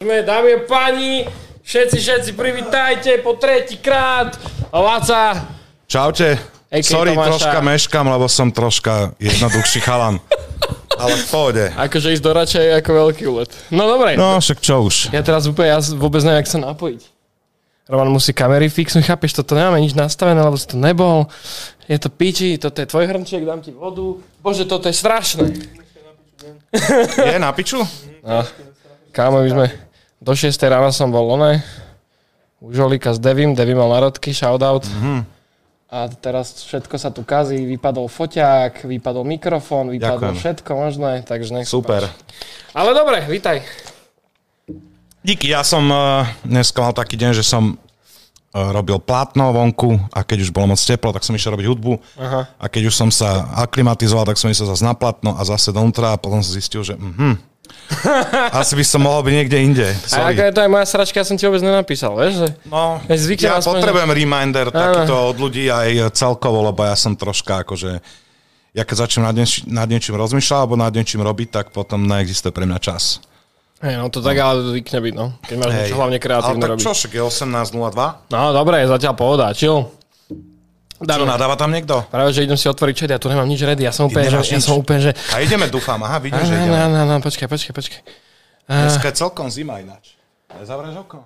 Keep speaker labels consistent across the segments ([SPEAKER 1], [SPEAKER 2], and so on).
[SPEAKER 1] Sme, dámy a páni, všetci privítajte po tretíkrát. Laca.
[SPEAKER 2] Čaute. Sorry, Tomáša. Troška meškam, lebo som troška jednoduchší chalan. Ale v pohode.
[SPEAKER 1] Akože ísť do Rača je ako veľký úlet. No dobre.
[SPEAKER 2] No, však čo už.
[SPEAKER 1] Ja vôbec neviem, jak sa napojiť. Roman musí kamery fixnúť, chápeš, toto nemáme nič nastavené, lebo si to nebol. Je to piči, toto je tvoj hrnček, dám ti vodu. Bože, toto je strašné.
[SPEAKER 2] Je na piču?
[SPEAKER 1] No. Kámo, my sme do 6 rána som bol u Žolíka s Devim mal narodky, shoutout. A teraz všetko sa tu kazí, vypadol foťák, vypadol mikrofón, vypadlo všetko možné, takže nech
[SPEAKER 2] super.
[SPEAKER 1] Ale dobre, vítaj.
[SPEAKER 2] Díky, ja som dneska mal taký deň, že som robil plátno vonku a keď už bolo moc teplo, tak som išiel robiť hudbu. Aha. A keď už som sa aklimatizoval, tak som išiel zase na plátno a zase donútra a potom som zistil, že asi by som mohol byť niekde inde.
[SPEAKER 1] Sorry. A aká je to aj moja sračka, ja som ti vôbec nenapísal, vieš? Že...
[SPEAKER 2] No, ja potrebujem reminder takýto od ľudí aj celkovo, lebo ja som troška akože... Ja keď začnem nad niečím rozmýšľať alebo nad niečím robiť, tak potom neexistuje pre mňa čas.
[SPEAKER 1] Hej, no to tak ale zvykne byť, no. Keď máš niečo hlavne kreatívne robiť.
[SPEAKER 2] Ale tak čo, však je 18.02?
[SPEAKER 1] No, dobre, zatiaľ pohoda, chill.
[SPEAKER 2] Čo, nadáva tam niekto?
[SPEAKER 1] Práve, že idem si otvoriť chat, ja tu nemám nič ready, ja som úplne, že...
[SPEAKER 2] A ideme, dúfam, vidím, že ideme.
[SPEAKER 1] No, počkaj.
[SPEAKER 2] Dneska je celkom zima ináč. Nezavrieš okno?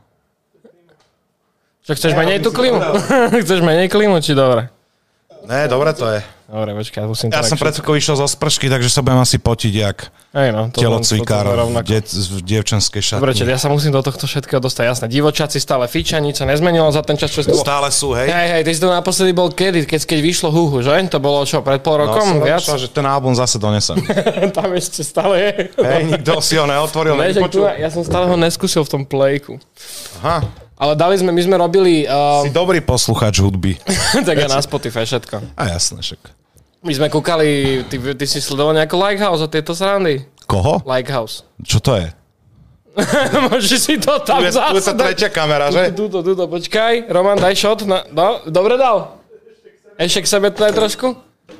[SPEAKER 1] Čo, chceš menej tú klimu? Chceš menej klimu, či dobre?
[SPEAKER 2] Ne, dobre to je.
[SPEAKER 1] Dobre, počkaj, musím to...
[SPEAKER 2] Ja som pred chvíľkou išiel zo spršky, takže sa budem asi potiť, jak telocvikár v dievčenskej šatni.
[SPEAKER 1] Dobre, ja sa musím do tohto všetkého dostať, jasné. Divočáci stále fičia, nič sa nezmenilo za ten čas, čo bolo.
[SPEAKER 2] Stále sú, hej?
[SPEAKER 1] Hej, ty si to naposledy bol kedy? Keď vyšlo Huhu, že? To bolo čo, pred pol rokom?
[SPEAKER 2] No, som že ten album zase donesem.
[SPEAKER 1] Tam ešte stále je.
[SPEAKER 2] Hej, nikto si ho neotvoril, nepočul.
[SPEAKER 1] Ja som stále ho neskúsil v tom playku.
[SPEAKER 2] Aha.
[SPEAKER 1] Ale my sme robili...
[SPEAKER 2] Si dobrý poslucháč hudby.
[SPEAKER 1] Tak ja na Spotify všetko.
[SPEAKER 2] A jasné, však.
[SPEAKER 1] My sme kúkali, ty si sledoval nejakú Likehouse a tieto srandy?
[SPEAKER 2] Koho?
[SPEAKER 1] Likehouse.
[SPEAKER 2] Čo to je?
[SPEAKER 1] Môžeš si to tam zase...
[SPEAKER 2] Tu je tá tretia kamera, že?
[SPEAKER 1] Tuto, počkaj. Roman, daj shot. No, dobre dal. Ešte k sebe to aj trošku?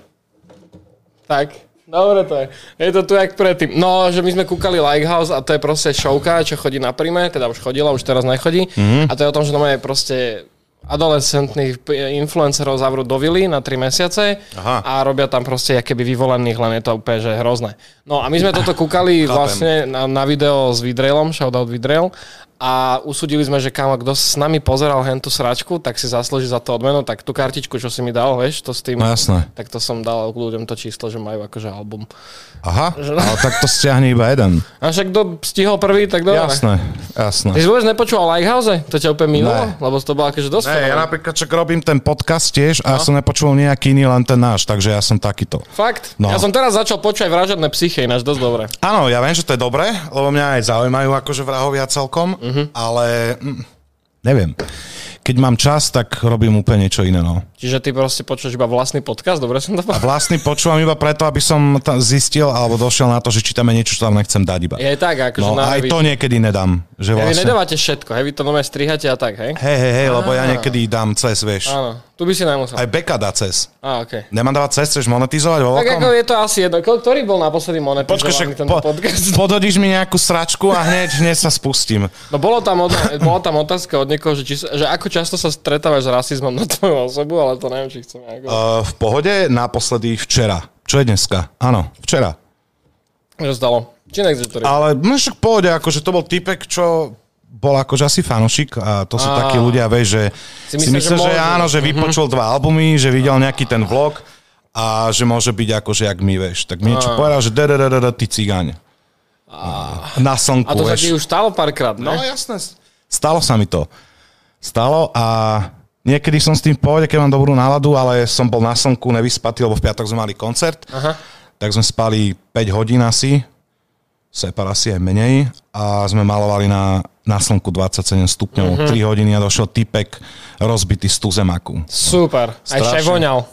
[SPEAKER 1] Tak, dobre to je. Je to tu jak predtým. No, že my sme kúkali Likehouse a to je proste showka, čo chodí na Prime, teda už chodila, už teraz nechodí. A to je o tom, že je proste... adolescentných influencerov zavrú do vily na 3 mesiace. Aha. A robia tam proste akéby vyvolených, len je to úplne že hrozné. No a my sme toto kúkali vlastne na video s Vidrailom, shoutout Vidrail, a usúdili sme, že kámo, kto s nami pozeral hentú sračku, tak si zaslúži za to odmenu, tak tú kartičku, čo si mi dal, vieš, to s tým,
[SPEAKER 2] no, jasné.
[SPEAKER 1] Tak to som dal ľuďom to číslo, že majú akože album.
[SPEAKER 2] Aha, ale tak to stiahne iba jeden.
[SPEAKER 1] A však kto stihol prvý, tak dobre.
[SPEAKER 2] Jasné.
[SPEAKER 1] Ty si vôbec nepočúval Likehouse? To ťa úplne minulo? Lebo to bolo akože dosť.
[SPEAKER 2] Ja napríklad čak robím ten podcast tiež a ja som nepočul nejaký iný, len ten náš, takže ja som takýto.
[SPEAKER 1] Fakt? No. Ja som teraz začal počúvať Vražedné psyché, ináč dosť dobre.
[SPEAKER 2] Áno, ja viem, že to je dobré, lebo mňa aj zaujímajú akože vrahovia celkom, ale neviem. Keď mám čas, tak robím úplne niečo iné, no.
[SPEAKER 1] Čiže ty proste počúvaš iba vlastný podcast? Dobre som to povedal?
[SPEAKER 2] A vlastný počúvam iba preto, aby som zistil alebo došiel na to, že či tam je niečo, čo tam nechcem dať iba.
[SPEAKER 1] Je tak, akože...
[SPEAKER 2] No, aj to niekedy nedám. Že
[SPEAKER 1] vlastne... Vy nedávate všetko, hej? Vy to nové strihate a tak, hej?
[SPEAKER 2] Hej, lebo ja niekedy dám cez, vieš.
[SPEAKER 1] Áno, tu by si nemusel.
[SPEAKER 2] Aj Beka dá cez.
[SPEAKER 1] Okej.
[SPEAKER 2] Nemám dávať cez, chceš monetizovať vo veľkom?
[SPEAKER 1] Tak ako je to asi jedno. Ktorý bol naposledy monetizovaný tento podcast?
[SPEAKER 2] Podhodíš mi nejakú sračku a hneď sa spustím.
[SPEAKER 1] No bola tam otázka od niekoho, že ako často sa stretávaš s rasizmom na tvoju osobu, ale to neviem, či chcem nejako...
[SPEAKER 2] V pohode naposledy včera. Čo je dneska? Áno, včera.
[SPEAKER 1] Čo stalo? Či nechceš to riešiť?
[SPEAKER 2] Ale však v pohode, akože to bol typek, čo bol akože asi fanošik a to sú takí ľudia, vieš, že si myslíš, že áno, že vypočul 2 albumy, že videl nejaký ten vlog a že môže byť akože jak my, vieš. Tak mi niečo povedal, že ty cigáň. Na slnku,
[SPEAKER 1] a to sa ti už stalo párkrát, ne?
[SPEAKER 2] No jasné, stalo sa mi to. Stalo a niekedy som s tým v pohode, keď mám dobrú náladu, ale som bol na slnku nevyspatý, lebo v piatok sme mali koncert. Aha. Tak sme spali 5 hodín asi, separ asi aj menej a sme malovali na slnku 27 stupňov, 3 hodiny a došiel typek rozbitý z tuzemaku.
[SPEAKER 1] Super, aj šaj voňal.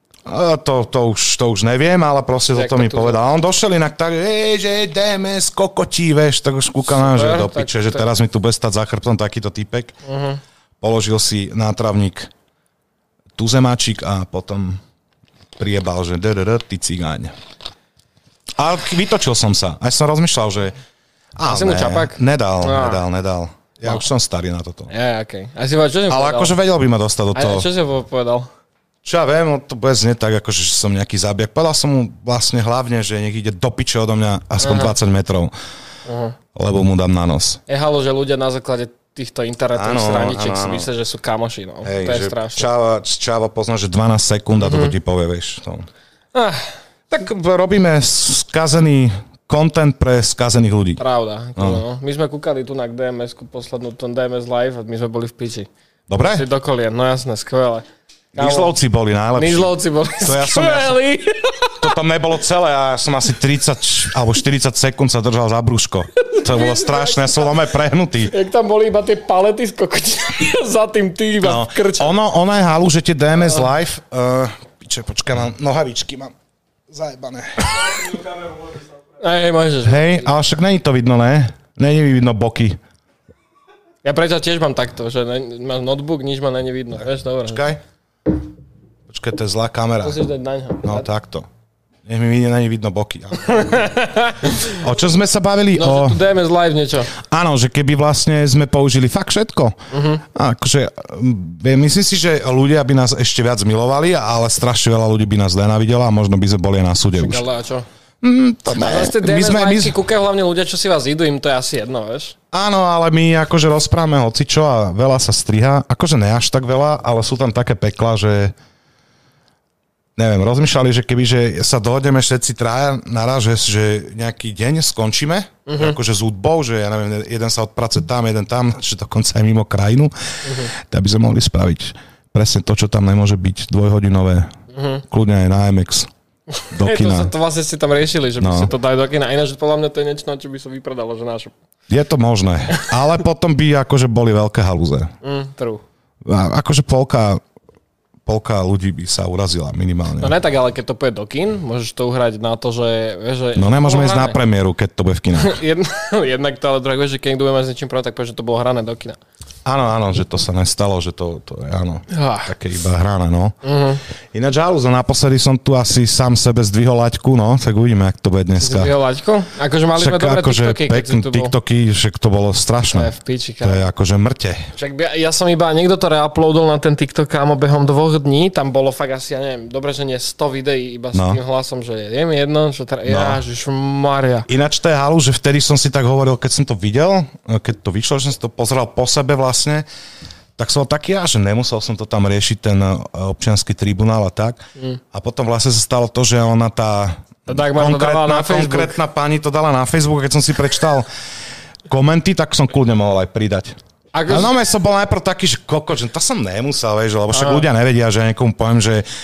[SPEAKER 2] To už neviem, ale proste toto mi povedal. A on došiel inak tak, že ideme z kokotí, vieš, tak už kúkam, že do piče, že teraz mi tu bude stať za chrbtom takýto typek. Položil si na travník tuzemáčik a potom priebal, že ty cigáň. A vytočil som sa. Aj som rozmýšľal, že
[SPEAKER 1] A si mu čapak?
[SPEAKER 2] Nedal. Ja už som starý na toto.
[SPEAKER 1] Ja, okej. A si čo si
[SPEAKER 2] ale
[SPEAKER 1] povedal?
[SPEAKER 2] akože vedel by ma dostať do toho.
[SPEAKER 1] A čo si povedal?
[SPEAKER 2] Čo ja viem, to bude znieť tak, akože som nejaký zábiak. Povedal som mu vlastne hlavne, že nech ide do piče odo mňa aspoň 20 metrov. Lebo mu dám na nos.
[SPEAKER 1] Je halo, že ľudia na základe týchto internetových straničiek si myslia, že sú kamoši. No.
[SPEAKER 2] Hej,
[SPEAKER 1] to je strašné.
[SPEAKER 2] Čáva pozná, že 12 sekúnd a toto ti povie, vieš. To. Tak robíme skazený content pre skazených ľudí.
[SPEAKER 1] Pravda. No. My sme kúkali tu na DMS-ku, poslednú ten DMS Live a my sme boli v piči.
[SPEAKER 2] Dobre?
[SPEAKER 1] Si do kolien, no jasné, skvelé.
[SPEAKER 2] Myšlovci boli najlepší.
[SPEAKER 1] Myšlovci boli skvelí.
[SPEAKER 2] To tam nebolo celé a ja som asi 30 alebo 40 sekúnd sa držal za brúško. To bolo strašné, ja som len prehnutý.
[SPEAKER 1] Jak tam boli iba tie palety z kokotina za tým ty iba krča.
[SPEAKER 2] Ono je halu, že tie DMS Live... počkaj, mám nohavičky, mám zajebané.
[SPEAKER 1] Môžeš.
[SPEAKER 2] Hej, ale však není to vidno, ne? Není vidno boky.
[SPEAKER 1] Ja prečo tiež mám takto, že máš notebook, nič ma není vidno. Vieš, dobre.
[SPEAKER 2] Počkaj, to je zlá kamera.
[SPEAKER 1] Musíš dať naňho.
[SPEAKER 2] No, takto. Nech mi není vidno boky. O čom sme sa bavili?
[SPEAKER 1] No, že tu DMS Live niečo.
[SPEAKER 2] Áno, že keby vlastne sme použili fakt všetko. Akože, myslím si, že ľudia by nás ešte viac milovali, ale strašne veľa ľudí by nás nenávidelo a možno by sme boli na súde už.
[SPEAKER 1] Ale a čo? Vlastne DMS Live kúkajú hlavne ľudia, čo si vás idú, im to je asi jedno, vieš?
[SPEAKER 2] Áno, ale my akože rozprávame hocičo a veľa sa striha. Akože ne až tak veľa, ale sú tam také pekla, že neviem, rozmýšľali, že kebyže sa dohodneme všetci traja naraz, že nejaký deň skončíme, akože s hudbou, že ja neviem, jeden sa odpracuje tam, jeden tam, že dokonca aj mimo krajinu, tak by sme mohli spraviť presne to, čo tam nemôže byť, dvojhodinové, kľudne aj na MX. Do kina.
[SPEAKER 1] To vlastne ste tam riešili, že by ste to dali do kina. Ináč podľa mňa to je niečo, na čo by sa vypredalo, že nášu.
[SPEAKER 2] Je to možné, ale potom by akože boli veľké halúze.
[SPEAKER 1] True.
[SPEAKER 2] Akože polka ľudí by sa urazila minimálne.
[SPEAKER 1] No ne tak, ale keď to pôjde do kin, môžeš to uhrať na to, že...
[SPEAKER 2] No nemôžeme ísť na premiéru, keď to bude v kine.
[SPEAKER 1] Jednak to, ale druhé, že keď niekto bude mať s niečím prvé, tak povie, že to bolo hrané do kina.
[SPEAKER 2] Áno, že to sa nestalo, že to je áno, také iba hrané, no. Ináč halúza, naposledy som tu asi sám sebe zdvihol laťku, no, tak uvidíme, jak to bude dneska.
[SPEAKER 1] Zdvihol laťku? Akože mali sme dobré TikToky, keď si tu bol.
[SPEAKER 2] TikToky, však to bolo strašné. To je akože mŕte.
[SPEAKER 1] Však ja som iba, niekto to reuploadol na ten TikTok, kámo, behom 2 dní, tam bolo fakt asi, ja neviem, dobre, že nie 100 videí, iba s tým hlasom, že je mi jedno, že Ježišmaria.
[SPEAKER 2] Ináč to je halu, že vtedy som si tak hovoril, keď som to videl, keď to vyšlo, že som si to pozeral po sebe vlastne, tak som taký že nemusel som to tam riešiť, ten občiansky tribunál a tak. A potom vlastne sa stalo to, že ona tá konkrétna pani to dala na Facebook, keď som si prečítal komenty, tak som kľudne mohol aj pridať. A no som bol najprv taký, že že to som nemusel, vieš, lebo však ľudia nevedia, že niekomu poviem,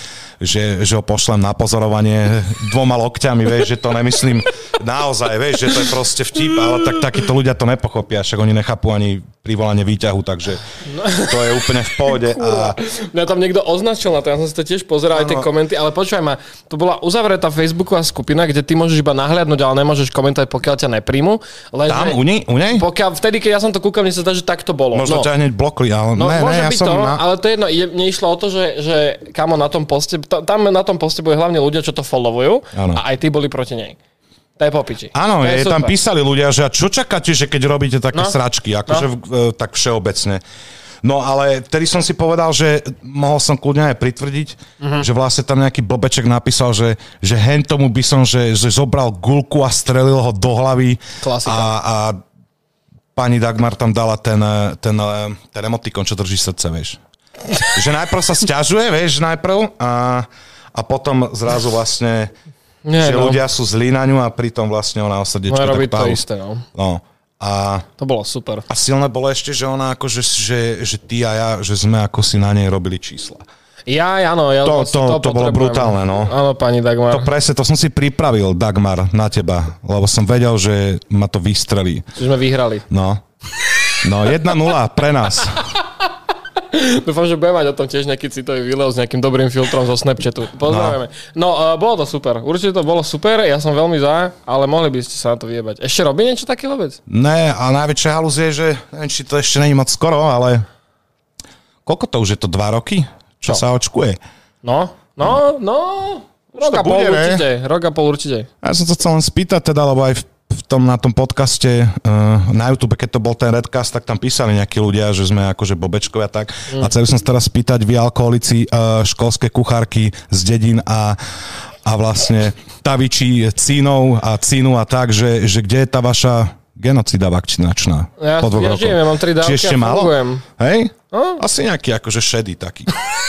[SPEAKER 2] že ho pošlem na pozorovanie 2 lokťami, vieš, že to nemyslím naozaj, vieš, že to je proste vtip, ale takíto ľudia to nepochopia, však oni nechápu ani privolanie výťahu, takže to je úplne v pohode.
[SPEAKER 1] Mňa tam niekto označil na to, ja som si to tiež pozeral aj tie komenty, ale počúvaj ma, to bola uzavretá Facebooková skupina, kde ty môžeš iba nahliadnúť, ale nemôžeš komentovať, pokiaľ ťa nepríjmu.
[SPEAKER 2] Tam u nej?
[SPEAKER 1] Vtedy, keď ja som to kúkal, mne sa zdá, že tak to bolo.
[SPEAKER 2] Možno ťa hneď blokli, ale
[SPEAKER 1] môže byť to, ale to je jedno, mne išlo o to, že kamo na tom poste, tam na tom poste boli hlavne ľudia, čo to followujú a aj tí boli proti nej. To je popiči.
[SPEAKER 2] Áno, tam písali ľudia, že čo čakáte, že keď robíte také sračky, akože tak všeobecne. No ale vtedy som si povedal, že mohol som kľudne aj pritvrdiť, že vlastne tam nejaký blbeček napísal, že hen tomu by som, že zobral guľku a strelil ho do hlavy. A pani Dagmar tam dala ten emotikon, čo drží srdce, vieš. Že najprv sa sťažuje, vieš, a potom zrazu vlastne že ľudia sú zlí na ňu a pritom vlastne ona o srdiečko tak
[SPEAKER 1] robiť to isté, no.
[SPEAKER 2] A
[SPEAKER 1] to bolo super.
[SPEAKER 2] A silné bolo ešte, že ona akože, že ty a ja, že sme ako si na nej robili čísla.
[SPEAKER 1] Áno.
[SPEAKER 2] To bolo brutálne, no.
[SPEAKER 1] Áno, pani Dagmar.
[SPEAKER 2] To presne, to som si pripravil, Dagmar, na teba, lebo som vedel, že ma to vystrelí.
[SPEAKER 1] Že sme vyhrali.
[SPEAKER 2] No, 1-0 pre nás.
[SPEAKER 1] Dúfam, že budeme mať o tom tiež nejaký citový video s nejakým dobrým filtrom zo Snapchatu. Pozdravujeme. No, bolo to super. Určite to bolo super, ja som veľmi za, ale mohli by ste sa na to vyjebať. Ešte robí niečo také vôbec? Ne,
[SPEAKER 2] a najväčšia halúz je, že neviem, či to ešte není moc skoro, ale koľko to už je to 2 roky? Čo sa očkuje?
[SPEAKER 1] No. Rok a pol určite.
[SPEAKER 2] Ja som sa chcel len spýtať teda, lebo aj v na tom podcaste na YouTube, keď to bol ten Redcast, tak tam písali nejakí ľudia, že sme akože bobečkovia tak. A chcel som sa teraz spýtať, vy alkoholici, školské kuchárky z dedín a vlastne taviči cínov a cínu a tak, že kde je tá vaša genocida vakcinačná?
[SPEAKER 1] Ja žijem, ja mám 3 dávky
[SPEAKER 2] ešte
[SPEAKER 1] a
[SPEAKER 2] Malo?
[SPEAKER 1] fungujem.
[SPEAKER 2] Hej? Asi nejaký akože šedý taký.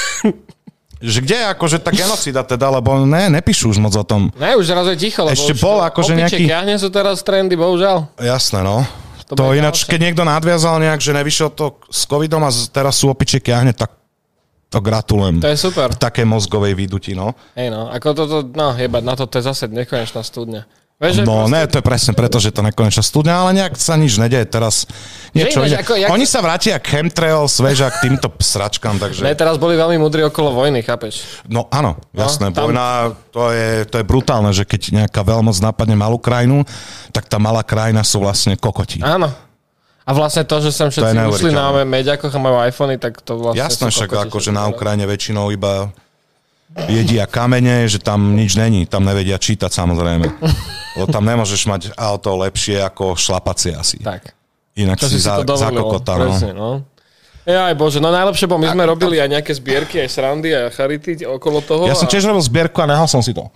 [SPEAKER 2] Že kde je akože tá genocida teda, lebo nepíšu už moc o tom.
[SPEAKER 1] Ne, už raz je ticho, lebo
[SPEAKER 2] ešte bol akože nejaký...
[SPEAKER 1] Opičie sú teraz trendy, bohužiaľ.
[SPEAKER 2] Jasné, no. To ináč, keď niekto nadviazal nejak, že nevyšiel to s covidom a teraz sú opičie kiahne, tak to gratulujem.
[SPEAKER 1] To je super.
[SPEAKER 2] V takej mozgovej výduti, no.
[SPEAKER 1] Hej no, ako jebať, na to je zase nekonečná studňa.
[SPEAKER 2] No, ne, to je presne preto, že to nekonečná studňa, ale nejak sa nič nedeje teraz. Niečo, oni sa vrátia k chemtrail, sveža k týmto sračkám, takže...
[SPEAKER 1] Ne, teraz boli veľmi múdri okolo vojny, chápeš?
[SPEAKER 2] No áno, jasné, vojna, to je brutálne, že keď nejaká veľmoc napadne malú krajinu, tak tá malá krajina sú vlastne kokoti.
[SPEAKER 1] Áno. A vlastne to, že sem všetci ušli na Meďakoch a majú iPhony, tak to vlastne...
[SPEAKER 2] Jasné, však akože na Ukrajine väčšinou iba jedia kamene, že tam nič není, tam nevedia čítať samozrejme. Lebo tam nemôžeš mať auto lepšie ako šlapacie asi.
[SPEAKER 1] Tak.
[SPEAKER 2] Inak si zakokota.
[SPEAKER 1] No. Aj bože, no najlepšie, bo my sme robili aj nejaké zbierky, aj srandy, aj charity okolo toho.
[SPEAKER 2] Ja som tiež robil zbierku a nehal som si to.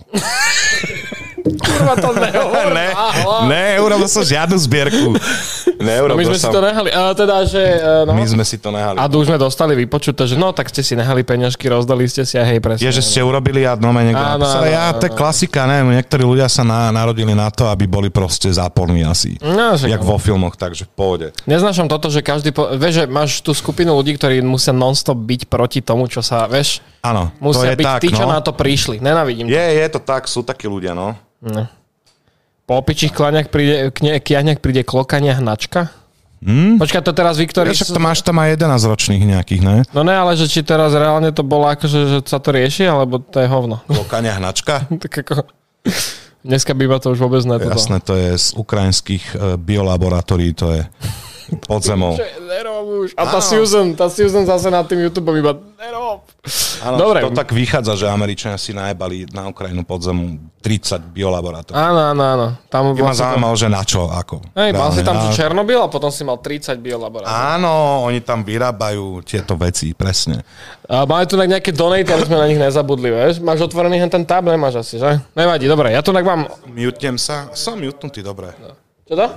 [SPEAKER 1] Kurva, to nehovor.
[SPEAKER 2] Ne, urobil som žiadnu zbierku.
[SPEAKER 1] My sme si to nehali.
[SPEAKER 2] My sme si to nehali.
[SPEAKER 1] A už sme dostali vypočuté, že no, tak ste si nehali peňažky, rozdali ste si a hej, presne.
[SPEAKER 2] Je, že ste urobili a niekto napísal. To je klasika, neviem, niektorí ľudia sa narodili na to, aby boli proste záporní asi. No, jak vo filmoch, takže v pohode.
[SPEAKER 1] Neznášam toto, že každý... Vieš, že máš tú skupinu ľudí, ktorí musia non-stop byť proti tomu, čo sa... Vieš,
[SPEAKER 2] áno,
[SPEAKER 1] musia byť tak, tí, čo na to prišli. Nenávidím to.
[SPEAKER 2] Je to tak, sú takí ľudia, no.
[SPEAKER 1] No. Po opičích kiahňach príde klokania hnačka? Počkaj, to teraz Viktor...
[SPEAKER 2] Však to máš tam aj 11-ročných nejakých, ne?
[SPEAKER 1] No ne, ale že či teraz reálne to bolo akože, že sa to rieši, alebo to je hovno.
[SPEAKER 2] Klokania hnačka?
[SPEAKER 1] Tak ako... Dneska býva to už vôbec ne.
[SPEAKER 2] Jasné, to je z ukrajinských biolaboratórií, to je pod zemou.
[SPEAKER 1] A tá Susan zase na tým YouTube iba nerob.
[SPEAKER 2] Dobre. To tak vychádza, že Američania si najebali na Ukrajinu pod zemu 30 biolaboratórií.
[SPEAKER 1] Áno. Tam
[SPEAKER 2] ma zaujímalo, že na čo, ako.
[SPEAKER 1] Hej, mal si tam Černobyl a potom si mal 30 biolaboratórií.
[SPEAKER 2] Áno, oni tam vyrábajú tieto veci, presne.
[SPEAKER 1] A máme tu nejaké donate, ale sme na nich nezabudli, vieš? Máš otvorený ten tab, nemáš asi, že? Nevadí, dobre, ja tu tak mám...
[SPEAKER 2] Mutnem sa, som mutnutý, dobre.
[SPEAKER 1] Čo to?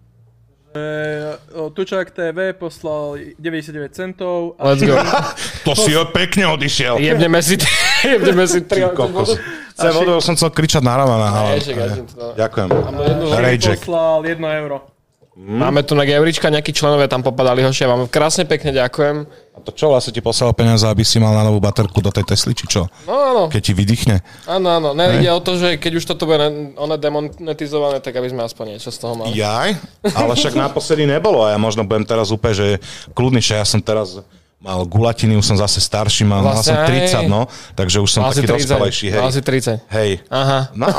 [SPEAKER 3] Tučák TV poslal 99 centov.
[SPEAKER 1] Let's go.
[SPEAKER 2] To si pekne odišiel.
[SPEAKER 1] Jebneme si 3
[SPEAKER 2] vodu. Som chcel kričať na Romana. Ďakujem.
[SPEAKER 3] Rejček poslal 1 euro.
[SPEAKER 1] Máme tu na Gevrička, nejakí členovia tam popadali, hoši, ja vám krásne pekne ďakujem.
[SPEAKER 2] A to čo, vlastne ti poslal peniaze, aby si mal na novú baterku do tej Tesly, či čo?
[SPEAKER 1] No, áno.
[SPEAKER 2] Keď ti vydýchne.
[SPEAKER 1] Áno. Ide o to, že keď už toto bude demonetizované, tak aby sme aspoň niečo z toho mali.
[SPEAKER 2] Jaj, ale však naposledy nebolo a ja možno budem teraz úplne, že kľudnejšie, ja som teraz... Mal gulatiny, už som zase starší, mal som 30, no, takže už som taký dospelejší, hej.
[SPEAKER 1] Mal si 30.
[SPEAKER 2] Hej.
[SPEAKER 1] Aha.
[SPEAKER 2] No.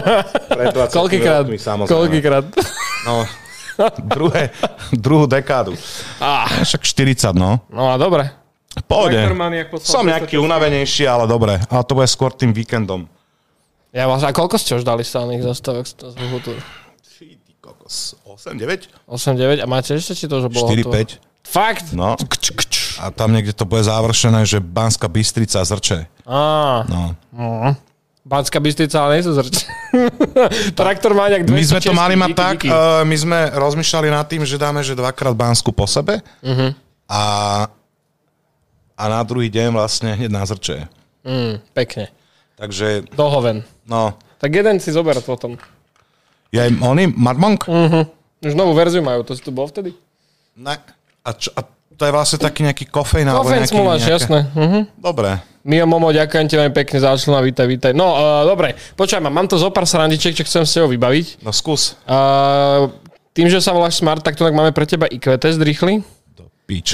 [SPEAKER 1] Koľkýkrát?
[SPEAKER 2] No, druhú dekádu. Však 40, no.
[SPEAKER 1] No a dobre.
[SPEAKER 2] Pohode. Som nejaký unavenejší, ale dobre. Ale to bude skôr tým víkendom.
[SPEAKER 1] Ja vlastne, a koľko ste už dali stálnych zastavok z Hutu?
[SPEAKER 2] 8-9?
[SPEAKER 1] 8-9 a máte ešte či to, že bolo
[SPEAKER 2] 4-5.
[SPEAKER 1] Fakt?
[SPEAKER 2] No. A tam niekde to bude završené, že Banská Bystrica Zrče. No.
[SPEAKER 1] Banská Bystrica, ale nie sú Zrče. Traktor má nejak 200.
[SPEAKER 2] My sme to mali mať tak, my sme rozmýšľali nad tým, že dáme, že 2-krát Bansku po sebe a na druhý deň vlastne hneď na Zrče.
[SPEAKER 1] Pekne.
[SPEAKER 2] Takže...
[SPEAKER 1] Dohoven.
[SPEAKER 2] No.
[SPEAKER 1] Tak jeden si zober potom.
[SPEAKER 2] Oni? Marmonk?
[SPEAKER 1] Už novú verziu majú, to si tu bol vtedy?
[SPEAKER 2] Ne. A to je vlastne taký nejaký kofeín alebo nejaký...
[SPEAKER 1] Kofeín smuláš, jasné.
[SPEAKER 2] Dobre.
[SPEAKER 1] Mio Momo, ďakujem ti veľmi pekne za člena, vítaj. No, dobre, počkaj, mám to zo pár srandičiek, čo chcem s tebou vybaviť.
[SPEAKER 2] No, skús.
[SPEAKER 1] Tým, že sa voláš Smart, tak to tak máme pre teba IQ test rýchly.
[SPEAKER 2] Do píče.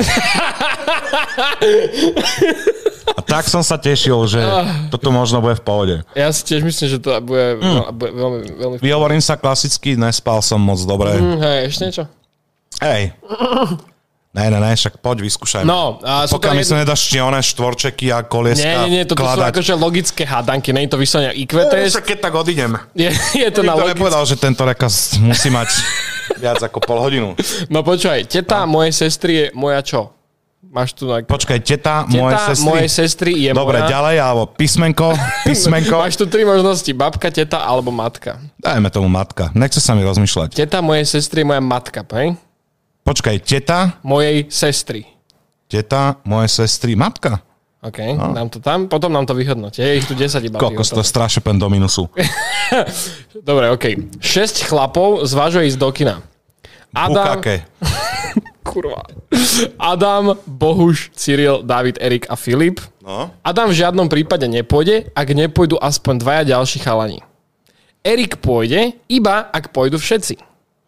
[SPEAKER 2] A tak som sa tešil, že toto možno bude v pohode.
[SPEAKER 1] Ja si tiež myslím, že to bude veľmi...
[SPEAKER 2] Vyhovorím sa klasicky, nespal som moc dobre.
[SPEAKER 1] Hej, ešte niečo?
[SPEAKER 2] Hej. Ne, však poď, vyskúšajme.
[SPEAKER 1] No, a sú to
[SPEAKER 2] pokiaľ mi sa nedáš oné štvorčeky a kolieska
[SPEAKER 1] Nie, toto sú
[SPEAKER 2] kladať.
[SPEAKER 1] akože logické hádanky, nie je to vyslovene IQ test.
[SPEAKER 2] Však keď tak odídem.
[SPEAKER 1] Je to na
[SPEAKER 2] Nikto
[SPEAKER 1] logické.
[SPEAKER 2] nepovedal, že tento rekaz musí mať viac ako pol hodinu.
[SPEAKER 1] No počúvaj, teta mojej sestry je moja čo? Máš tu na...
[SPEAKER 2] Počkaj, teta
[SPEAKER 1] mojej sestry je
[SPEAKER 2] Dobre,
[SPEAKER 1] moja...
[SPEAKER 2] ďalej, alebo písmenko.
[SPEAKER 1] Máš tu 3 možnosti, babka, teta alebo matka.
[SPEAKER 2] Dajme tomu matka, nechce sa mi rozmýšľať.
[SPEAKER 1] Teta mojej sestry je moja matka, hej?
[SPEAKER 2] Počkaj, teta
[SPEAKER 1] Mojej sestry.
[SPEAKER 2] mojej sestry, matka.
[SPEAKER 1] OK, dám to tam, potom nám to vyhodnoť. Je ich tu 10 iba.
[SPEAKER 2] Kokos, to strašne pen do minusu.
[SPEAKER 1] Dobre, OK. 6 chlapov zvažuje ísť do kina.
[SPEAKER 2] Bukake.
[SPEAKER 1] Kurva. Adam, Bohuš, Cyril, David, Erik a Filip.
[SPEAKER 2] No.
[SPEAKER 1] Adam v žiadnom prípade nepôjde, ak nepôjdu aspoň 2 ďalší chalani. Erik pôjde, iba ak pôjdu všetci.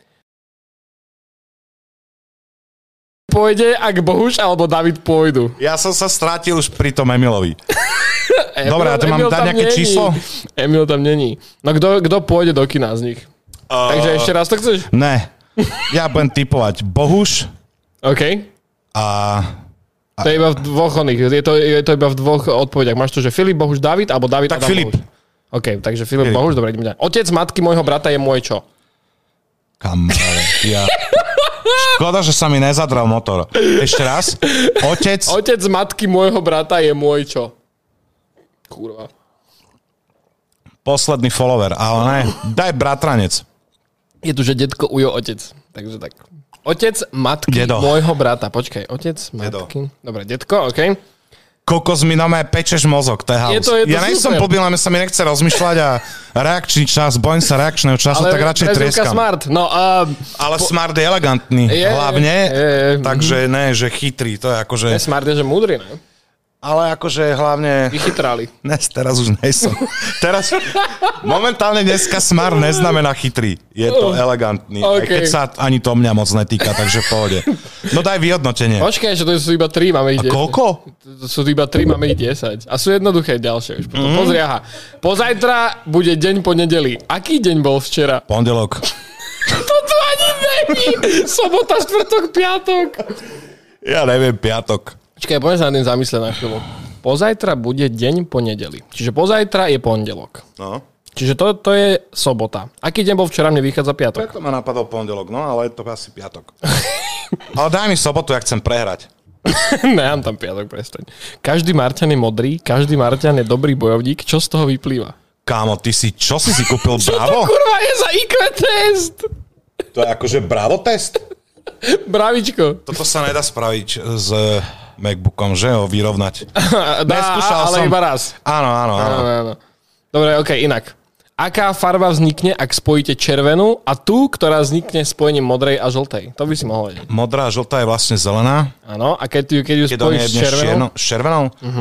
[SPEAKER 1] Pôjde, ak Bohuš alebo David pôjdu.
[SPEAKER 2] Ja som sa strátil už pri tom Emilovi. Dobre, a to mám dať nejaké číslo?
[SPEAKER 1] Emil tam není. No kto pôjde do kina z nich? Takže ešte raz to chceš?
[SPEAKER 2] Ne. Ja budem typovať Bohuš
[SPEAKER 1] OK.
[SPEAKER 2] a...
[SPEAKER 1] To je iba v dvoch oných. Je to iba v dvoch odpovediach. Máš tu, že Filip, Bohuš, David, alebo David,
[SPEAKER 2] Tak
[SPEAKER 1] Adam,
[SPEAKER 2] Filip.
[SPEAKER 1] Bohuš. OK, takže Filip, Bohuš, dobre, ideme ďalej. Otec matky môjho brata je môj čo?
[SPEAKER 2] Kamaráde, ja... Škoda, že sa mi nezadral motor. Ešte raz.
[SPEAKER 1] Otec matky môjho brata je môj čo? Kurva.
[SPEAKER 2] Posledný follower, ale ne. Daj bratranec.
[SPEAKER 1] Je tu, že detko, ujo, otec. Takže tak. Otec matky
[SPEAKER 2] Dedo.
[SPEAKER 1] môjho brata. Počkaj, otec matky. Dobre, detko, OK.
[SPEAKER 2] Kokos mi na mňa pečeš mozog, to je halus.
[SPEAKER 1] Je to
[SPEAKER 2] Ja nejsem
[SPEAKER 1] super.
[SPEAKER 2] blbý, len sa mi nechce rozmýšľať a reakčný čas, bojím sa reakčného času, tak radšej
[SPEAKER 1] prezývka
[SPEAKER 2] trieskam.
[SPEAKER 1] Smart. No,
[SPEAKER 2] Ale Smart je elegantný, hlavne, takže ne, že chytrý, to je akože...
[SPEAKER 1] Smart je, že múdry, ne?
[SPEAKER 2] Ale akože hlavne...
[SPEAKER 1] Vychytrali.
[SPEAKER 2] Teraz už nejsom. Teraz momentálne dneska Smart neznamená chytrý. Je to elegantný. Aj
[SPEAKER 1] Okay.
[SPEAKER 2] keď sa ani to mňa moc netýka, takže v pohode. No daj vyhodnotenie.
[SPEAKER 1] Počkaj, že to sú iba 3, máme ich 10.
[SPEAKER 2] Koľko?
[SPEAKER 1] To sú iba 3, máme ich 10. A sú jednoduché ďalšie. Už potom. Pozri, aha. Pozajtra bude deň po nedeli. Aký deň bol včera?
[SPEAKER 2] Pondelok.
[SPEAKER 1] Toto ani není. Sobota, štvrtok, piatok.
[SPEAKER 2] Ja neviem, piatok.
[SPEAKER 1] Počkaj, poďme sa nad tým zamyslieť na chvíľu. Pozajtra bude deň po nedeli. Čiže pozajtra je pondelok.
[SPEAKER 2] No.
[SPEAKER 1] Čiže to je sobota. Aký deň bol včera, mne vychádza piatok.
[SPEAKER 2] Preto ma napadol pondelok, no ale je to asi piatok. Ale daj mi sobotu, ja chcem prehrať.
[SPEAKER 1] Nemám tam piatok, prestaň. Každý Marťan je modrý, každý Marťan je dobrý bojovník. Čo z toho vyplýva?
[SPEAKER 2] Kámo, čo si kúpil
[SPEAKER 1] Čo to
[SPEAKER 2] Bravo?
[SPEAKER 1] kurva je za IQ test?
[SPEAKER 2] To je akože Bravo test?
[SPEAKER 1] Bravičko.
[SPEAKER 2] Toto sa nedá spraviť s MacBookom, že ho vyrovnať.
[SPEAKER 1] Neskúšal ale
[SPEAKER 2] som.
[SPEAKER 1] iba raz.
[SPEAKER 2] Áno.
[SPEAKER 1] Áno. Dobre, OK, inak. Aká farba vznikne, ak spojíte červenú a tú, ktorá vznikne spojením modrej a žltej? To by si mohol vedieť.
[SPEAKER 2] Modrá a žltá je vlastne zelená.
[SPEAKER 1] Áno, a keď ju
[SPEAKER 2] Keď
[SPEAKER 1] spojíš s červenou...
[SPEAKER 2] S červenou?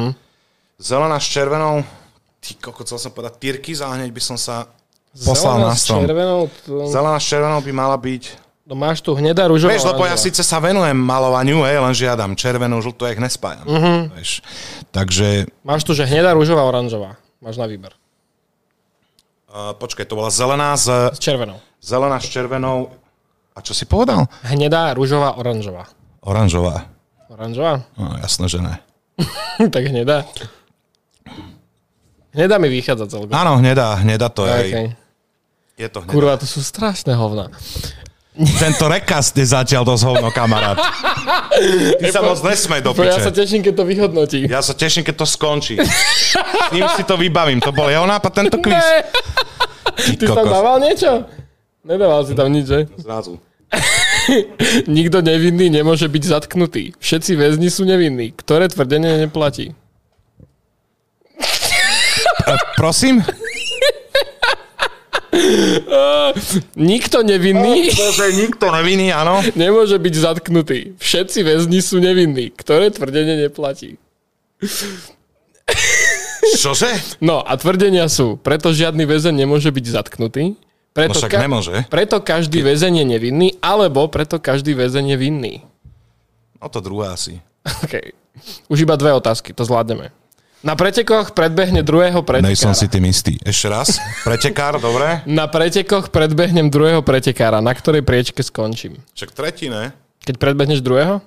[SPEAKER 2] Zelená s červenou. Ty koko, chcel som povedať tyrkys, a hneď by som sa poslal na strom. Zelená s červenou by mala byť...
[SPEAKER 1] No máš tu hnedá, ružová,
[SPEAKER 2] Vieš, lebo ja síce sa venujem malovaniu, len žiadam červenú, žltú, ja ich nespájam. Vieš. Takže...
[SPEAKER 1] Máš tu, že hnedá, ružová, oranžová. Máš na výber.
[SPEAKER 2] Počkaj, to bola zelená
[SPEAKER 1] S červenou.
[SPEAKER 2] Zelená s červenou... A čo si povedal?
[SPEAKER 1] Hnedá, ružová, oranžová.
[SPEAKER 2] Oranžová.
[SPEAKER 1] Oranžová?
[SPEAKER 2] No, jasné, že ne.
[SPEAKER 1] Tak hnedá. Hnedá mi vychádza celkom.
[SPEAKER 2] Áno, hnedá to je.
[SPEAKER 1] Okay.
[SPEAKER 2] Je to hnedá.
[SPEAKER 1] Kurva, to sú strašné hovna.
[SPEAKER 2] Tento rekast je zatiaľ dosť hovno, kamarát. Ty sa moc nesmej do
[SPEAKER 1] Ja sa
[SPEAKER 2] piče.
[SPEAKER 1] teším, keď to vyhodnotí.
[SPEAKER 2] Ja sa teším, keď to skončí. S ním si to vybavím. To bol jeho nápad, tento kvíz.
[SPEAKER 1] Ty si tam dával niečo? Nedával si tam nič, že?
[SPEAKER 2] Zrazu.
[SPEAKER 1] Nikto nevinný nemôže byť zatknutý. Všetci väzni sú nevinní. Ktoré tvrdenie neplatí?
[SPEAKER 2] Prosím?
[SPEAKER 1] Nikto nevinný
[SPEAKER 2] Nikto nevinný, áno.
[SPEAKER 1] nemôže byť zatknutý. Všetci väzni sú nevinní. Ktoré tvrdenie neplatí?
[SPEAKER 2] Čože?
[SPEAKER 1] No a tvrdenia sú, preto žiadny väzeň nemôže byť zatknutý.
[SPEAKER 2] No však nemôže.
[SPEAKER 1] Preto každý väzeň je nevinný, alebo preto každý väzeň je vinný.
[SPEAKER 2] No to druhé asi.
[SPEAKER 1] OK. Už iba 2 otázky, to zvládneme. Na pretekoch predbehne druhého pretekára.
[SPEAKER 2] Nejsom si tým istý. Ešte raz. Pretekár, dobre?
[SPEAKER 1] Na pretekoch predbehnem druhého pretekára. Na ktorej priečke skončím?
[SPEAKER 2] Však tretí, ne?
[SPEAKER 1] Keď predbehneš druhého?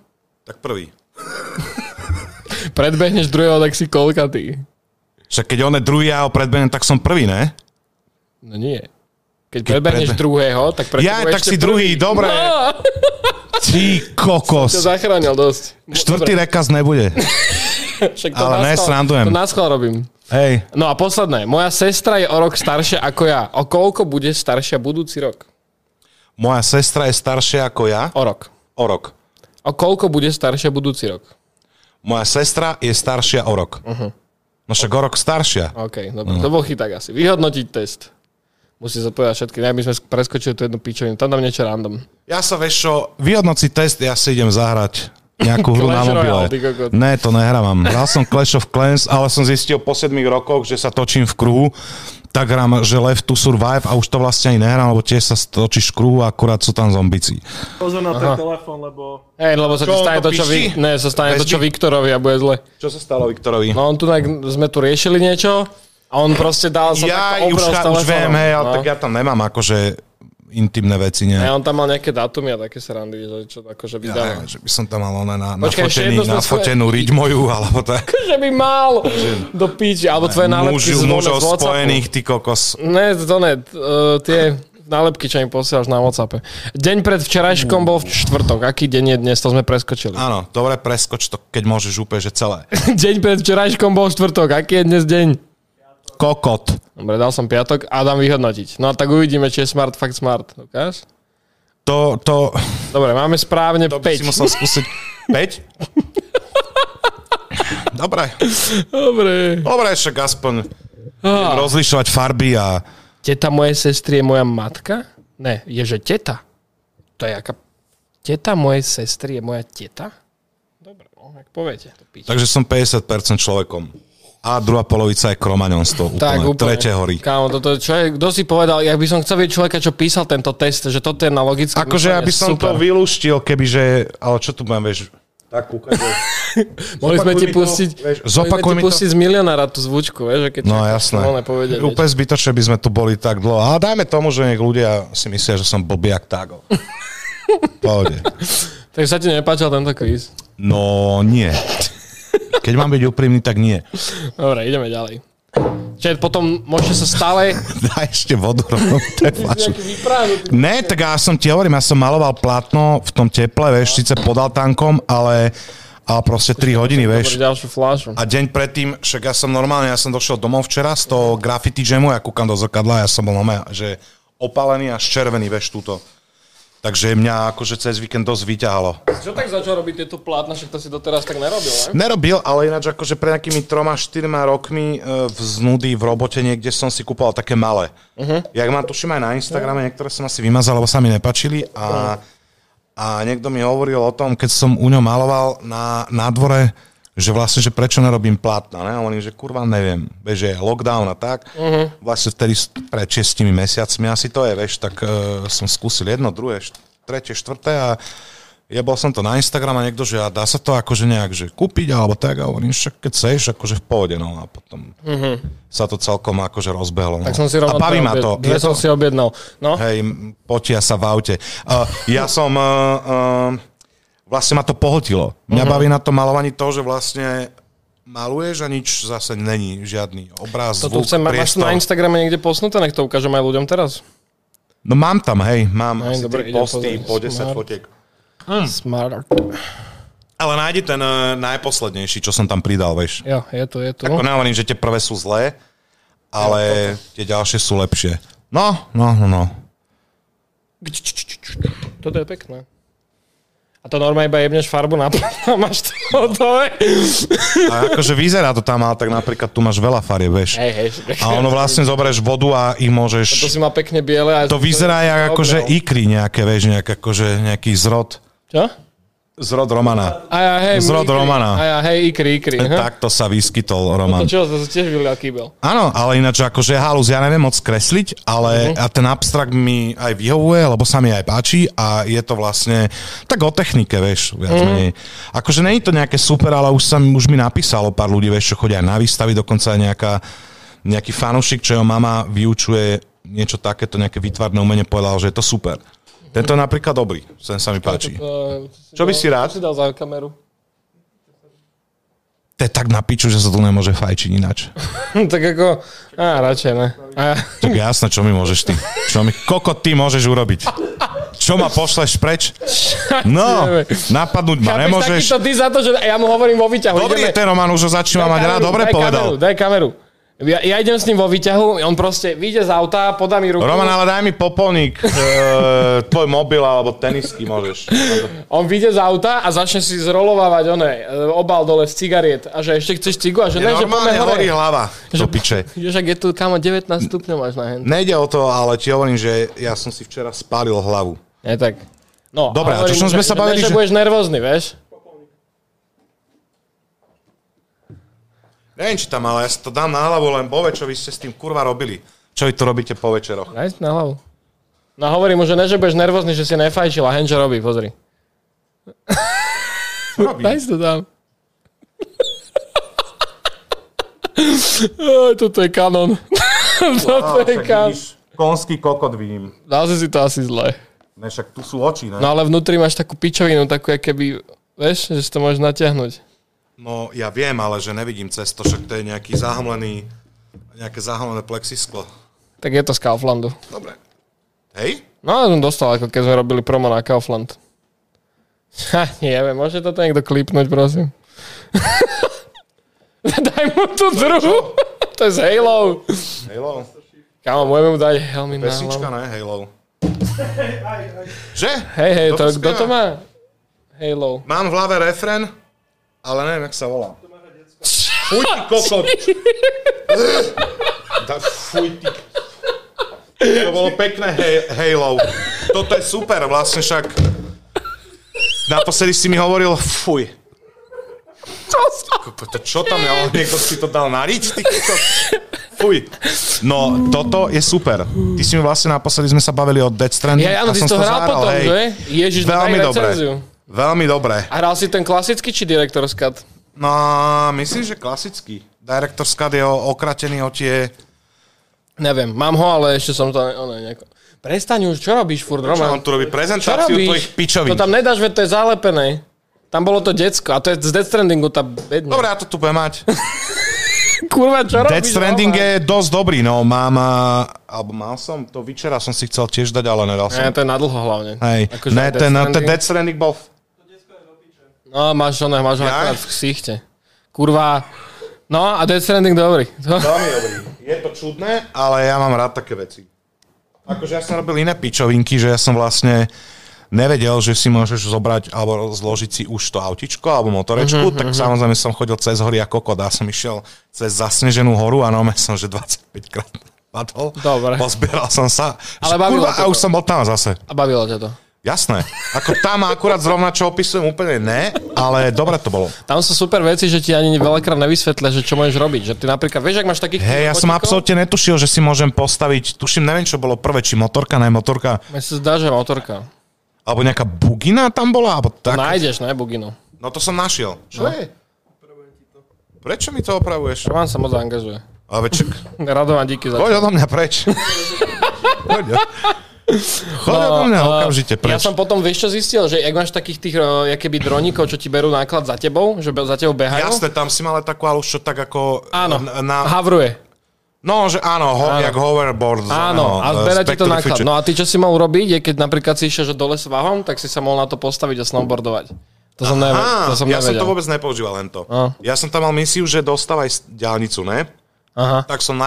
[SPEAKER 2] Tak prvý.
[SPEAKER 1] Predbehneš druhého, tak si koľkatý.
[SPEAKER 2] Však keď on je druhý, ja ho predbehnem, tak som prvý, ne?
[SPEAKER 1] No nie. Keď predbehneš druhého, tak pre
[SPEAKER 2] ja, tak si druhý, dobre.
[SPEAKER 1] No.
[SPEAKER 2] Ty kokos.
[SPEAKER 1] Ťa zachránil dosť.
[SPEAKER 2] Štvrtý rekaz nebude.
[SPEAKER 1] Však to
[SPEAKER 2] ale nesrandujem.
[SPEAKER 1] To náschval robím.
[SPEAKER 2] Hej.
[SPEAKER 1] No a posledné. Moja sestra je o rok staršia ako ja. O koľko bude staršia budúci rok?
[SPEAKER 2] Moja sestra je staršia ako ja?
[SPEAKER 1] O rok.
[SPEAKER 2] O rok.
[SPEAKER 1] O koľko bude staršia budúci rok?
[SPEAKER 2] Moja sestra je staršia o rok. No však o rok staršia.
[SPEAKER 1] OK, dobre. To bol chyták asi. Vyhodnotiť test. Musí sa povedať všetky. My sme preskočili tú jednu pičovinu. Tam dám niečo random.
[SPEAKER 2] Ja sa, vieš čo, vyhodnoci test, ja si idem zahrať nejakú hru na mobile. Ne, to nehrávam. Hral som Clash of Clans, ale som zistil po 7 rokoch, že sa točím v kruhu. Tak hrám, že Left to Survive a už to vlastne ani nehrám, lebo tiež sa točíš v kruhu a akurát sú tam zombici.
[SPEAKER 3] Pozor na ten telefón, lebo...
[SPEAKER 1] Lebo sa ti stane to, čo sa stane Viktorovi a bude zle.
[SPEAKER 2] Čo sa stalo Viktorovi?
[SPEAKER 1] No on tu, sme tu riešili niečo a on proste dal sa takto obral s telefónom.
[SPEAKER 2] Už viem, hej, ale tak ja tam nemám akože intimné veci, nie.
[SPEAKER 1] A on tam mal nejaké dátumy a také srandy, čo akože by dal.
[SPEAKER 2] Že by som tam mal nafotenú riť moju, alebo tak.
[SPEAKER 1] Že by mal do píči, alebo tvoje nálepky z
[SPEAKER 2] mužov spojených, ty kokos.
[SPEAKER 1] Ne, tie nálepky, čo mi posielaš na WhatsAppe. Deň pred včerajškom bol v štvrtok. Aký deň je dnes? To sme preskočili.
[SPEAKER 2] Áno, dobre, preskoč to, keď môžeš úplne, že celé.
[SPEAKER 1] Deň pred včerajškom bol štvrtok. Aký je dnes deň?
[SPEAKER 2] Kokot.
[SPEAKER 1] Dobre, dal som piatok a dám vyhodnotiť. No a tak uvidíme, či je smart, fakt smart. Ukáž?
[SPEAKER 2] To...
[SPEAKER 1] Dobre, máme správne 5.
[SPEAKER 2] To by si musel skúsiť. 5? Dobre. Dobre, však aspoň rozlišovať farby a...
[SPEAKER 1] Teta mojej sestry je moja matka? Ne, je že teta. To je aká... Teta mojej sestry je moja teta? Dobre, no, ak poviete.
[SPEAKER 2] Takže som 50% človekom. A druhá polovica je kromaňonstvo.
[SPEAKER 1] Tak, úplne.
[SPEAKER 2] Tretie hory.
[SPEAKER 1] Kámo, toto je, kto si povedal, ja by som chcel vidieť človeka, čo písal tento test, že toto je na logické...
[SPEAKER 2] Akože ja by som super. To vylúštil, kebyže... Ale čo tu mám, vieš... Tak kúkaj,
[SPEAKER 1] Mohli sme ti pustiť z Milionára tú zvučku, vieš, keď
[SPEAKER 2] no jasné. Úplne zbytočne by sme tu boli tak dlho. Ale dajme tomu, že nech ľudia si myslia, že som blbiak tágo. Pohode.
[SPEAKER 1] Tak sa ti nepáčal tento quiz?
[SPEAKER 2] No, nie. Keď mám byť úprimný, tak nie.
[SPEAKER 1] Dobre, ideme ďalej. Čiže potom môžete sa stále...
[SPEAKER 2] Daj ešte vodu rovno. Ne, tak ja som ti hovorím, ja som maloval plátno v tom teple, vieš, síce pod altánkom, ale proste 3 hodiny, vieš. A deň predtým, však ja som došiel domov včera z toho graffiti jamu, ja kúkam do zrkadla, ja som bol že opálený až červený, vieš, túto. Takže mňa akože cez víkend dosť vyťahalo.
[SPEAKER 1] Čo tak začal robiť tieto plátna, však to si doteraz tak nerobil, ne?
[SPEAKER 2] Nerobil, ale ináč akože pred nejakými 3-4 rokmi v nudy v robote niekde som si kúpoval také malé. Jak mám tuším aj na Instagrame, niektoré som asi vymazal, lebo sa mi nepáčili a niekto mi hovoril o tom, keď som u ňom maloval na dvore, že vlastne, že prečo nerobím plátna, ne? A hovorím, že kurva neviem, vieš, že je lockdown a tak. Vlastne vtedy pred 6 mesiacmi asi to je, vieš, tak som skúsil 1, 2, 3, 4 a jebol som to na Instagram a niekto, že dá sa to akože nejak, že kúpiť alebo tak a hovorím, však keď chceš, akože v pohode, no a potom sa to celkom akože rozbehlo. No.
[SPEAKER 1] Tak som si rovno
[SPEAKER 2] a baví ma to.
[SPEAKER 1] Ja som si objednal. No?
[SPEAKER 2] Hej, potia sa v aute. Ja som... Vlastne ma to pohltilo. Mňa baví na tom malovaní to, že vlastne maluješ a nič zase není, žiadny obraz, zvuk, priestor.
[SPEAKER 1] Máš na Instagrame niekde posnuté, nech to ukážem aj ľuďom teraz?
[SPEAKER 2] No mám tam, mám asi dobre, 3 posty, po 10 fotiek.
[SPEAKER 1] Smart.
[SPEAKER 2] Ale nájdi ten najposlednejší, čo som tam pridal, vieš.
[SPEAKER 1] Jo, je to.
[SPEAKER 2] Ako nehovorím, že tie prvé sú zlé, ale tie ďalšie sú lepšie. No.
[SPEAKER 1] Toto je pekné. A to normálne iba jebneš farbu na a máš to hotové.
[SPEAKER 2] A akože vyzerá to tam, ale tak napríklad tu máš veľa farieb, vieš.
[SPEAKER 1] Hej.
[SPEAKER 2] A ono vlastne zoberieš vodu a ich môžeš...
[SPEAKER 1] To si má pekne biele.
[SPEAKER 2] To vyzerá jak akože ikry nejaké, vieš, nejaký zrod.
[SPEAKER 1] Čo?
[SPEAKER 2] Zrod Romana.
[SPEAKER 1] Zrod
[SPEAKER 2] ikry. Romana.
[SPEAKER 1] Ikry.
[SPEAKER 2] Takto sa vyskytol Roman.
[SPEAKER 1] To tiež vylial kýbel.
[SPEAKER 2] Áno, ale ináč akože halus, ja neviem moc kresliť, ale a ten abstrakt mi aj vyhovuje, lebo sa mi aj páči a je to vlastne tak o technike, vieš, viac menej. Akože nie je to nejaké super, ale už mi napísalo pár ľudí, vieš, čo chodia aj na výstavy, dokonca aj nejaký fanúšik, čo jeho mama vyučuje niečo takéto, nejaké výtvarné umenie, povedal, že je to super. Tento je napríklad dobrý, ten sa mi páči. Čo by si rád?
[SPEAKER 1] Čo si dal za kameru?
[SPEAKER 2] To je tak na piču, že sa tu nemôže fajčiť ináč.
[SPEAKER 1] Tak ako... radšej ne.
[SPEAKER 2] Tak jasné, čo mi môžeš ty? Kokot ty môžeš urobiť? Čo ma pošleš preč? No, napadnúť ma nemôžeš.
[SPEAKER 1] Takýto ty za to, že ja mu hovorím vo výťahu.
[SPEAKER 2] Dobrý je ten Roman, už ho začína mať rád, dobre povedal.
[SPEAKER 1] Daj kameru. Ja idem s ním vo výťahu, on proste vyjde z auta, podá mi ruku.
[SPEAKER 2] Roman, ale daj mi popolník, tvoj mobil alebo tenisky môžeš.
[SPEAKER 1] On vyjde z auta a začne si zrolovávať obal dole z cigariet a že ešte chceš cigu a že ne, že poďme hore.
[SPEAKER 2] Horí hlava, do piče.
[SPEAKER 1] Že je tu, kamo, 19 stupňov máš na hen.
[SPEAKER 2] Nejde o to, ale ti hovorím, že ja som si včera spálil hlavu.
[SPEAKER 1] Je tak. No,
[SPEAKER 2] dobre, a čo sme sa bavili,
[SPEAKER 1] že budeš nervózny, vieš?
[SPEAKER 2] Neviem, či tam, ale ja si to dám na hlavu, len bove, čo vy ste s tým kurva robili. Čo vy tu robíte po večeroch?
[SPEAKER 1] Daj si na hlavu. No hovorím mu, že ne, že budeš nervózny, že si nefajčil a henčo robí, pozri. Daj si to tam. Toto je kanon. Toto je kanon.
[SPEAKER 2] Konský kokot vidím.
[SPEAKER 1] Dal si to asi zle.
[SPEAKER 2] Ne, však tu sú oči, ne?
[SPEAKER 1] No ale vnútri máš takú pičovinu, takú, keby, vieš, že si to môžeš natiahnuť.
[SPEAKER 2] No, ja viem, ale že nevidím cez to, však to je nejaké zahmlené plexisklo.
[SPEAKER 1] Tak je to z Kauflandu.
[SPEAKER 2] Dobre. Hej?
[SPEAKER 1] No, som dostal, ako keď sme robili promo na Kaufland. Neviem, môže toto niekto klipnúť, prosím? Daj mu tú druhú. To je z Halo.
[SPEAKER 2] Halo?
[SPEAKER 1] Kámo, môžeme mu dať helmy na hlavu.
[SPEAKER 2] Pesnička, ne? Halo. Že?
[SPEAKER 1] Hej, kto to má? Halo.
[SPEAKER 2] Mám v hlave refrén, ale neviem, jak sa volá. Fuj, ty kokot. Fuj, ty. To bolo pekné Halo. Toto je super, vlastne však. Naposledy si mi hovoril, fuj. Čo tam je? Niekto si to dal nariť? Ty kokot. Fuj. No, toto je super. Ty si mi vlastne naposledy sme sa bavili o Death Stranding.
[SPEAKER 1] Ja, áno, ty si to hral potom, že? Ježiš,
[SPEAKER 2] veľmi dobre. Veľmi dobre.
[SPEAKER 1] A hral si ten klasický či Director's Cut?
[SPEAKER 2] No, myslím, že klasický. Director's Cut je okratený o tie...
[SPEAKER 1] Neviem, mám ho, ale ešte som to... nejako... Prestaň už, čo robíš furt, Roman?
[SPEAKER 2] Čo on tu robí prezentáciu tvojich pičovín?
[SPEAKER 1] To tam nedáš, veď to je zalepené. Tam bolo to decko, a to je z Death Strandingu, tá bedňa.
[SPEAKER 2] Dobre, ja to tu budem mať.
[SPEAKER 1] Kurva, čo robíš?
[SPEAKER 2] Death Stranding je dosť dobrý, no. Mal som, to Witchera som si chcel tiež dať, ale nedal som.
[SPEAKER 1] Ne, to je nadlho hlavne.
[SPEAKER 2] Hej, ne, ten Death Stranding bol...
[SPEAKER 1] No, máš ho akorát v ksichte. Kurva. No, a Death Stranding dobrý.
[SPEAKER 2] Veľmi dobrý. Je to čudné, ale ja mám rád také veci. Akože ja som robil iné pičovinky, že ja som vlastne nevedel, že si môžeš zobrať alebo zložiť si už to autičko alebo motorečku, tak samozrejme som chodil cez hory a kokot a som išiel cez zasneženú horu a nome som, že 25 krát padol.
[SPEAKER 1] Dobre.
[SPEAKER 2] Pozbieral som sa.
[SPEAKER 1] Ale bavilo
[SPEAKER 2] a už som bol tam zase.
[SPEAKER 1] A bavilo ťa to?
[SPEAKER 2] Jasné. Ako tam akurát zrovna, čo opisujem, úplne ne, ale dobre to bolo.
[SPEAKER 1] Tam sú super veci, že ti ani veľakrát nevysvetlia, že čo môžeš robiť. Že ty napríklad, vieš, ak máš takých...
[SPEAKER 2] Hej, ja som absolútne netušil, že si môžem postaviť, tuším, neviem, čo bolo prvé, či motorka, ne motorka.
[SPEAKER 1] Mne sa zdá, že motorka.
[SPEAKER 2] Alebo nejaká bugina tam bola, alebo tak.
[SPEAKER 1] Nájdeš, ne, buginu.
[SPEAKER 2] No to som našiel. Čo je? Prečo mi to opravuješ?
[SPEAKER 1] Roman sa moc angažuje.
[SPEAKER 2] Ale čak...
[SPEAKER 1] Radovan, díky za to.
[SPEAKER 2] Poď odo mňa preč. Choď odo mňa okamžite preč.
[SPEAKER 1] Ja som potom, vieš čo zistil, že ak máš takých tých jakéby droníkov, čo ti berú náklad za tebou, že za tebou behajú.
[SPEAKER 2] Jasné, tam si mal takú aluš, čo tak ako...
[SPEAKER 1] Áno, havruje.
[SPEAKER 2] No, že áno, jak hoverboard.
[SPEAKER 1] Áno, a zberá ti to náklad. No a ty, čo si mal urobiť, je keď napríklad si išiel dole s váhom, tak si sa mohol na to postaviť a snowboardovať. To som nevedel.
[SPEAKER 2] Ja som to vôbec nepoužíval len to. Ja som tam mal misiu, že dostávaj diaľnicu, ne?
[SPEAKER 1] Aha.
[SPEAKER 2] Tak som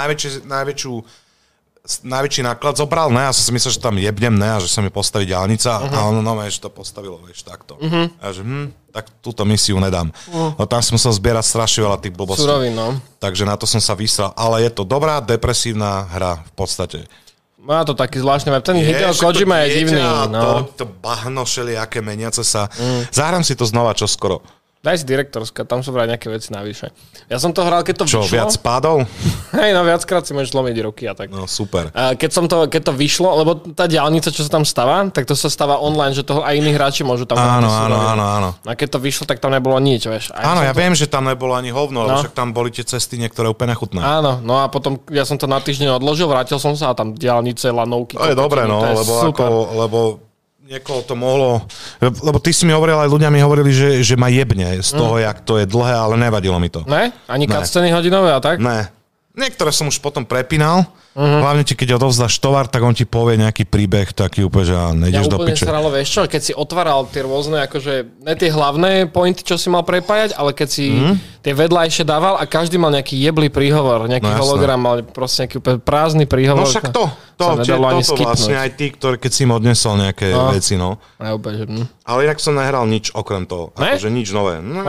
[SPEAKER 2] najväčší náklad zobral, ne? Ja som si myslel, že tam jebnem, ne? A že sa mi postaví diaľnica a ono že to postavilo, vieš, takto. A že tak túto misiu nedám. No tam som musel zbierať strašne veľa tých blbostí.
[SPEAKER 1] Surovín, no.
[SPEAKER 2] Takže na to som sa vysral. Ale je to dobrá, depresívna hra v podstate.
[SPEAKER 1] Má to taký zvláštny web. Ten Hideo Kojima je divný. No.
[SPEAKER 2] To bahno všelijaké meniace sa. Zahrám si to znova čoskoro.
[SPEAKER 1] Daj si Directorska, tam sú vraj nejaké veci navyše. Ja som to hral, keď to vyšlo.
[SPEAKER 2] Čo, viac pádov?
[SPEAKER 1] Hej, no viackrát si môžeš lomiť ruky a tak.
[SPEAKER 2] No, super.
[SPEAKER 1] Keď to vyšlo, lebo tá diaľnica, čo sa tam stáva, tak to sa stáva online, že toho aj iní hráči môžu tam...
[SPEAKER 2] Áno.
[SPEAKER 1] A keď to vyšlo, tak tam nebolo nič, vieš.
[SPEAKER 2] Áno, ja viem, že tam nebolo ani hovno, lebo však tam boli tie cesty niektoré úplne nechutné.
[SPEAKER 1] Áno, no a potom ja som to na týždeň odložil, vrátil som sa a tam diaľnice, lanovky.
[SPEAKER 2] To je dobré, no, lebo niekoho to mohlo... Lebo ty si mi hovoril, aj ľudia mi hovorili, že ma jebne z toho, jak to je dlhé, ale nevadilo mi to.
[SPEAKER 1] Ne? Ani cutsceny hodinové a tak?
[SPEAKER 2] Ne. Niektoré som už potom prepínal. Hlavne ti, keď odovzdáš tovar, tak on ti povie nejaký príbeh taký úplne, že nejdeš do piče.
[SPEAKER 1] Ja úplne sralo, vieš čo, keď si otváral tie rôzne, akože ne tie hlavné pointy, čo si mal prepájať, ale keď si tie vedľajšie dával a každý mal nejaký jeblý príhovor, nejaký hologram, mal proste nejaký úplne prázdny príhovor.
[SPEAKER 2] No však to vlastne aj ty, keď si im odnesol nejaké veci, no.
[SPEAKER 1] Ja úplne, že...
[SPEAKER 2] Ale inak som nehral nič okrem toho, akože nič nové. No,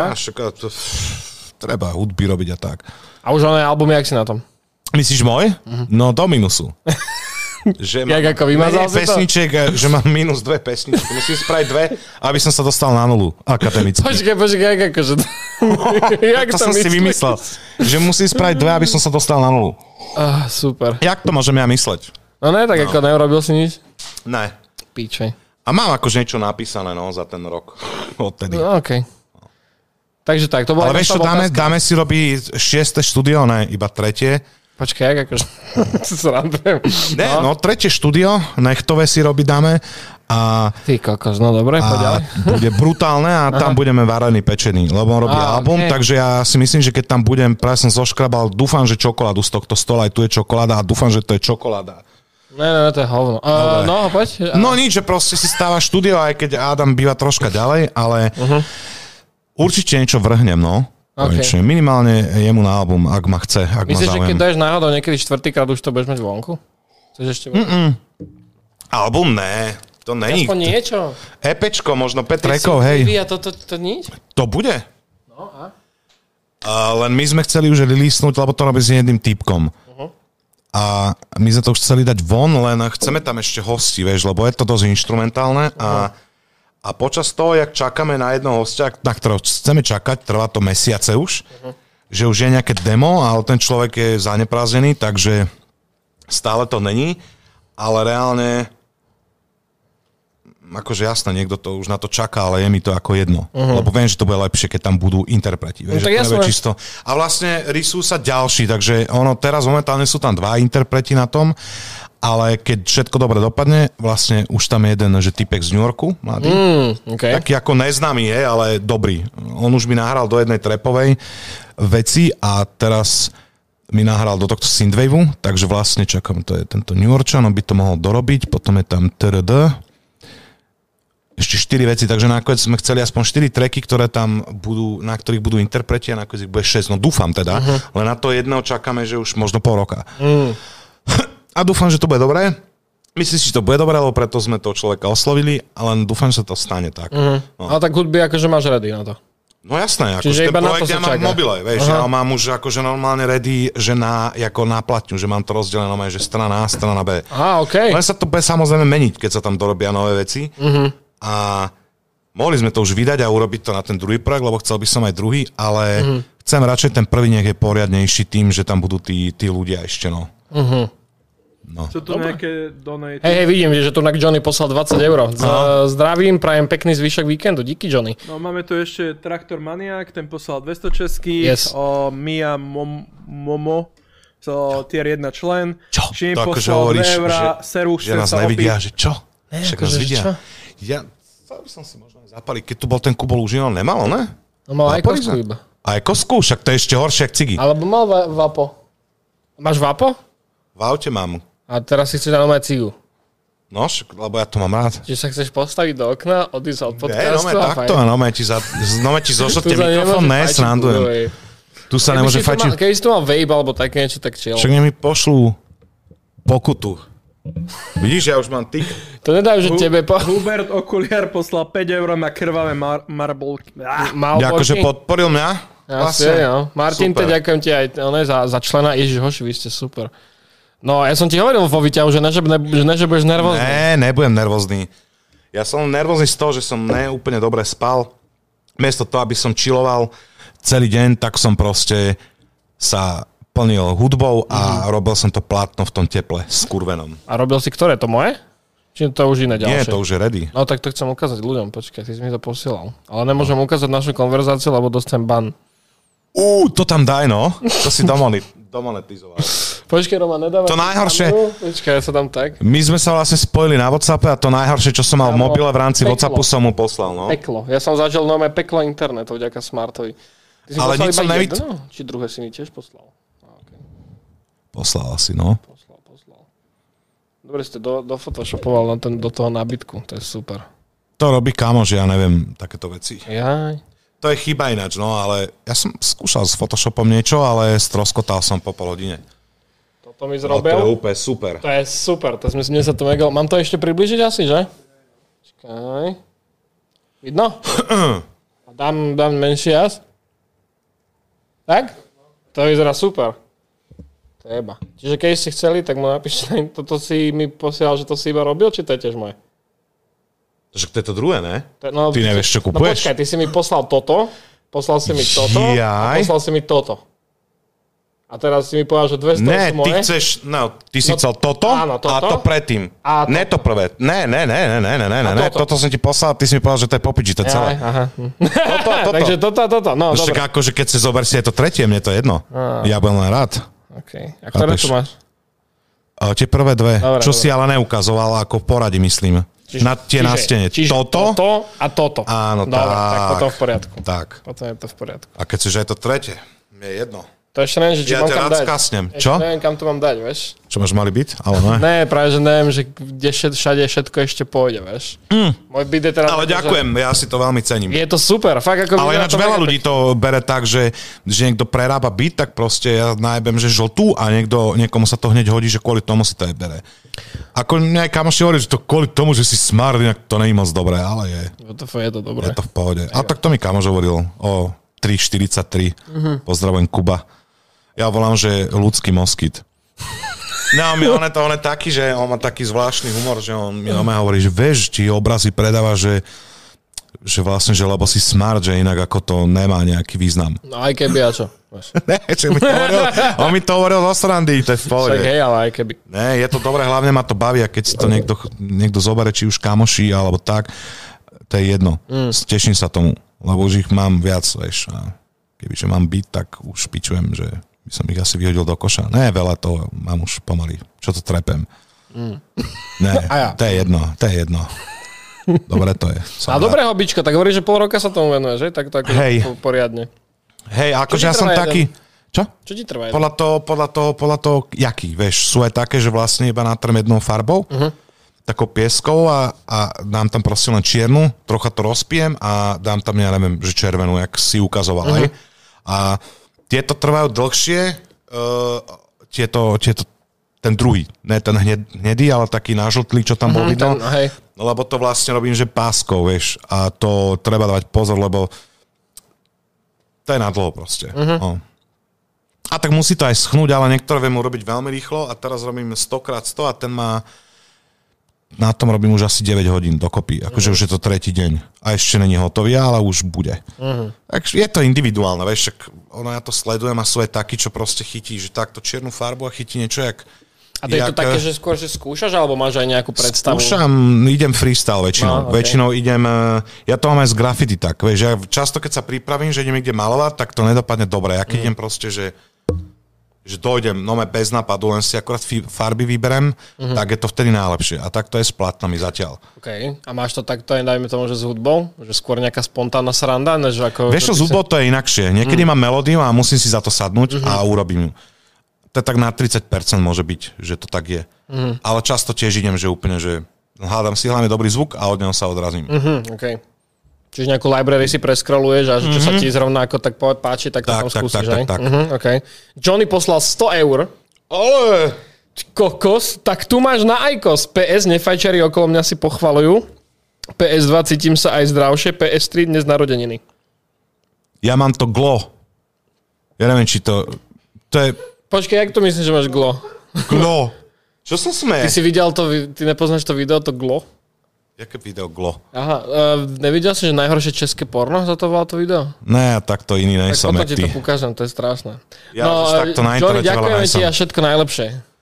[SPEAKER 2] treba hudby robiť a tak.
[SPEAKER 1] A už oné albumy, jak si na tom?
[SPEAKER 2] Myslíš môj? No do minusu. Že mám
[SPEAKER 1] ako vymazal si to?
[SPEAKER 2] pesniček, že mám minus 2 pesničky. Musím spraviť 2, aby som sa dostal na nulu akademicky.
[SPEAKER 1] Počkaj, akože... Jak
[SPEAKER 2] to som si vymyslel. Že musím spraviť 2, aby som sa dostal na nulu.
[SPEAKER 1] Super.
[SPEAKER 2] Jak to môžem ja mysleť?
[SPEAKER 1] No ne, tak ako neurobil si nič?
[SPEAKER 2] Ne.
[SPEAKER 1] Píčej.
[SPEAKER 2] A mám akože niečo napísané, no, za ten rok. Odtedy.
[SPEAKER 1] No, okej. Takže tak, to bola...
[SPEAKER 2] Ale vieš čo, dáme si robiť 6. štúdio, ne, iba 3.
[SPEAKER 1] Počkaj, jak akože... Srandujem.
[SPEAKER 2] Ne, no 3. štúdio, nechtové si robiť dáme. A,
[SPEAKER 1] ty kokos, no dobre, poď ďalej.
[SPEAKER 2] Bude brutálne a tam budeme varení pečení, lebo on robí album, takže ja si myslím, že keď tam budem, práve som zoškrabal, dúfam, že čokoládu z tohto stola, aj tu je čokoláda a dúfam, že to je čokoláda.
[SPEAKER 1] Ne, to je hovno. No, poď.
[SPEAKER 2] No nič, že proste si stáva štúdio, aj keď Adam býva troška ďalej, ale určite niečo vrhnem, no. Okay. Minimálne jemu na album, ak ma chce, ak
[SPEAKER 1] myslíš,
[SPEAKER 2] ma zaujem.
[SPEAKER 1] Myslíš, že keď daješ náhodou niekedy 4-krát, už to budeš mať vonku? Chceš ešte...
[SPEAKER 2] Album, ne. To není.
[SPEAKER 1] Aspoň niečo.
[SPEAKER 2] EPčko, možno 5 trackov, hej.
[SPEAKER 1] A to nič?
[SPEAKER 2] To bude.
[SPEAKER 1] No a?
[SPEAKER 2] Len my sme chceli už releasenúť, lebo to robí s jedným typkom. A my sme to už chceli dať von, len chceme tam ešte hosti, vieš, lebo je to dosť inštrumentálne a počas toho, jak čakáme na jednoho hostia, na ktorého chceme čakať, trvá to mesiace už, že už je nejaké demo, ale ten človek je zaneprázdnený, takže stále to není, ale reálne akože jasné, niekto to už na to čaká, ale je mi to ako jedno. Lebo viem, že to bude lepšie, keď tam budú interpreti. Vieš,
[SPEAKER 1] no,
[SPEAKER 2] že čisto. A vlastne rysujú sa ďalší, takže ono teraz momentálne sú tam 2 interpreti na tom, ale keď všetko dobre dopadne, vlastne už tam je jeden, že typek z New Yorku, mladý.
[SPEAKER 1] Okay.
[SPEAKER 2] Taký ako neznámy je, ale dobrý. On už mi nahral do jednej trapovej veci a teraz mi nahral do tohto synthwaveu, takže vlastne čakám, to je tento New Yorkčan, on by to mohol dorobiť, potom je tam ešte 4 veci, takže nakoniec sme chceli aspoň 4 tracky, ktoré tam budú, na ktorých budú interpreti a nakoniec ich bude 6, no dúfam teda, len na to jedného čakáme, že už možno pol roka. A dúfam, že to bude dobré. Myslím si, že to bude dobré, lebo preto sme toho človeka oslovili, ale dúfam, že sa to stane tak. No.
[SPEAKER 1] Ale tak hudby akože máš ready na to.
[SPEAKER 2] No jasné, akože ten projekt ja mám v mobile, vieš, ja mám už akože normálne ready, že ako na platňu, že mám to rozdelené, že strana A, strana B.
[SPEAKER 1] Okay.
[SPEAKER 2] Len sa to bude samozrejme meniť, keď sa tam dorobia nové veci. A mohli sme to už vydať a urobiť to na ten druhý projekt, lebo chcel by som aj druhý, ale chcem radšej ten prvý, nech je poriadnejší tým, že tam budú tí ľudia ešte, no. No.
[SPEAKER 3] Sú tu nejaké donaty?
[SPEAKER 1] Hej, vidím, že tu Johnny poslal 20 €. Zdravím, prajem pekný zvyšok víkendu. Díky, Johnny.
[SPEAKER 3] No, máme tu ešte Traktor Maniak, ten poslal 200 českých.
[SPEAKER 1] Yes.
[SPEAKER 3] Mia Momo, tier 1 člen.
[SPEAKER 2] Čo?
[SPEAKER 3] Šim
[SPEAKER 2] To akože
[SPEAKER 3] poslal
[SPEAKER 2] hovoríš,
[SPEAKER 3] 2 €,
[SPEAKER 2] že nás nevidia, že čo? Však nás vidia.
[SPEAKER 1] Čo?
[SPEAKER 2] Ja by som si možno aj zapaliť, keď tu bol ten Kubol už nemal, ne?
[SPEAKER 1] No mal aj kosku iba.
[SPEAKER 2] Aj kosku, však to je ešte horšie, jak cigy.
[SPEAKER 1] Alebo mal vapo. Máš vapo?
[SPEAKER 2] V aute mám.
[SPEAKER 1] A teraz si chceš dať cigu.
[SPEAKER 2] No, lebo ja to mám rád.
[SPEAKER 1] Čiže sa chceš postaviť do okna, odísť od podcastu
[SPEAKER 2] a takto, ti zožrte mikrofón, ne, srandujem. Tu sa nemôže fajčiť.
[SPEAKER 1] Keby si tu mal vape alebo také niečo, tak chill.
[SPEAKER 2] Však mi pošlú pokutu. Vidíš, ja už mám tik.
[SPEAKER 1] To nedajú, že tebe...
[SPEAKER 3] Hubert Okuliar poslal 5 € na krvavé marbolky.
[SPEAKER 2] Akože podporil mňa.
[SPEAKER 1] Vlastne, no. Martin, ďakujem ti aj za člena. Ježiš, hoši, vy ste super. No, ja som ti hovoril vo výťahu, že že budeš nervózny.
[SPEAKER 2] Ne, nebudem nervózny. Ja som nervózny z toho, že som neúplne dobre spal. Miesto toho, aby som chilloval celý deň, tak som proste sa plnil hudbou a robil som to plátno v tom teple s kurvenom.
[SPEAKER 1] A robil si ktoré? To moje? Či to už iné ďalšie?
[SPEAKER 2] Nie, to už je ready.
[SPEAKER 1] No tak to chcem ukázať ľuďom, počkaj, ty si mi to posielal. Ale nemôžem ukázať našu konverzáciu, lebo dostanem ban.
[SPEAKER 2] To tam daj, no. To si domonetizoval.
[SPEAKER 1] Počkej, Roman, nedávaj.
[SPEAKER 2] To najhoršie...
[SPEAKER 1] Počkaj, ja sa dám tak.
[SPEAKER 2] My sme sa vlastne spojili na WhatsAppe a to najhoršie, čo som mal v mobile v rámci WhatsAppu, som mu poslal. No.
[SPEAKER 1] Peklo. Ja som zažil nové peklo internetu vďaka Smartovi. Ty si
[SPEAKER 2] ale nič som
[SPEAKER 1] jedno? Či druhé si mi tiež poslal? Okay.
[SPEAKER 2] Poslal asi, no.
[SPEAKER 1] Poslal. Dobre ste do photoshopoval do toho nábytku, to je super.
[SPEAKER 2] To robí kamoš, ja neviem, takéto veci.
[SPEAKER 1] Jaj.
[SPEAKER 2] To je chyba ináč, no, ale ja som skúšal s Photoshopom niečo, ale stroskotal som po pol hodine.
[SPEAKER 1] Toto mi zrobil.
[SPEAKER 2] To je úplne super.
[SPEAKER 1] To je super, to mne sa to mega... Mám to ešte približiť asi, že? Čakaj. Vidno? A dám menší jas? Tak? To vyzerá super. To je jeba. Čiže keď ste chceli, tak mu napíšte, toto si mi posielal, že to si iba robil, či to je tiež moje?
[SPEAKER 2] Takže to je to druhé, ne?
[SPEAKER 1] No,
[SPEAKER 2] ty nevieš, čo kupuješ?
[SPEAKER 1] No počkaj, ty si mi poslal toto, poslal si mi toto a poslal si mi toto. A teraz si mi povedal, že 200
[SPEAKER 2] ne,
[SPEAKER 1] sú moje.
[SPEAKER 2] Ty si chcel toto,
[SPEAKER 1] áno, toto
[SPEAKER 2] a to predtým.
[SPEAKER 1] A
[SPEAKER 2] ne to prvé. Ne. Toto som ti poslal, ty si mi povedal, že to je popiči, to je celé.
[SPEAKER 1] Aha.
[SPEAKER 2] Toto.
[SPEAKER 1] Takže toto. No,
[SPEAKER 2] však akože keď si zober si aj to tretie, mne to je jedno. Ja budem len rád.
[SPEAKER 1] Okay. A ktoré tu máš?
[SPEAKER 2] Tie prvé dve, čo si ale neukazoval, ako v poradí, myslím. Tie na stene. Toto
[SPEAKER 1] a toto.
[SPEAKER 2] Áno,
[SPEAKER 1] dobre, tak potom v poriadku.
[SPEAKER 2] Tak.
[SPEAKER 1] Potom je to v poriadku.
[SPEAKER 2] A keď chceš aj to tretie, je jedno.
[SPEAKER 1] To ešte neviem, že či mám kam dať.
[SPEAKER 2] Skasnem. Čo?
[SPEAKER 1] Neviem, kam to mám dať, vieš.
[SPEAKER 2] Čo máš mali byť? Ale ne.
[SPEAKER 1] Ne, práve, že neviem, že kde všade všetko ešte pôjde, vieš. Môj byt je teraz...
[SPEAKER 2] Ale ďakujem, ja si to veľmi cením.
[SPEAKER 1] Je to super, fakt ako...
[SPEAKER 2] Ale ináč veľa ľudí to bere tak, že niekto prerába byt, tak proste ja najebem, že žltú a niekomu sa to hneď hodí, že kvôli tomu si to aj bere. Ako aj kamoši hovorí, že to kvôli tomu, že si smart, inak to nie je moc dobré, ale je.
[SPEAKER 1] Je to dobré.
[SPEAKER 2] Je to v pohode. A tak to mi kamoš hovoril o 3:43. Pozdravujem Kuba. Ja volám, že ľudský moskyt. No, on je taký, že on má taký zvláštny humor, že on mi hovorí, že vieš, ti obrazy predáva, že vlastne, že lebo si smart, že inak ako to nemá nejaký význam.
[SPEAKER 1] No aj keby, a čo?
[SPEAKER 2] Ne, čo mi to hovoril, on mi to hovoril zo srandy, to je v pohode.
[SPEAKER 1] Však hej, ale aj keby.
[SPEAKER 2] Ne, je to dobré, hlavne ma to baví, a keď si to niekto zobere, či už kamoši, alebo tak, to je jedno. Teším sa tomu, lebo už ich mám viac, vieš. A kebyže mám byť, tak už pičujem, že by som ich asi vyhodil do koša. Ne, veľa toho mám už pomaly. Čo to trepem? Ne, to je jedno. Dobre to je.
[SPEAKER 1] A dobré hobbičko, tak hovoríš, že pol roka sa tomu venuješ, že? Tak to ako poriadne.
[SPEAKER 2] Hej, akože ja som taký... Čo?
[SPEAKER 1] Čo ti trvá?
[SPEAKER 2] Podľa toho, jaký, vieš, sú aj také, že vlastne iba natrem jednou farbou, takou pieskou a dám tam proste len čiernu, trocha to rozpijem a dám tam, ja neviem, že červenú, jak si ukazoval aj. A tieto trvajú dlhšie, ten druhý, ne ten hnedý, ale taký nážltlý, čo tam bol vidno. Lebo to vlastne robím, že páskou, vieš, a to treba dávať pozor, lebo to je na dlho proste. No. A tak musí to aj schnúť, ale niektoré viem urobiť veľmi rýchlo a teraz robím 100x100 a ten má... Na tom robím už asi 9 hodín dokopy. Akože už je to tretí deň. A ešte není hotový, ale už bude. Takže je to individuálne, vieš, ja to sledujem a sú aj takí, čo proste chytí, že takto čiernu farbu a chytí niečo jak...
[SPEAKER 1] A to je to také, že skôr že skúšaš, alebo máš aj nejakú predstavu?
[SPEAKER 2] Skúšam, idem freestyle väčšinou. Väčšinou idem, ja to mám aj z graffiti tak, vieš, ja často keď sa pripravím, že idem niekde malovať, tak to nedopadne dobre. Ja keď idem proste, že dojdem, bez nápadu, len si akorát farby vyberem, tak je to vtedy najlepšie. A tak to je s platnami zatiaľ. OK.
[SPEAKER 1] A máš to takto, dajme tomu, že s hudbou? Že skôr nejaká spontánna sranda? Než ako,
[SPEAKER 2] vieš čo, s hudbou to je inakšie. Niekedy mám melódiu a musím si za to sadnúť a urobím ju. To je tak na 30% môže byť, že to tak je. Ale často tiež idem, že úplne, že hľadám si hlavne dobrý zvuk a od neho sa odrazím.
[SPEAKER 1] OK. Čiže nejakú library si preskroluješ a čo sa ti zrovna ako tak páči, tak to tam skúsiš, aj? Tak. Okay. Johnny poslal 100 eur.
[SPEAKER 2] Ale...
[SPEAKER 1] Kokos, tak tu máš na IQOS. PS, nefajčari okolo mňa si pochvalujú. PS2, cítim sa aj zdravšie. PS3, dnes narodeniny.
[SPEAKER 2] Ja mám to Glo. Ja neviem, či to je...
[SPEAKER 1] Počkej, jak to myslíš, že máš Glo?
[SPEAKER 2] Glo. Čo sa smeje?
[SPEAKER 1] Ty si videl to, ty nepoznáš to video, to Glo?
[SPEAKER 2] Jaké video Glo?
[SPEAKER 1] Aha, nevidel si, že najhoršie české porno za to volá to video?
[SPEAKER 2] Ne, tak to iný nejsem.
[SPEAKER 1] Tak potom ti to ukážem, to je strašné.
[SPEAKER 2] Ja už takto na
[SPEAKER 1] Johnny,
[SPEAKER 2] internete
[SPEAKER 1] ďakujeme ti a všetko najlepšie.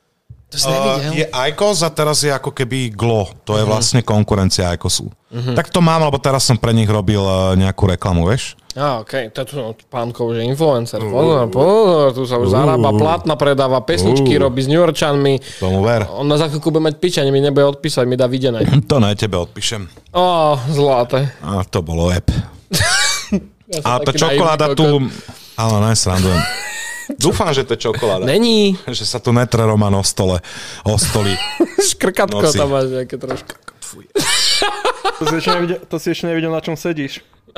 [SPEAKER 1] To si nevidel?
[SPEAKER 2] Je IQOS a teraz je ako keby Glo. To je vlastne konkurencia IQOSu. Tak to mám, lebo teraz som pre nich robil nejakú reklamu, vieš?
[SPEAKER 1] Okej. To je tu pánko už je influencer. Pozor, tu sa už zarába platna, predáva pesničky, robí s New Yorkčanmi.
[SPEAKER 2] Tomu ver.
[SPEAKER 1] On na za chvíľku bude mať pič, ani mi nebude odpísať, mi dá videné.
[SPEAKER 2] To na tebe odpíšem.
[SPEAKER 1] Zlaté.
[SPEAKER 2] A to bolo web.
[SPEAKER 1] Ja
[SPEAKER 2] A tá čokoláda tu... Ale nesrandujem. Dúfam, že to je čokoláda.
[SPEAKER 1] Není.
[SPEAKER 2] Že sa tu netre Roman o stoli.
[SPEAKER 1] Škrkatko
[SPEAKER 2] Noci.
[SPEAKER 1] tam máš nejaké trošku.
[SPEAKER 3] To si ešte nevidel, na čom sedíš.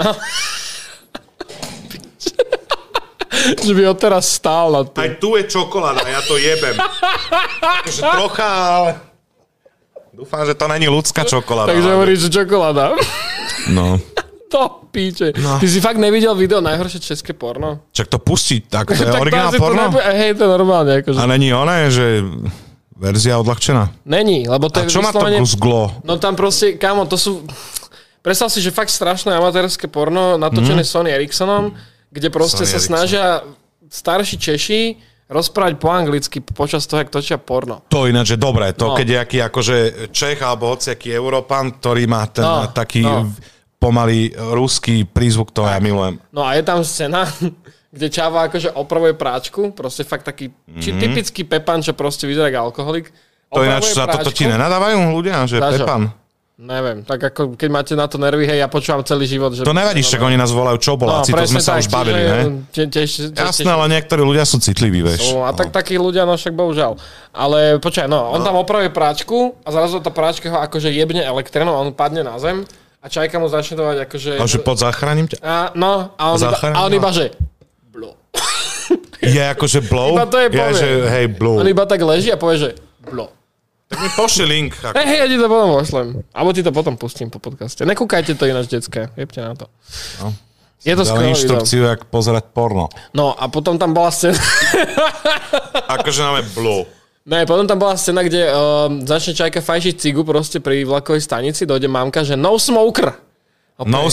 [SPEAKER 1] Že by odteraz stál na to.
[SPEAKER 2] Aj tu je čokoláda, ja to jebem. Takže trocha, ale... Dúfam, že to není ľudská čokoláda.
[SPEAKER 1] Takže hovoríš, že čokoláda.
[SPEAKER 2] No.
[SPEAKER 1] To píče. No. Ty si fakt nevidel video najhoršie české porno?
[SPEAKER 2] Čak to pustiť, tak to je
[SPEAKER 1] Tak
[SPEAKER 2] originál
[SPEAKER 1] to asi
[SPEAKER 2] porno?
[SPEAKER 1] Hej, to je normálne. Akože.
[SPEAKER 2] A není oné, že verzia odľahčená?
[SPEAKER 1] Není, lebo to
[SPEAKER 2] A
[SPEAKER 1] je
[SPEAKER 2] čo má to plus Glo?
[SPEAKER 1] No tam proste, kámo, to sú... Predstav si, že fakt strašné amatérske porno natočené Sony Ericssonom, kde proste
[SPEAKER 2] Sony
[SPEAKER 1] sa snažia starší Češi rozprávať po anglicky počas toho, jak točia porno.
[SPEAKER 2] To ináč je dobré. To
[SPEAKER 1] No.
[SPEAKER 2] keď je aký akože Čech alebo hociaký Európan, ktorý má ten taký pomalý ruský prízvuk, to ja milujem.
[SPEAKER 1] No a je tam scéna, kde čáva akože opravuje práčku, proste fakt taký typický Pepan, čo proste vyzerá ako alkoholik.
[SPEAKER 2] To ináč za toto ti nenadávajú ľudia, že
[SPEAKER 1] Zažo?
[SPEAKER 2] Pepan?
[SPEAKER 1] Neviem, tak ako keď máte na to nervy, hej, ja počúvam celý život. Že
[SPEAKER 2] To nevadí, však oni nás volajú čoboláci, to sme sa už bavili, ne? Jasné, ale niektorí ľudia sú citliví, vieš.
[SPEAKER 1] A tak takí ľudia, no však bohužiaľ. Ale počkaj, on tam opravuje práčku a zrazu tá práčka ho akože jebne elektrénou a on padne na zem a čajka mu začne dávať akože...
[SPEAKER 2] A že pod záchraním ťa?
[SPEAKER 1] A on iba, že... Blo.
[SPEAKER 2] Je akože blow?
[SPEAKER 1] Iba to je povie.
[SPEAKER 2] že hej, blow.
[SPEAKER 1] On iba tak leží a povie, že... Blo.
[SPEAKER 2] Tak mi pošli link.
[SPEAKER 1] Hej, ja ti to potom pošlem. Alebo ti to potom pustím po podcaste. Nekúkajte to ináč, detské. Jebte na to.
[SPEAKER 2] No.
[SPEAKER 1] Je to skvelé.
[SPEAKER 2] Inštrukciu, jak pozerať porno.
[SPEAKER 1] No a potom tam bola scéna...
[SPEAKER 2] Akože máme blow.
[SPEAKER 1] Ne, potom tam bola scéna, kde začne čajka fajčiť cigu proste pri vlakovej stanici, dojde mamka, že no smoker.
[SPEAKER 2] No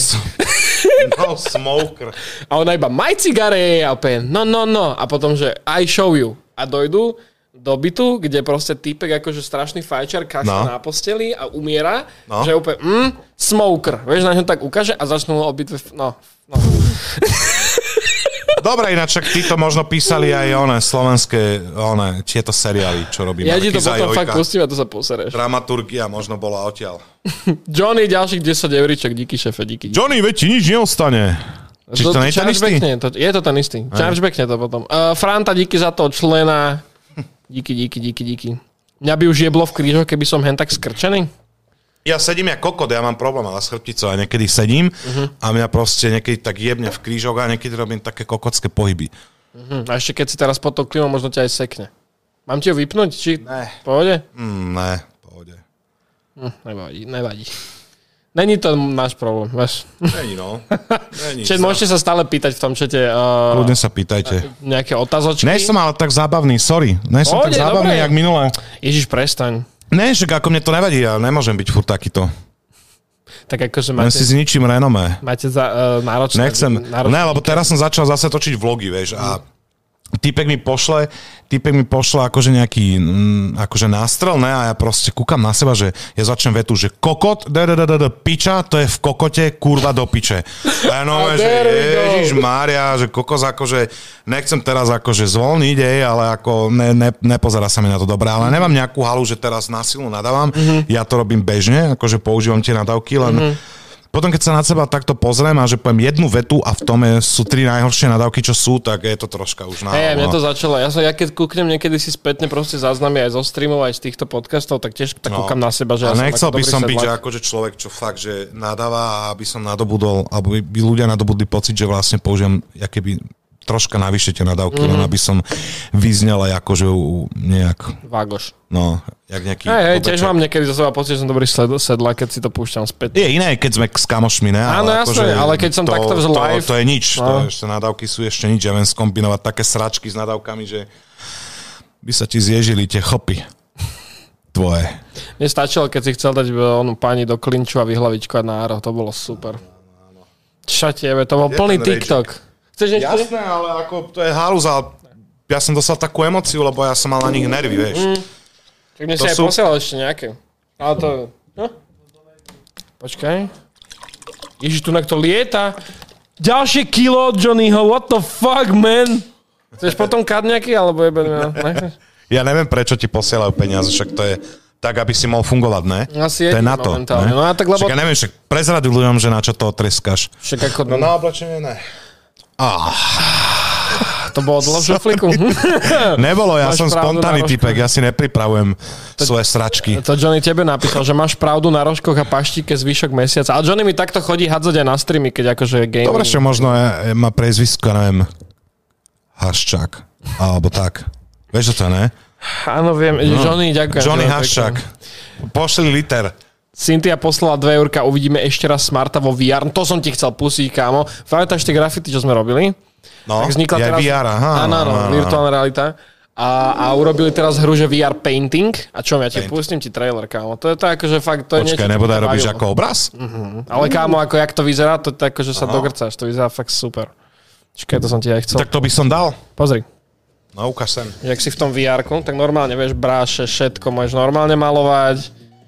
[SPEAKER 2] smoker.
[SPEAKER 1] A ona iba my cigare a opäť no. A potom, že I show you. A dojdu do bytu, kde proste týpek akože strašný fajčar kašľa na posteli a umiera, že úplne smoker. Vieš, na ňom tak ukáže a začnú obidve... No.
[SPEAKER 2] Dobre, ináč títo možno písali aj slovenské tieto seriály, čo robí
[SPEAKER 1] Ja ti to
[SPEAKER 2] Markiza
[SPEAKER 1] potom
[SPEAKER 2] Jojka.
[SPEAKER 1] fakt pustím a to sa posereš.
[SPEAKER 2] Dramaturgia možno bola odtiaľ.
[SPEAKER 1] Johnny, ďalších 10 euríček, díky šefe, díky.
[SPEAKER 2] Johnny, veď ti nič neostane. Či to nie je ten istý?
[SPEAKER 1] Je to ten istý. Chargebackne to potom. Franta, díky za to člena. Díky. Mňa by už jeblo v krížoch, keby som hen tak skrčený.
[SPEAKER 2] Ja sedím jak kokot, ja mám problém, ale s chrbticou a niekedy sedím a mňa proste niekedy tak jebne v krížoch a niekedy robím také kokotské pohyby.
[SPEAKER 1] A ešte keď si teraz pod tou klimou, možno ťa aj sekne. Mám ti ho vypnúť? Či
[SPEAKER 2] Ne.
[SPEAKER 1] Pohode?
[SPEAKER 2] Ne, pohode.
[SPEAKER 1] Nevadí. Není to náš problém, vieš.
[SPEAKER 2] Není, no.
[SPEAKER 1] Čiže môžete sa stále pýtať v tom čete
[SPEAKER 2] Ľudne sa pýtajte.
[SPEAKER 1] nejaké otázočky.
[SPEAKER 2] Nej som ale tak zábavný, sorry. Nej som tak zábavný, jak minulé.
[SPEAKER 1] Ježiš, prestaň.
[SPEAKER 2] Ne, že ako mne to nevadí, ja nemôžem byť furt takýto.
[SPEAKER 1] Tak akože
[SPEAKER 2] Len si zničím renomé.
[SPEAKER 1] máte náročné.
[SPEAKER 2] Nechcem. Ne, lebo teraz som začal zase točiť vlogy, vieš, a týpek mi pošle akože nejaký akože nástrel, ne, a ja proste kúkam na seba, že ja začnem vetu, že kokot, piča, to je v kokote, kurva do piče. A ja že Ježišmária, že kokos akože nechcem teraz akože zvolniť, ale ako nepozerá sa mi na to dobre, ale nemám nejakú halu, že teraz na silu nadávam, ja to robím bežne, akože používam tie nadávky, len potom, keď sa na seba takto pozriem a že poviem jednu vetu a v tom sú 3 najhoršie nadávky, čo sú, tak je to troška už na...
[SPEAKER 1] Mne to začalo. Ja keď kúknem niekedy si spätne proste záznamy aj zo streamov, aj z týchto podcastov, tak tiež tak kúkam na seba, že ja som
[SPEAKER 2] nechcel
[SPEAKER 1] ako
[SPEAKER 2] by som
[SPEAKER 1] dobrý
[SPEAKER 2] byť
[SPEAKER 1] sedlak.
[SPEAKER 2] akože človek, čo fakt, že nadáva a aby som nadobudol, alebo by ľudia nadobudli pocit, že vlastne použijem keby troška navyše tie nadávky, len aby som vyznel aj akože nejak...
[SPEAKER 1] Vágoš.
[SPEAKER 2] No, jak nejaký...
[SPEAKER 1] Hej, tiež mám niekedy za seba pocit, že som dobrý sedlak, keď si to púšťam späť.
[SPEAKER 2] Je iné, keď sme s kamošmi, ne?
[SPEAKER 1] Áno, jasné, ale keď som takto v live...
[SPEAKER 2] To je nič, to ešte nadávky sú ešte nič. Ja viem skombinovať také sračky s nadávkami, že by sa ti zježili tie chopy tvoje.
[SPEAKER 1] Mne stačilo, keď si chcel dať onú pani do klinču a vyhlavičkovať na áro, to bolo super. Čo tiebe, to bol plný TikTok. Chceš niečo?
[SPEAKER 2] Jasné, ale ako to je halúza. Ja som dostal takú emóciu, lebo ja som mal na nich nervy, vieš.
[SPEAKER 1] Tak mne si aj posielal ešte nejaké. Ale to... No. Počkaj. Ježiš, tu to lieta. Ďalšie kilo od Johnnyho, what the fuck, man? Chceš potom kad nejaký, alebo
[SPEAKER 2] Ja neviem, prečo ti posielajú peniaze, však to je tak, aby si mohol fungovať, ne?
[SPEAKER 1] Asi
[SPEAKER 2] to je na to, ne?
[SPEAKER 1] No a tak, lebo...
[SPEAKER 2] Však ja neviem, však prezradi ľuďom, že na čo to treskaš.
[SPEAKER 1] Však ako...
[SPEAKER 2] No na oblečenie ne.
[SPEAKER 1] To bolo dlho v šuflíku.
[SPEAKER 2] Nebolo, ja som spontánny typek, ja si nepripravujem svoje sračky.
[SPEAKER 1] To Johnny tebe napísal, že máš pravdu na rožkoch a paštike zvyšok mesiaca. Ale Johnny mi takto chodí hádzať aj na streamy, keď akože je gaming.
[SPEAKER 2] Dobre, že možno má prezvisko, neviem, Haščák, alebo tak. Vieš, čo to ne?
[SPEAKER 1] Áno, viem. No. Johnny, ďakujem.
[SPEAKER 2] Johnny Haščák. Pošli liter.
[SPEAKER 1] Cynthia poslala 2 eurka, uvidíme ešte raz Smarta vo VR. To som ti chcel pustiť, kámo. Pamätáš tie grafity, čo sme robili?
[SPEAKER 2] No,
[SPEAKER 1] tak vznikla teraz...
[SPEAKER 2] VR,
[SPEAKER 1] áno, virtuálna realita. A urobili teraz hru, že VR painting. A čo, ja ti pustím ti trailer, kámo. To je to akože fakt, to je niečo...
[SPEAKER 2] Počkaj, nebodaj robíš ako obraz?
[SPEAKER 1] Ale kámo, ako jak to vyzerá, to je akože sa dogrcáš. To vyzerá fakt super. Čakaj, to som ti aj chcel.
[SPEAKER 2] Tak to by som dal.
[SPEAKER 1] Pozri.
[SPEAKER 2] No, ukáž sem.
[SPEAKER 1] Jak si v tom VR-ku, tak normálne vieš bráše, všetko môžeš normálne malovať.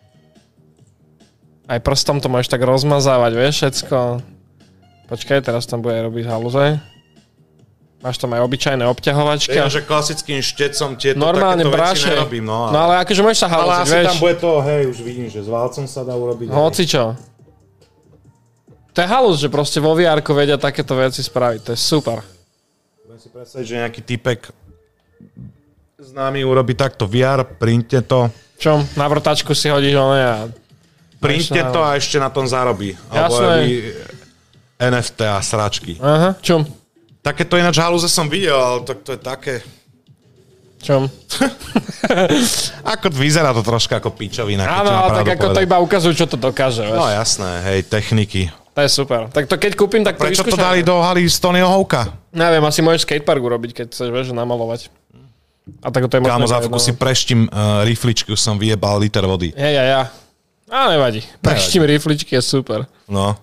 [SPEAKER 1] Aj prstom to môžeš tak rozmazávať, vieš, všetko. Počkaj, teraz tam bude robiť haluze. Máš tam aj obyčajné obťahovačky.
[SPEAKER 2] Ja, že klasickým štecom tieto
[SPEAKER 1] normálne
[SPEAKER 2] takéto
[SPEAKER 1] bráše.
[SPEAKER 2] veci nerobím, no.
[SPEAKER 1] No ale akože môžeš sa haluziť, vieš.
[SPEAKER 2] Ale asi tam bude to, hej, už vidím, že s válcom sa dá urobiť.
[SPEAKER 1] Hoci čo. To je halus, že proste vo VR-ku vedia takéto veci spraviť, to je super.
[SPEAKER 2] Budem si predstaviť, že nejaký typek známy urobí takto VR, printe to.
[SPEAKER 1] Čo? Na vrtačku si hodíš oné a...
[SPEAKER 2] Printe to a ešte na tom zarobí. Alebo NFT a sračky.
[SPEAKER 1] Aha, čom?
[SPEAKER 2] Takéto ináč halúze som videl, ale to je také...
[SPEAKER 1] Čom?
[SPEAKER 2] Ako vyzerá to troška ako pičovina.
[SPEAKER 1] Áno, ale tak ako to iba ukazujú, čo to dokáže. Vieš?
[SPEAKER 2] No jasné, hej, techniky.
[SPEAKER 1] To je super. Tak to keď kúpim, tak to
[SPEAKER 2] prečo
[SPEAKER 1] vyskúšam.
[SPEAKER 2] To dali do haly z Tonyho Hawka?
[SPEAKER 1] Neviem, asi môžeš skatepark urobiť, keď chceš, vieš, namalovať. A tak to je možné.
[SPEAKER 2] Kámo, za chvíľku si preštím rifličky, už som vyjebal liter vody.
[SPEAKER 1] Ja. A nevadí. Preštím rifličky je super.
[SPEAKER 2] No.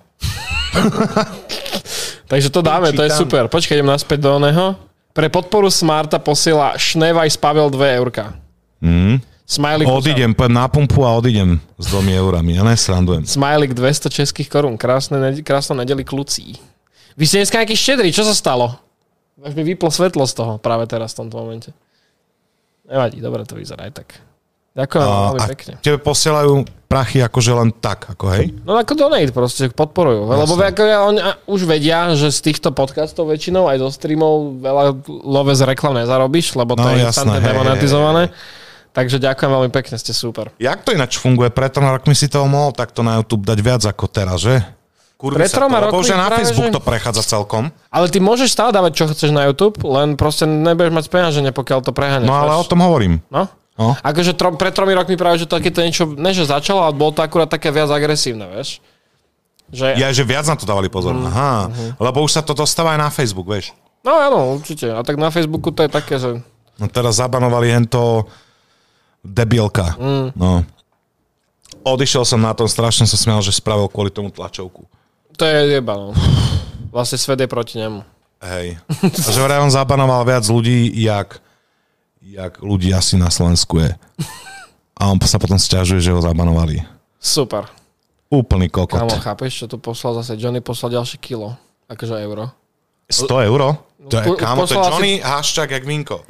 [SPEAKER 1] Takže to dáme, to je super. Počkaj, idem naspäť do oného. Pre podporu Smarta posiela Šnevaj Pavel 2 eurka.
[SPEAKER 2] Odídem, pojem na pumpu a odídem s 2 eurami. Ja nesrandujem.
[SPEAKER 1] Smajlik 200 českých korún. Krásne nedeli klucí. Vy ste dneska nejaký štedrý, čo sa stalo? Až mi vyplo svetlo z toho práve teraz v tomto momente. Nevadí, dobre to vyzerá aj tak. Ďakujem veľmi pekne.
[SPEAKER 2] A tebe posielajú prachy akože len tak, ako hej?
[SPEAKER 1] No ako donate proste, podporujú. Lebo oni už vedia, že z týchto podcastov väčšinou aj zo streamov veľa love z reklam nezarobíš, lebo to je instantne demonetizované. Takže ďakujem veľmi pekne, ste super. Jak
[SPEAKER 2] to ináč funguje? Pred 3 rokmi si toho mohol takto na YouTube dať viac ako teraz, že?
[SPEAKER 1] Pred 3 rokmi
[SPEAKER 2] že na Facebook to prechádza celkom.
[SPEAKER 1] Ale ty môžeš stále dávať, čo chceš na YouTube, len proste nebudeš mať speňaženie, pokiaľ to preháňaš.
[SPEAKER 2] No ale o tom hovorím.
[SPEAKER 1] No? Akože pred 3 rokmi práve, že takéto niečo, ne že začalo, ale bolo to akurát také viac agresívne, vieš? Že viac na to dávali pozor. Aha, lebo už sa to dostáva aj na Facebook, vieš? No áno, určite. A tak na Facebooku to je také, že...
[SPEAKER 2] No teraz zabanovali hento debilka. No. Odišiel som na tom, strašne som smial, že spravil kvôli tomu tlačovku.
[SPEAKER 1] To je jeba, no. Vlastne svet je proti nemu.
[SPEAKER 2] Hej. A že vraj on zabanoval viac ľudí, jak ľudí asi na Slovensku je. A on sa potom sťažuje, že ho zabanovali.
[SPEAKER 1] Super.
[SPEAKER 2] Úplný kokot.
[SPEAKER 1] Kámo, chápeš, čo tu poslal zase? Johnny poslal ďalšie kilo. Akože euro.
[SPEAKER 2] 100 euro? Kámo, to je Johnny Haščák jak Vinko.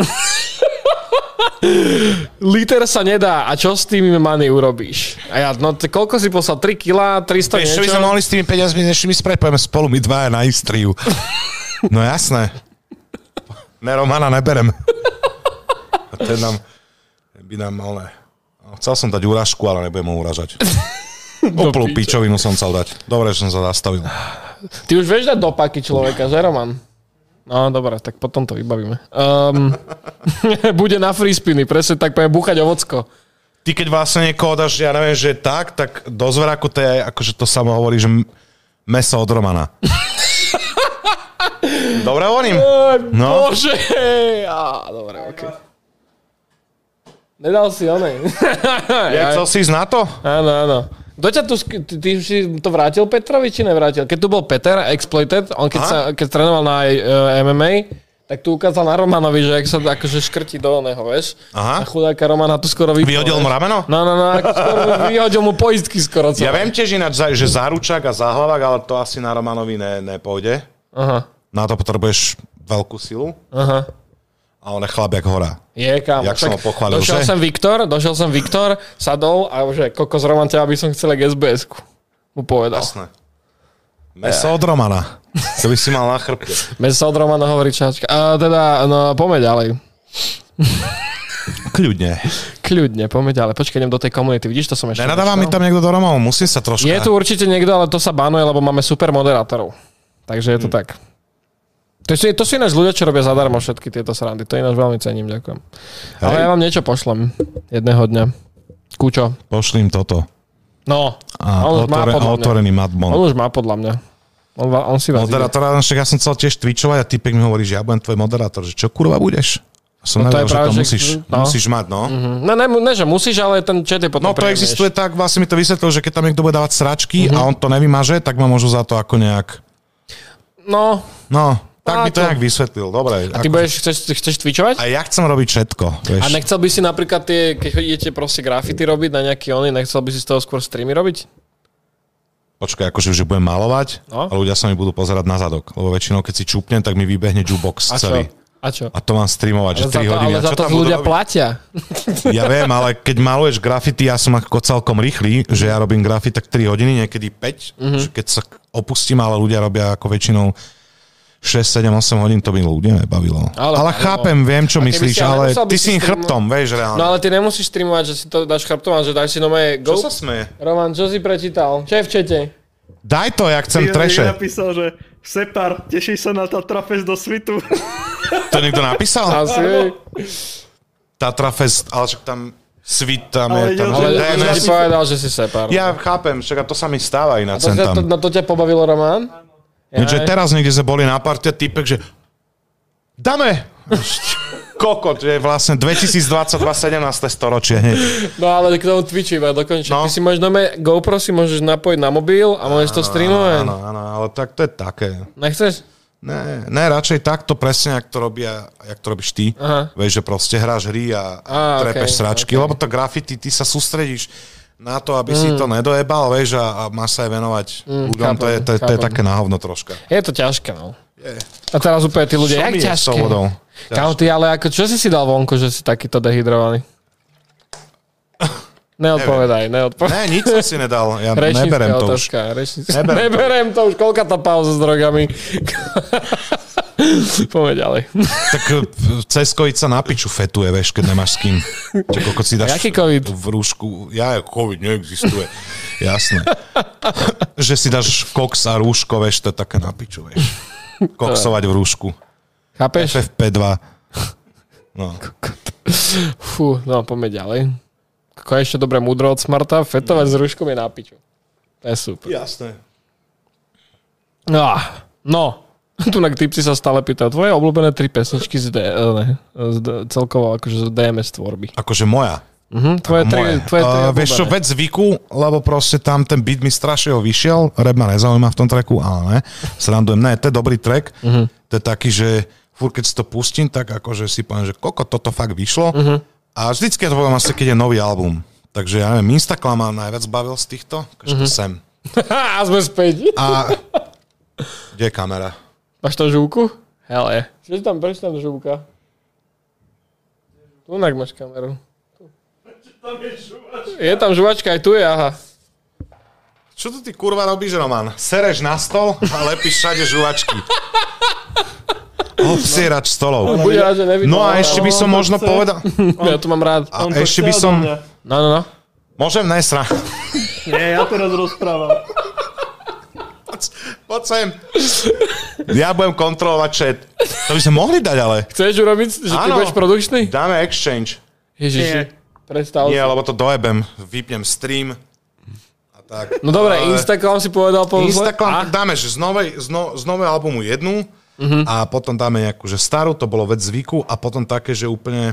[SPEAKER 1] Liter sa nedá. A čo s tými money urobíš? A ja, no koľko si poslal? 3 kila, 300 niečo?
[SPEAKER 2] Čo by sme mohli s tými peniazmi dnešnými spraviť? Pojeme spolu my dvaja na Istriu. No jasné. Ne, Romana neberem. A ten by nám mal ne. Chcel som dať urážku, ale nebudem ho uražať. Úplnú pičovinu som chcel dať. Dobre, že som sa zastavil.
[SPEAKER 1] Ty už vieš dať do paky človeka, že Roman? No, dobre, tak potom to vybavíme. Bude na free spiny, presne tak poviem, búchať ovocko.
[SPEAKER 2] Ty keď vlastne niekoho dáš, ja neviem, že tak do zveráku to je, akože to samo hovorí, že meso od Romana. Dobre hovorím?
[SPEAKER 1] No. Bože! Dobre, okej. Nedal si onej.
[SPEAKER 2] Chcel si ísť na to?
[SPEAKER 1] Áno. Ty si to vrátil Petrovi, či nevrátil? Keď tu bol Peter, Exploited, on keď trénoval na MMA, tak tu ukázal na Romanovi, že ak sa akože škrtí do oného, vieš.
[SPEAKER 2] Aha.
[SPEAKER 1] A chudáka Romana tu skoro vypol.
[SPEAKER 2] Vyhodil mu rameno?
[SPEAKER 1] No, skoro vyhodil mu poistky skoro celé.
[SPEAKER 2] Ja viem tiež ináč, že záručák a záhlavák, ale to asi na Romanovi nepôjde.
[SPEAKER 1] Aha.
[SPEAKER 2] Na to potrebuješ veľkú silu.
[SPEAKER 1] Aha.
[SPEAKER 2] A on je chlap jak hora.
[SPEAKER 1] Je, kámo.
[SPEAKER 2] Jak som ho pochválil,
[SPEAKER 1] došiel som Viktor, sadol a že kokos Roman, teba by som chcel k SBS-ku. Mu povedal.
[SPEAKER 2] Jasné. Meso od Romana. To by si mal na chrbte.
[SPEAKER 1] Meso od Romana hovorí čačka. A teda, no poďme ďalej. Kľudne, poďme ďalej. Počkaj, idem do tej komunity. Vidíš, to som ešte...
[SPEAKER 2] Nenadáva mi tam niekto do Romov, musím sa troška...
[SPEAKER 1] Je tu určite niekto, ale to sa banuje, lebo máme super moderátorov. Takže je to tak. To sú ináč ľudia, čo robia zadarmo všetky tieto srandy. To ináč veľmi cením, ďakujem. Hej. Ale ja vám niečo pošlem jedného dňa. Kúčo.
[SPEAKER 2] Pošlím toto.
[SPEAKER 1] No.
[SPEAKER 2] A otvorený matbon.
[SPEAKER 1] On už má podľa mňa. On si vás
[SPEAKER 2] moderátora, však ja som chcel tiež twitchovať a typek mi hovorí, že ja budem tvoj moderátor. Že čo kurva budeš? Som nevedel, že to musíš mať, no.
[SPEAKER 1] No ne, že musíš, ale ten chat je potom
[SPEAKER 2] no to existuje tak, vlastne mi to vysvetlil, že keď tam niekto bude dávať sračky a on to nevymaže, tak ma môžu za to ako nejak...
[SPEAKER 1] No,
[SPEAKER 2] tak mi to nejak vysvetlil, dobre.
[SPEAKER 1] A ty chceš twitchovať?
[SPEAKER 2] A ja chcem robiť všetko, vieš.
[SPEAKER 1] A nechcel by si napríklad keď idete proste grafity robiť na nejaký nechcel by si z toho skôr streamy robiť?
[SPEAKER 2] Počkaj, akože už budem malovať a ľudia sa mi budú pozerať na zadok, lebo väčšinou keď si čupnem, tak mi vybehne jukebox celý.
[SPEAKER 1] A čo?
[SPEAKER 2] A to mám streamovať, že 3 hodiny.
[SPEAKER 1] Ale za to ľudia platia.
[SPEAKER 2] Ja viem, ale keď maluješ grafity, ja som ako celkom rýchly, že ja robím grafity tak 3 hodiny, niekedy 5, že keď sa opustím, ale ľudia robia ako väčšinou 6, 7, 8 hodín, to by ľudia nebavilo. Ale chápem, viem, čo myslíš, ale ty si im chrbtom, vieš, reálne.
[SPEAKER 1] No ale ty nemusíš streamovať, že si to dáš chrbtom, ale že dáš si nové go.
[SPEAKER 2] Čo sa smeje?
[SPEAKER 1] Roman, čo si prečítal? Čo je v čete?
[SPEAKER 2] Daj to, ja chcem treše.
[SPEAKER 3] Ja napísal, že Separ, tešíš sa na Tatrafest do Svitu?
[SPEAKER 2] To niekto napísal?
[SPEAKER 1] Asi.
[SPEAKER 2] Tatrafest, ale však tam Svit tam
[SPEAKER 3] ale
[SPEAKER 2] je.
[SPEAKER 1] Ale si povedal, že si Separ.
[SPEAKER 2] Ja chápem, však to sa mi stáva ináč sem tam.
[SPEAKER 1] To ťa pobavilo, Roman?
[SPEAKER 2] Že teraz niekde sme boli na party a typek, že dáme! Kokot, že je vlastne 2022 17. storočie.
[SPEAKER 1] No ale k tomu Twitchu iba dokončím.
[SPEAKER 2] No.
[SPEAKER 1] Ty si môžeš GoPro si môžeš napojiť na mobil a môžeš to streamovať.
[SPEAKER 2] Áno, ale tak to je také.
[SPEAKER 1] Nechceš?
[SPEAKER 2] Ne, radšej takto presne, jak to robíš ty.
[SPEAKER 1] Aha.
[SPEAKER 2] Vieš, že proste hráš hry a trepeš sračky, lebo to graffiti, ty sa sústredíš na to, aby si to nedojebal, vieš, a máš sa aj venovať ľuďom. To je také na hovno troška.
[SPEAKER 1] Je to ťažké, no. A teraz úplne tí ľudia, jak ťažké. Kámo, ty, ale ako, čo si dal vonku, že si takýto dehydrovaný? Neodpovedaj.
[SPEAKER 2] Ne, nič som si nedal. Ja neberem to už.
[SPEAKER 1] Neberem to už. Koľka tá pauza s drogami? Poďme ďalej.
[SPEAKER 2] Tak cez COVID sa na piču fetuje, vieš, keď nemáš s kým. Koľko si dáš
[SPEAKER 1] jaký COVID?
[SPEAKER 2] V rúšku. COVID neexistuje. Jasné. Že si dáš koks a rúško, vieš, to je také na piču, vieš. Koksovať v rúšku.
[SPEAKER 1] Chápeš?
[SPEAKER 2] FFP2. No.
[SPEAKER 1] Fú, no poďme ďalej. Ako je ešte dobré múdro od Smarta, fetovať s rúškom je na piču. To je super.
[SPEAKER 2] Jasné.
[SPEAKER 1] No. Tunak typci sa stále pýtajú, tvoje obľúbené 3 pesničky z celkovo akože z DMS tvorby.
[SPEAKER 2] Akože moja.
[SPEAKER 1] Tvoje 3
[SPEAKER 2] vieš čo, vec zvyku, lebo proste tam ten beat mi strašne vyšiel, rap ma nezaujíma v tom tracku, ale ne, srandujem, ne, to je dobrý track, to je taký, že furt keď si to pustím, tak akože si poviem, že toto fakt vyšlo a vždycky ja to poviem asi, keď je nový album. Takže ja neviem, Instagram ma najviac bavil z týchto, akože to sem.
[SPEAKER 1] A sme späť.
[SPEAKER 2] A kde je kamera?
[SPEAKER 1] Máš tam žúku? Hele. Prečo tam žúka? Tunak máš kameru. Je tam žuvačka, aj tu je, aha.
[SPEAKER 2] Čo tu ty kurva robíš, Roman? Sereš na stol a lepíš všade žuvačky. Obsierač stolov.
[SPEAKER 1] Bude rád, že nevidel.
[SPEAKER 2] No a ešte by som možno povedal...
[SPEAKER 1] Ja to mám rád.
[SPEAKER 2] A ešte by som...
[SPEAKER 1] No.
[SPEAKER 2] Môžem nesra.
[SPEAKER 3] Nie, ja teraz rozprávam.
[SPEAKER 2] Poď sem. Ja budem kontrolovať chat. To by sme mohli dať, ale...
[SPEAKER 1] Chceš urobiť, že ty budeš produkčný?
[SPEAKER 2] Dáme exchange.
[SPEAKER 1] Ježiši. Predstav.
[SPEAKER 2] Nie, lebo to dojebem. Vypnem stream. A tak.
[SPEAKER 1] No dobre, Instagram si povedal
[SPEAKER 2] Instagram, tak dáme, že z nového albumu jednu a potom dáme nejakú, že starú, to bolo vec zvyku a potom také, že úplne...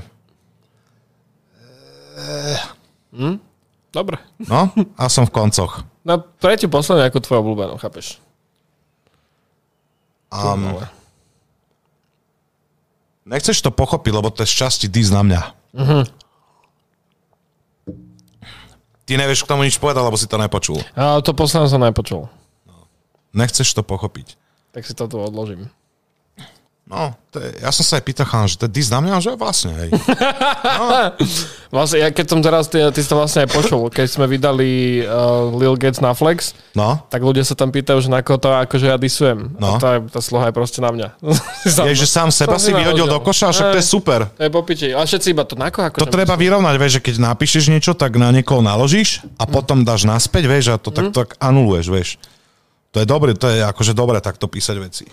[SPEAKER 1] Dobre.
[SPEAKER 2] No, a som v koncoch.
[SPEAKER 1] No, prečo posledne ako tvoju obľúbenú, chápeš?
[SPEAKER 2] Nechceš to pochopiť, lebo to je šťastí dis na mňa. Ty nevieš k tomu nič povedať, lebo si to nepočul.
[SPEAKER 1] A to posledné som nepočul.
[SPEAKER 2] Nechceš to pochopiť.
[SPEAKER 1] Tak si to tu odložím.
[SPEAKER 2] No, ja som sa aj pýtal, že to je dis na mňa, že vlastne, hej.
[SPEAKER 1] Vlastne, ja keď som teraz, ty si to vlastne aj počul, keď sme vydali Lil Gets na Flex, tak ľudia sa tam pýtajú, že na koho to akože ja disujem. No. A tá sloha je proste na mňa.
[SPEAKER 2] Je, že sám seba si vyhodil do koša, však to je super.
[SPEAKER 1] To je popiči. A všetci iba to na koho akože...
[SPEAKER 2] To treba vyrovnať, vieš, že keď napíšeš niečo, tak na niekoho naložíš a potom dáš naspäť, vieš, a to tak anuluješ, vieš. To je dobre, to je akože dobre takto písať veci.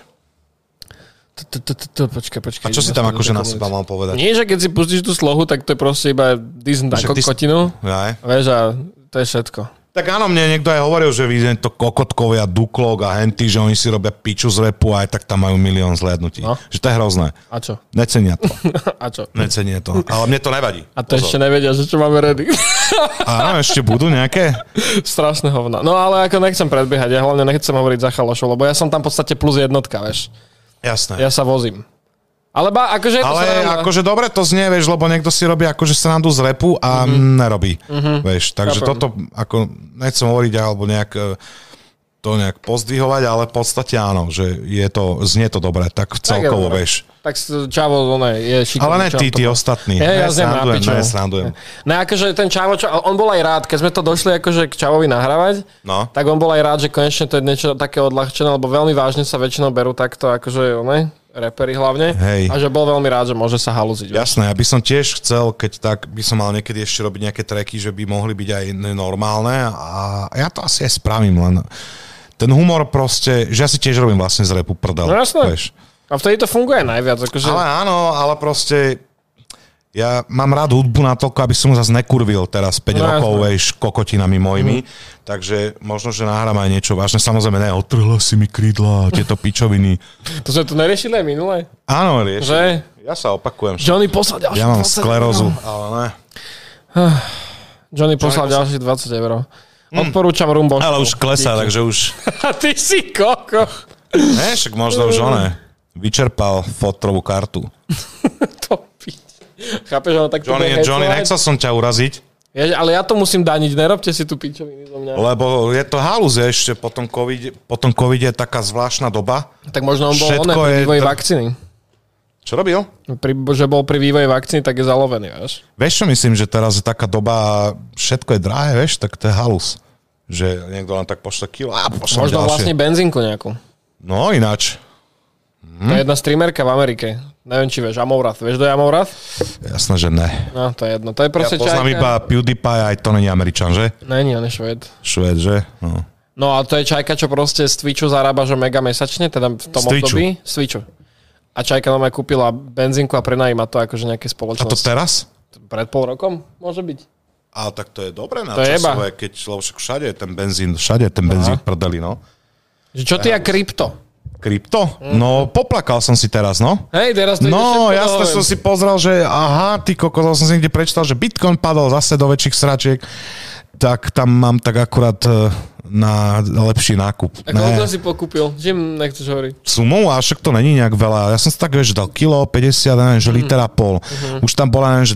[SPEAKER 1] Počkaj.
[SPEAKER 2] A čo si tam akože na seba mal povedať?
[SPEAKER 1] Nie, že keď si pustíš tú slohu, tak to je proste iba Disney na kokotinu. Vieš, a to je všetko.
[SPEAKER 2] Tak áno, mne niekto aj hovoril, že vidím to kokotkovia, Duklok a henty, že oni si robia piču z repu a aj tak tam majú milión zhliadnutí. No. Že to je hrozné.
[SPEAKER 1] A čo?
[SPEAKER 2] Necenia to.
[SPEAKER 1] A čo?
[SPEAKER 2] Necenia to. Ale mne to nevadí.
[SPEAKER 1] A to ešte nevedia, že čo máme ready.
[SPEAKER 2] Áno, ešte budú nejaké?
[SPEAKER 1] Strašné hovna. No ale ako nechcem predbiehať, ja hlavne nechcem hovoriť za chalošov, lebo ja som tam v podstate plus jednotka, vieš.
[SPEAKER 2] Jasné.
[SPEAKER 1] Ja sa vozím. Ale
[SPEAKER 2] akože dobre to znie, vieš, lebo niekto si robí akože srandu z repu a nerobí. Vieš, takže toto ako nechcem hovoriť alebo nejak to nejak pozdvihovať, ale v podstate áno, že znie to dobre, tak celkovo, vieš.
[SPEAKER 1] Tak Čavo, je šikovný.
[SPEAKER 2] Ale ne tí ostatní.
[SPEAKER 1] Ja srandujem. No akože ten Čavo, on bol aj rád, keď sme to došli akože k Čavovi nahrávať, tak on bol aj rád, že konečne to je niečo také odľahčené, lebo veľmi vážne sa väčšinou berú takto, akože reperi hlavne. Hej. A že bol veľmi rád, že môže sa halúziť.
[SPEAKER 2] Jasné, ja by som tiež chcel, keď tak by som mal niekedy ešte robiť nejaké tracky, že by mohli byť aj normálne a ja to asi aj spravím, len ten humor proste, že ja si tiež robím vlastne z repu prdel.
[SPEAKER 1] No jasné. Vieš. A vtedy to funguje najviac. Akože...
[SPEAKER 2] Ale áno, ale proste ja mám rád hudbu natoľko, aby som zase nekurvil teraz 5 rokov, vieš, kokotinami mojimi. Takže možno, že nahrám aj niečo vážne. Samozrejme, odtrhla si mi krídla, tieto pičoviny.
[SPEAKER 1] To sme tu neriešili aj minule?
[SPEAKER 2] Áno, riešili.
[SPEAKER 1] Že?
[SPEAKER 2] Ja sa opakujem.
[SPEAKER 1] Johnny poslal ďalších 20
[SPEAKER 2] Ja mám sklerózu, ale ne.
[SPEAKER 1] Johnny poslal ďalších 20 eur. Odporúčam rumbošku.
[SPEAKER 2] Ale už klesá, takže už...
[SPEAKER 1] Ty si koko.
[SPEAKER 2] Ne, však možno už vyčerpal fotrovú kartu.
[SPEAKER 1] To pič. Chápeš, ale tak
[SPEAKER 2] Johnny, nechcel som ťa uraziť.
[SPEAKER 1] Ale ja to musím daniť, nerobte si tu pičoviny zo mňa.
[SPEAKER 2] Lebo je to halúz ešte po tom covide je taká zvláštna doba.
[SPEAKER 1] Tak možno on bol pri vývoji vakcíny.
[SPEAKER 2] Čo robil?
[SPEAKER 1] Že bol pri vývoji vakcíny, tak je zalovený, vieš.
[SPEAKER 2] Vieš čo myslím, že teraz je taká doba a všetko je drahé, vieš, tak to je halúz. Že niekto len tak pošle kilo a pošle
[SPEAKER 1] možno ďalšie. Vlastne benzínku nejakú.
[SPEAKER 2] No ináč.
[SPEAKER 1] To je jedna streamerka v Amerike. Neviem, či vieš, Amourat. Vieš, kto je Amourat?
[SPEAKER 2] Jasné, že ne.
[SPEAKER 1] No, to je jedno. To je proste
[SPEAKER 2] ja poznám iba PewDiePie, aj to není Američan, že?
[SPEAKER 1] Není, on je Švéd.
[SPEAKER 2] Švéd, že?
[SPEAKER 1] No a to je čajka, čo proste z Twitchu zarába, že mega mesačne, teda v tom období. Z Twitchu. A čajka nám aj kúpila benzínku a prenajíma to akože nejaké spoločnosti.
[SPEAKER 2] A to teraz?
[SPEAKER 1] Pred pol rokom? Môže byť.
[SPEAKER 2] Ale tak to je dobré na časové, keď všade je ten benzín prdeli, no.
[SPEAKER 1] Čo ty a krypto?
[SPEAKER 2] Krypto? No, poplakal som si teraz, no.
[SPEAKER 1] Hej, teraz to
[SPEAKER 2] no, jasne som si pozrel, že ty kokos, som si niekde prečítal, že Bitcoin padol zase do väčších sračiek, tak tam mám tak akurát na lepší nákup.
[SPEAKER 1] A koľko si pokúpil? Čím nechceš hovoriť?
[SPEAKER 2] Sumou, a však to není nejak veľa. Ja som si tak, vieš, dal kilo, 50, neviem, že liter a pol. Už tam bola, neviem, že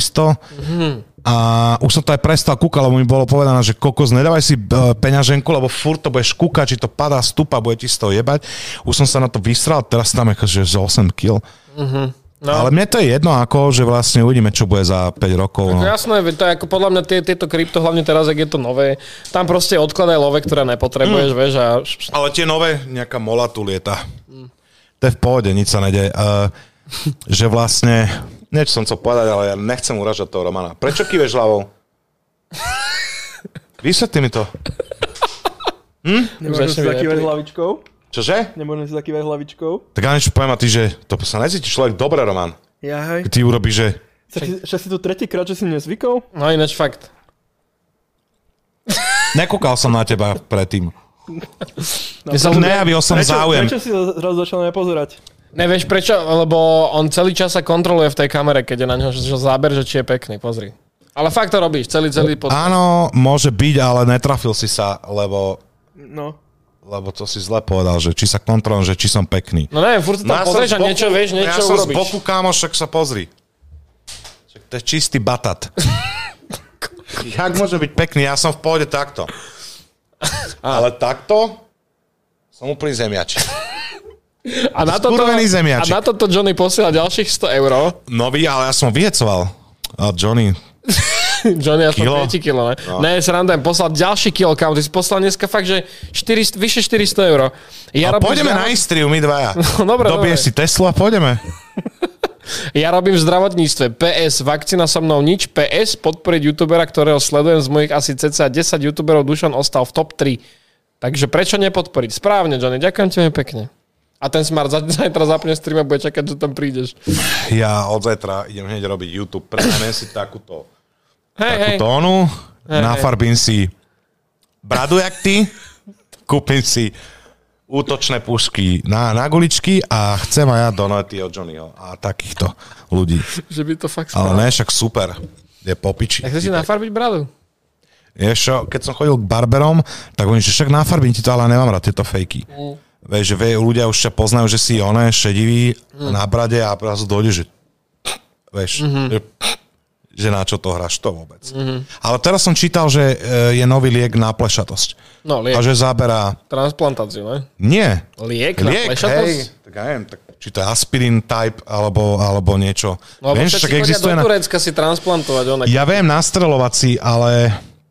[SPEAKER 2] 2,400. A už som to aj prestal kúkať, lebo mi bolo povedané, že kokos, nedávaj si peňaženku, lebo furt to budeš kúkať, či to padá, stúpa, bude ti z toho jebať. Už som sa na to vysral, teraz tam je, že 8 kg. No. Ale mne to je jedno, ako, že vlastne uvidíme, čo bude za 5 rokov. No.
[SPEAKER 1] Jasné, to je ako podľa mňa tieto krypto, hlavne teraz, ak je to nové, tam proste odkladaj love, ktoré nepotrebuješ, vieš.
[SPEAKER 2] Ale tie nové, nejaká mola tu lieta. To je v pohode, nič sa nedeje. Že vlastne, niečo som chcel povedať, ale ja nechcem uražať toho Romana. Prečo kýveš hlavou? Vysvetli mi to.
[SPEAKER 3] Nemôžem si zakývať hlavičkou?
[SPEAKER 2] Čože?
[SPEAKER 3] Nemôžem si zakývať hlavičkou?
[SPEAKER 2] Tak ja niečo poviem a ty, že to sa necíti človek dobre, Roman.
[SPEAKER 3] Jahaj.
[SPEAKER 2] Ty urobíš, že...
[SPEAKER 3] Však si tu tretíkrát, že si nezvykol?
[SPEAKER 1] No ináč fakt.
[SPEAKER 2] Nekúkal som na teba predtým.
[SPEAKER 3] No,
[SPEAKER 2] nejavil som záujem.
[SPEAKER 3] Prečo si zrazu začal nepozerať?
[SPEAKER 1] Nevieš prečo? Lebo on celý čas sa kontroluje v tej kamere, keď je na ňo záber, že či je pekný, pozri. Ale fakt to robíš, celý podcast.
[SPEAKER 2] Áno, môže byť, ale netrafil si sa, lebo...
[SPEAKER 3] No.
[SPEAKER 2] lebo to si zle povedal, že či sa kontrolujem, že či som pekný.
[SPEAKER 1] No neviem, furt sa tam pozrieš a niečo vieš, niečo
[SPEAKER 2] urobíš. Ja som
[SPEAKER 1] urobíš.
[SPEAKER 2] z boku, kámoš, však sa pozri. Však to je čistý batat. Jak môže byť pekný? Ja som v pohode takto. Ale takto som úplný zemiač.
[SPEAKER 1] A na toto Johnny posiela ďalších 100 €.
[SPEAKER 2] Nový, ale ja som vyhecoval. A Johnny
[SPEAKER 1] aspoň 5 kilo, ne? No. Ne, srandujem, poslal ďalší kilo, kámo. Ty si poslal dneska fakt, že vyše 400 €.
[SPEAKER 2] Ja pôjdeme na Istriu, my dvaja.
[SPEAKER 1] Dobre.
[SPEAKER 2] Dobiješ si Teslu a pôjdeme.
[SPEAKER 1] Ja robím v zdravotníctve. PS, vakcína so mnou nič. PS, podporiť youtubera, ktorého sledujem z mojich asi cca 10 youtuberov, Dušan ostal v top 3. Takže prečo nepodporiť? Správne, Johnny, ďakujem ti pekne. A ten smart zajtra zapne stream a bude čakať, že tam prídeš.
[SPEAKER 2] Ja od zajtra idem hneď robiť YouTube. Predáme si takúto tónu, nafarbím si bradu jak ty, kúpim si útočné pušky na guličky a chcem aj ja donaty od Johnnyho a takýchto ľudí.
[SPEAKER 1] Že by to fakt
[SPEAKER 2] ale ne, však super. Je popiči.
[SPEAKER 1] A chceš si nafarbiť bradu?
[SPEAKER 2] Keď som chodil k barberom, tak oni, že však nafarbím ti to, ale nemám rád tieto fejky. Vieš, že ľudia už ťa poznajú, že si šedivý na brade a zrazu dojde, že vieš, že na čo to hráš to vôbec. Ale teraz som čítal, že je nový liek na plešatosť.
[SPEAKER 1] No, liek.
[SPEAKER 2] A že zaberá...
[SPEAKER 1] Transplantáciu, ne?
[SPEAKER 2] Nie.
[SPEAKER 1] Liek na plešatosť?
[SPEAKER 2] Hej, tak ja neviem, či to je aspirin type, alebo niečo.
[SPEAKER 1] No, lebo všetci chodia do Turecka si transplantovať.
[SPEAKER 2] Ja viem nastreľovať si, ale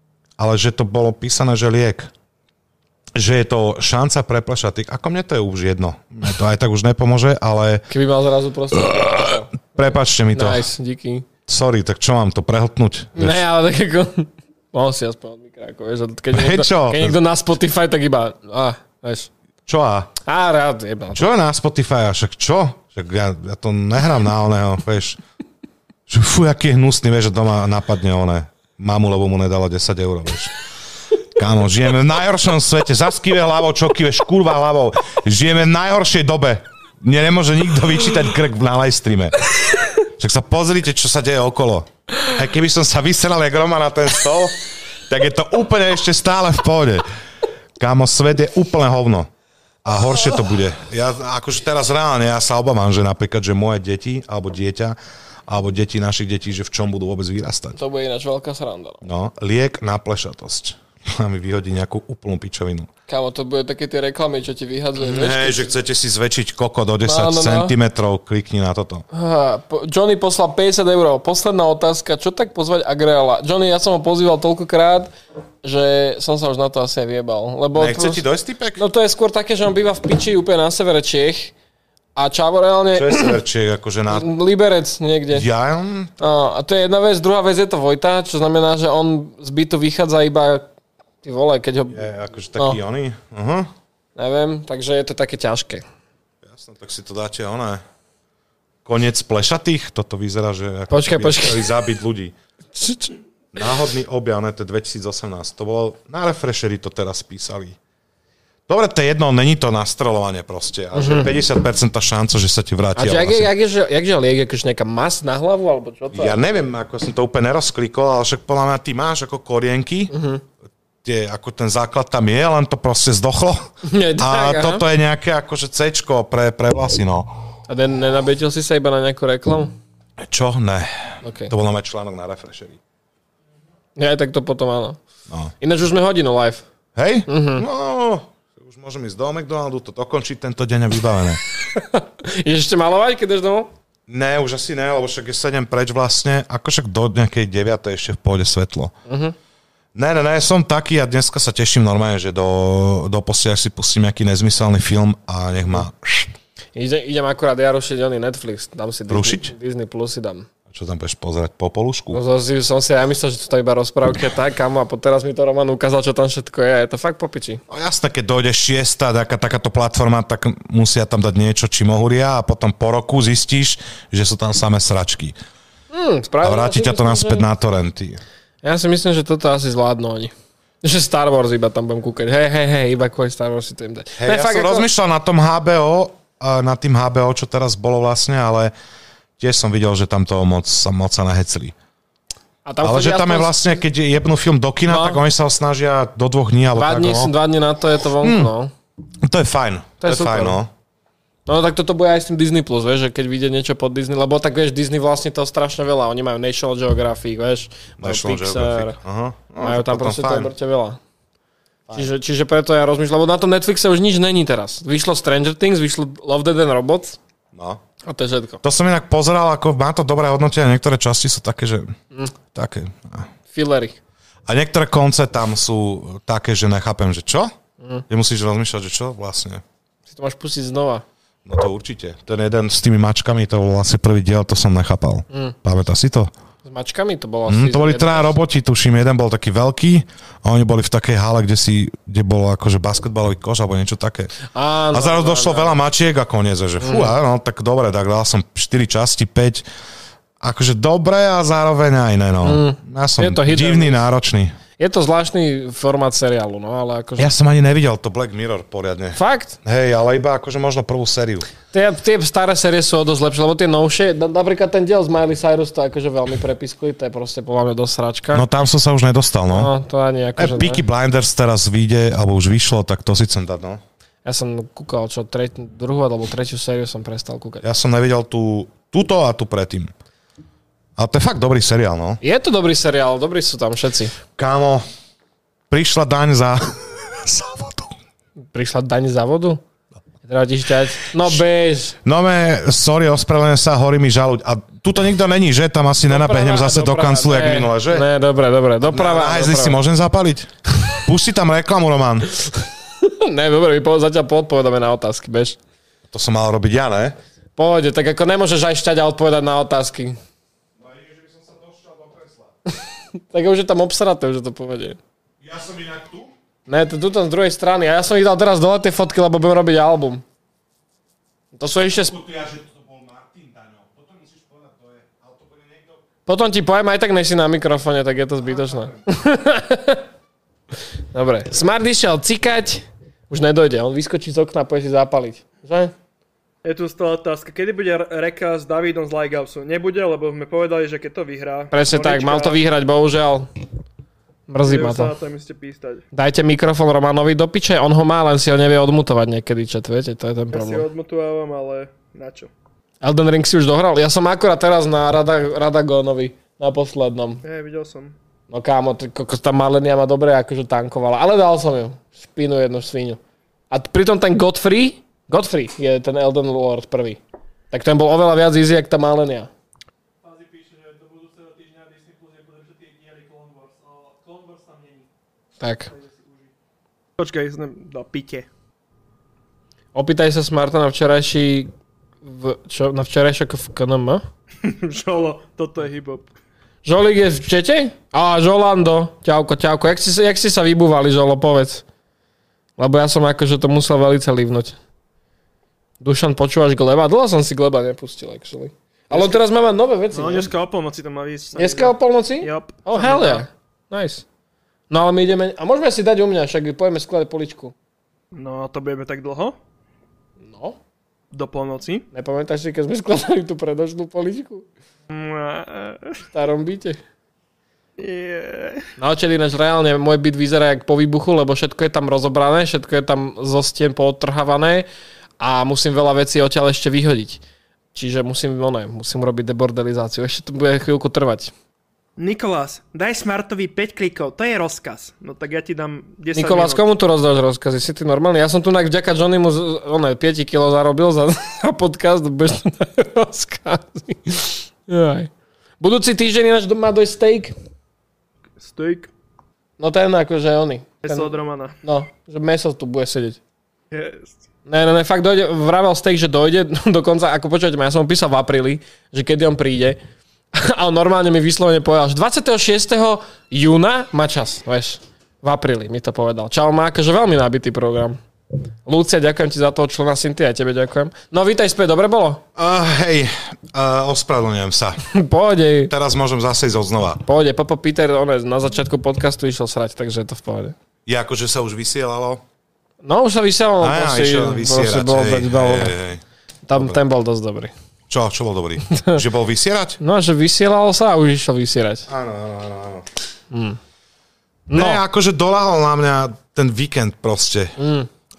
[SPEAKER 2] že to bolo písané, že liek. Že je to šanca pre plešatík. Ako mne to je už jedno. Mne to aj tak už nepomôže, ale...
[SPEAKER 1] Keby mal zrazu proste...
[SPEAKER 2] Prepáčte mi to.
[SPEAKER 1] Nice, díky.
[SPEAKER 2] Sorry, tak čo mám to prehltnúť?
[SPEAKER 1] Ne, ale tak ako... Mohol si aspoň od mikráko, vieš. Keď niekto na Spotify, tak iba... vieš.
[SPEAKER 2] Čo
[SPEAKER 1] rád jebal.
[SPEAKER 2] Čo je na Spotify? Však čo? Však ja to nehrám na oného, vieš. Fú, aký je hnusný, vieš, že doma napadne mamu, lebo mu nedala 10 €, vieš. Kámo, žijeme v najhoršom svete. Zaskýve hlavou, čo kýveš, kurva hlavou. Žijeme v najhoršej dobe. Mne nemôže nikto vyčítať krk na live streame. Však sa pozrite, čo sa deje okolo. Aj keby som sa vyseral jak Roma na ten stôl, tak je to úplne ešte stále v pohode. Kámo, svet je úplne hovno. A horšie to bude. Ja akože teraz reálne, ja sa obávam, že napríklad, že moje deti, alebo dieťa, alebo deti našich detí, že v čom budú vôbec vyrastať.
[SPEAKER 1] To bude ináč veľká sranda.
[SPEAKER 2] No, liek na plešatosť. A mi vyhodí nejakú úplnú pičovinu.
[SPEAKER 1] Kámo, to bude také tie reklamy, čo ti vyhadzuje.
[SPEAKER 2] Hej, že chcete si zväčšiť koko do 10 cm, klikni na toto.
[SPEAKER 1] Johnny poslal 50 €. Posledná otázka, čo tak pozvať Agreala? Johnny, ja som ho pozýval toľkokrát, že som sa už na to asi aj vyjebal.
[SPEAKER 2] Nechce ti dojsť typek?
[SPEAKER 1] No to je skôr také, že on býva v piči úplne na severe Čiech. A Čavo reálne...
[SPEAKER 2] Čo je sever Čiech? Akože na...
[SPEAKER 1] Liberec niekde.
[SPEAKER 2] Ja?
[SPEAKER 1] A to je jedna vec. Druhá vec je to Vojta, čo znamená, že on z bytu vychádza iba... Ty vole, keď ho...
[SPEAKER 2] Je akože taký oný?
[SPEAKER 1] Neviem, takže je to také ťažké.
[SPEAKER 2] Jasné, tak si to dáte Koniec plešatých? Toto vyzerá, že...
[SPEAKER 1] Počkaj.
[SPEAKER 2] Chceli zabiť ľudí. Náhodný objav, to je 2018. To bolo... Na Refresheri to teraz písali. Dobre, to je jedno, není to nastreľovanie proste. A že 50% šanca, že sa ti vráti.
[SPEAKER 1] A jakže liek, akože nejaká mas na hlavu, alebo čo to?
[SPEAKER 2] Ja neviem, ako som to úplne nerozklikol, ale však podľa mňa ty máš ako korienky, ako ten základ tam je, len to proste zdochlo. Toto je nejaké akože C-čko pre vlasy, no.
[SPEAKER 1] A nenabietil si sa iba na nejakú reklamu?
[SPEAKER 2] Čo? Ne.
[SPEAKER 1] Okay.
[SPEAKER 2] To bol na článok na Refresheri.
[SPEAKER 1] Ja, tak to potom áno.
[SPEAKER 2] No.
[SPEAKER 1] Ináč už sme hodinu live.
[SPEAKER 2] Hej? No, už môžem ísť do McDonaldu, to dokončiť tento deň a vybavené.
[SPEAKER 1] Ideš ešte malovať, keď ideš domov?
[SPEAKER 2] Ne, už asi ne, lebo však je 7 preč vlastne. Ako však do nejakej 9. ešte v pôjde svetlo. Ne, som taký a dneska sa teším normálne, že do postele si pustím nejaký nezmyselný film a nech ma...
[SPEAKER 1] Idem akurát ja rušiť Netflix, dám si Disney Plus si dám.
[SPEAKER 2] A čo tam budeš pozerať? Popolušku?
[SPEAKER 1] No som si aj myslel, že to iba rozprávky tak, kamo, a teraz mi to Roman ukázal, čo tam všetko je. Je to fakt popiči. No
[SPEAKER 2] jasné, keď dojde 6. takáto platforma, tak musia tam dať niečo, či mohuria a potom po roku zistíš, že sú tam samé sračky. A vráti ťa to naspäť na torrenty.
[SPEAKER 1] Ja si myslím, že toto asi zvládnu oni. Že Star Wars iba tam budem kúkať. Hej, iba kvôli Star Wars si to im dať.
[SPEAKER 2] Ja som rozmýšľal na tom HBO, na tým HBO, čo teraz bolo vlastne, ale tiež som videl, že tam toho moc sa nahecli. Ale že tam je vlastne, keď jebnú film do kina, tak oni sa ho snažia do 2 dní alebo
[SPEAKER 1] 2 dní na to je to vonku, no.
[SPEAKER 2] To je fajn. To je
[SPEAKER 1] super.
[SPEAKER 2] fajn, no.
[SPEAKER 1] No tak toto bude aj s tým Disney+, vieš, že keď vyjde niečo pod Disney, lebo tak vieš, Disney vlastne to strašne veľa, oni majú National Geographic, vieš, majú Pixar, majú tam proste to brte veľa. Čiže preto ja rozmýšľam, lebo na tom Netflixe už nič není teraz. Vyšlo Stranger Things, vyšlo Love, Death and Robots.
[SPEAKER 2] No.
[SPEAKER 1] A to je všetko.
[SPEAKER 2] To som inak pozeral, ako má to dobré hodnotenie, niektoré časti sú také, že... Také...
[SPEAKER 1] Fillery.
[SPEAKER 2] A niektoré konce tam sú také, že nechápem, že čo? Ja musíš rozmýšľať, že čo vlastne.
[SPEAKER 1] Si to máš pustiť znova.
[SPEAKER 2] No to určite. Ten jeden s tými mačkami, to bol vlastne prvý diel, to som nechápal. Pamätáš si to?
[SPEAKER 1] S mačkami to bolo asi...
[SPEAKER 2] To boli traja roboti, tuším. Jeden bol taký veľký a oni boli v takej hale, kde bolo akože basketbalový koš alebo niečo také.
[SPEAKER 1] Áno,
[SPEAKER 2] a zároveň došlo veľa mačiek a koniec, že no tak dobre, tak dal som 4 časti, 5. Akože dobre a zároveň aj ne, no. Ja som divný, náročný.
[SPEAKER 1] Je to zvláštny formát seriálu, no ale akože...
[SPEAKER 2] Ja som ani nevidel to Black Mirror poriadne.
[SPEAKER 1] Fakt?
[SPEAKER 2] Hej, ale iba akože možno prvú sériu.
[SPEAKER 1] Tie staré série sú o dosť lepšie, lebo tie novšie, napríklad ten diel z Miley Cyrus to akože veľmi prepiskujú, to je proste podľa mňa dosť sračka.
[SPEAKER 2] No tam som sa už nedostal, no.
[SPEAKER 1] No, to ani akože
[SPEAKER 2] Peaky Blinders teraz vyjde, alebo už vyšlo, tak to si chcem dať, no.
[SPEAKER 1] Ja som kúkal, druhú alebo tretiu sériu som prestal kúkať.
[SPEAKER 2] Ja som nevidel túto a tú predtým. Ale to je fakt dobrý seriál, no.
[SPEAKER 1] Je to dobrý seriál, dobrí sú tam všetci.
[SPEAKER 2] Kámo, prišla daň za vodu.
[SPEAKER 1] Prišla daň za vodu? Treba ti šťať. No bež.
[SPEAKER 2] No sorry, ospravedlňujem sa, horí mi žalúď. A tuto nikto není, že? Tam asi nenabehnem zase do kanclu, jak minule, že?
[SPEAKER 1] Ne, dobre. Doprava.
[SPEAKER 2] Na hajzli si môžem zapaliť? Pusti tam reklamu, Roman.
[SPEAKER 1] Ne, dobre, my zatiaľ poodpovedáme na otázky, bež.
[SPEAKER 2] To som mal robiť ja, ne?
[SPEAKER 1] Pôjde, tak ako nemôžeš aj šťať a odpovedať na otázky. Tak už je tam obsraté, už to povedie.
[SPEAKER 2] Ja som inak tu?
[SPEAKER 1] Ne, to tu z druhej strany. A ja som ich dal teraz dole tie fotky, lebo budem robiť album. To sú ešte... Potom ti poviem, aj tak nesi na mikrofóne, tak je to zbytočné. Dobre. Smart išiel cikať. Už nedojde. On vyskočí z okna a pôjde si zapaliť. Že?
[SPEAKER 3] Je tu stále otázka, kedy bude reka s Davidom z Lighthousu? Nebude, lebo sme povedali, že keď to vyhrá...
[SPEAKER 1] Presne tak, mal to vyhrať, bohužiaľ. Mrzí ma to. Dajte mikrofón Romanovi do piče, on ho má, len si ho nevie odmutovať niekedy, čo viete, to je ten problém.
[SPEAKER 3] Ja si ho odmutovávam, ale na čo?
[SPEAKER 1] Elden Ring si už dohral? Ja som akorát teraz na Radagonovi, na poslednom.
[SPEAKER 3] Videl som.
[SPEAKER 1] No kámo, tá Malenia ma dobre akože tankovala, ale dal som ju. Špinu jednu svíňu. A pritom ten Godfrey je ten Elden Lord prvý. Tak ten bol oveľa viac easy, jak tá Malenia.
[SPEAKER 3] Fázi píše, že do budúceho týždňa Disney Plus je budem všetky diely Clone Wars. Clone Wars tam není.
[SPEAKER 1] Tak.
[SPEAKER 3] Počkaj, som do pite.
[SPEAKER 1] Opýtaj sa Smarta na včerajší... Na včerajšie v KNM?
[SPEAKER 3] Žolo, toto je hip-hop.
[SPEAKER 1] Žolík je v čete? Žolando. Ťauko. Jak si sa vybúvali, Žolo, povedz. Lebo ja som akože to musel velice livnúť. Dušan, počúvaš Gleba? Dlho som si Gleba nepustil, actually. Ale teraz máme nové veci.
[SPEAKER 3] No, dneska o polnoci to má výsť.
[SPEAKER 1] Dneska o polnoci?
[SPEAKER 3] Yep.
[SPEAKER 1] Oh, hell yeah. Nice. No ale my ideme... A môžeme si dať u mňa, však pojeme skladať poličku.
[SPEAKER 3] No, to budeme tak dlho?
[SPEAKER 1] No.
[SPEAKER 3] Do polnoci?
[SPEAKER 1] Nepamätáš si, keď sme skladali tú predošlú poličku? V starom byte.
[SPEAKER 3] Yeah.
[SPEAKER 1] No, čili ináč reálne môj byt vyzerá jak po výbuchu, lebo všetko je tam rozobrané, všetko je tam zo stien poodtrhávané a musím veľa vecí odtiaľ ešte vyhodiť. Čiže musím robiť debordelizáciu. Ešte to bude chvíľku trvať.
[SPEAKER 3] Nikolás, daj Smartovi 5 klikov, to je rozkaz. No tak ja ti dám 10
[SPEAKER 1] Nikolás, komu tu rozdáš rozkazy? Si ty normálny? Ja som tu vďaka Johnnymu 5 kg zarobil za podcast, budeš tu dať rozkazy. Jaj. Budúci týždeň ináč má dojsť steak.
[SPEAKER 3] Steak?
[SPEAKER 1] No ten akože oni.
[SPEAKER 3] Meso od Romana.
[SPEAKER 1] No, že meso tu bude sedieť.
[SPEAKER 3] Yes.
[SPEAKER 1] Ne, fakt dojde, vravel steak, že dojde dokonca, ako počujete ma, ja som písal v apríli, že kedy on príde. A on normálne mi vyslovene povedal, že 26. júna má čas, vieš. V apríli mi to povedal. Čau, má akože veľmi nabitý program. Lúcia, ďakujem ti za toho člena Synty, aj tebe ďakujem. No vítaj späť, dobre bolo?
[SPEAKER 2] Hej, ospravedlňujem sa.
[SPEAKER 1] Pohode.
[SPEAKER 2] Teraz môžem zase ísť odznova.
[SPEAKER 1] Pohode, Popo Peter na začiatku podcastu išiel srať, takže je to v pohode.
[SPEAKER 2] Je akože sa už vysielalo?
[SPEAKER 1] No už sa vysielalo.
[SPEAKER 2] Išiel vysierať, hej.
[SPEAKER 1] Tam ten bol dosť dobrý.
[SPEAKER 2] Čo bol dobrý? Že bol vysierať?
[SPEAKER 1] No, že vysielalo sa a už išiel vysierať.
[SPEAKER 2] Áno.
[SPEAKER 1] No.
[SPEAKER 2] Ne, akože doľahol na mňa ten víkend proste.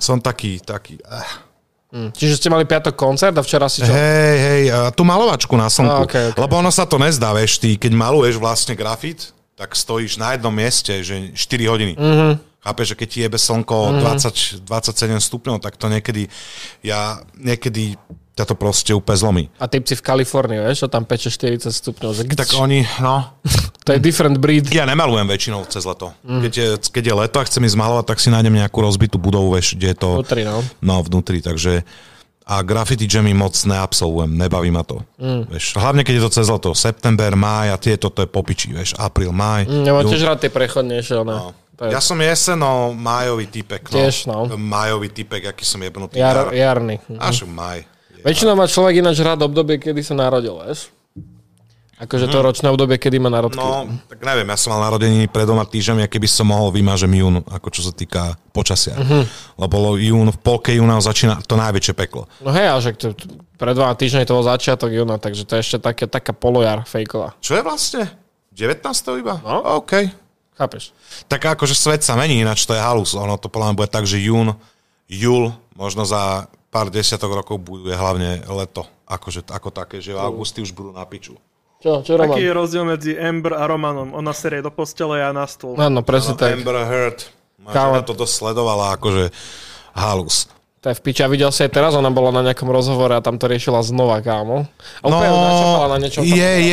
[SPEAKER 2] som taký.
[SPEAKER 1] Čiže ste mali piatok koncert a včera si čo?
[SPEAKER 2] Hej, tú malovačku na slnku.
[SPEAKER 1] Okay.
[SPEAKER 2] Lebo ono sa to nezdá, vieš, ty keď maluješ vlastne grafit, tak stojíš na jednom mieste, že 4 hodiny. Chápeš, že keď ti jebe slnko 27 stupňov, tak to niekedy ťa to proste úplne zlomí.
[SPEAKER 1] A typci v Kalifornii, vieš, čo tam peče 40 stupňov.
[SPEAKER 2] Tak oni,
[SPEAKER 1] To je different breed.
[SPEAKER 2] Ja nemalujem väčšinou cez leto. Keď je leto a chcem ísť malovať, tak si nájdem nejakú rozbitú budovu, vieš, kde je to...
[SPEAKER 1] Vnútri, no.
[SPEAKER 2] No, vnútri, takže... A graffiti jammy moc neabsolvujem, nebaví ma to. Vieš, hlavne keď je to cez leto. September, máj a tieto, to je popiči, vieš, apríl, máj.
[SPEAKER 1] Ja mám tiež rád tie prechodnejšie, no.
[SPEAKER 2] Ja som jeseno-májový typek, no.
[SPEAKER 1] Tiež, no.
[SPEAKER 2] Májový typek, aký som jebnutý.
[SPEAKER 1] Jarný.
[SPEAKER 2] Až máj.
[SPEAKER 1] Väčšinou má človek ináč rád obdobie, kedy sa narodil, vieš? Akože to ročné obdobie, kedy má narodky.
[SPEAKER 2] No, tak neviem, ja som mal narodeniny pred 2 týždňami a keby som mohol, vymážem jún, ako čo sa týka počasia. Lebo jún, v polke júna začína to najväčšie peklo.
[SPEAKER 1] No hej, ale že pred 2 týždňami to bol začiatok júna, takže to je ešte taká polojar fejková.
[SPEAKER 2] Čo je vlastne? 19. iba?
[SPEAKER 1] No.
[SPEAKER 2] OK.
[SPEAKER 1] Chápeš?
[SPEAKER 2] Tak akože svet sa mení, ináč to je halus. Ono to podľa mňa bude tak, že júl, možno za pár desiatok rokov bude hlavne leto. Akože ako také, že v augusti už budú na piču.
[SPEAKER 1] Čo Roman?
[SPEAKER 3] Aký je rozdiel medzi Amber a Romanom? Ona serie do postele a ja na stôl.
[SPEAKER 1] Áno, presne tak.
[SPEAKER 2] Amber Heard. Máš to dosť sledovala, akože halus.
[SPEAKER 1] To je v piči. A videl si aj teraz, ona bola na nejakom rozhovore a tam to riešila znova, kámo. A úplne na niečom.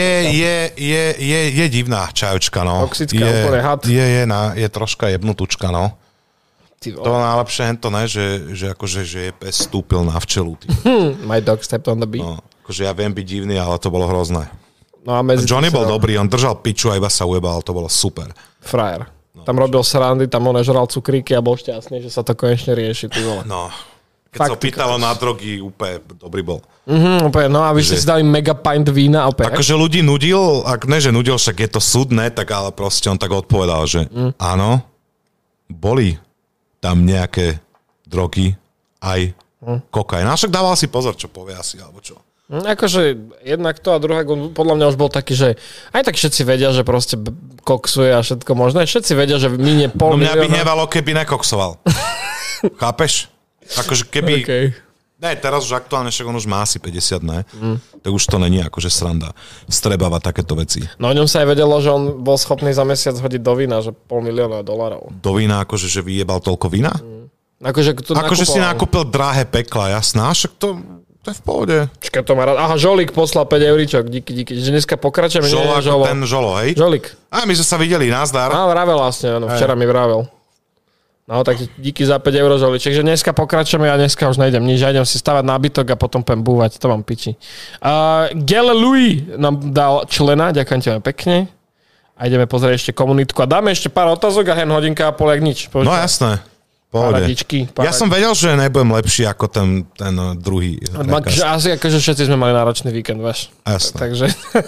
[SPEAKER 2] Je divná čajočka, no.
[SPEAKER 1] Toxická, úplne had.
[SPEAKER 2] Je troška jebnutúčka, no. To najlepšie hento, ne, že akože, že je pes stúpil na včelu.
[SPEAKER 1] My dog stepped on the beat.
[SPEAKER 2] No, akože ja viem byť divný, ale to bolo hrozné.
[SPEAKER 1] No a
[SPEAKER 2] Johnny bol dobrý, on držal piču a iba sa ujebal, to bolo super.
[SPEAKER 1] Frajer. Tam robil srandy, tam on žral cukríky a bol šťastný, že sa to konečne rieši.
[SPEAKER 2] No, keď sa opýtalo na drogy, úplne dobrý bol.
[SPEAKER 1] Úplne, no a vy ste si dali mega pint vína opäť.
[SPEAKER 2] Akože ľudí nudil, že nudil, však je to súdne, tak ale proste on tak odpovedal, že áno, boli tam nejaké drogy, aj kokain. A však dával si pozor, čo povie asi, alebo čo.
[SPEAKER 1] Akože jednak to a druhá, podľa mňa už bol taký, že aj tak všetci vedia, že proste koksuje a všetko možné. Všetci vedia, že minie pol milióna.
[SPEAKER 2] Mňa by nevalo, keby nekoksoval. Chápeš? Akože keby...
[SPEAKER 1] Okay.
[SPEAKER 2] Ne, teraz už aktuálne, však on už má asi 50, ne? Tak už to není akože sranda. Strebáva takéto veci.
[SPEAKER 1] No o ňom sa aj vedelo, že on bol schopný za mesiac hodiť do vína, že $500,000.
[SPEAKER 2] Do vína, akože, že vyjebal toľko vína? Akože si nakúpil drahé pekla, jasná, však to je v pohode.
[SPEAKER 1] Čakaj, to má rád. Aha, Žolík poslal 5 euríčok, díky. Že dneska pokračujeme.
[SPEAKER 2] Žolo ako ten Žolo, hej?
[SPEAKER 1] Žolík.
[SPEAKER 2] A my sme sa videli, nazdar.
[SPEAKER 1] No, vravel vlastne, no, včera mi vravel. No, tak díky za 5 eur, Žolíček. Že dneska pokračujeme, ja dneska už nejdem nič. Ja idem si stavať nábytok a potom pôjdem búvať. To mám piči. Gele Louis nám dal člena, ďakujem ti pekne. A ideme pozrieť ešte komunitku. A dáme ešte pár otázok a hen hodinka a pol, jak nič.
[SPEAKER 2] No jasné.
[SPEAKER 1] Paradičky.
[SPEAKER 2] Ja som vedel, že nebudem lepší ako ten druhý.
[SPEAKER 1] Asi akože všetci sme mali náročný víkend, vieš.
[SPEAKER 2] Jasné.
[SPEAKER 1] Takže...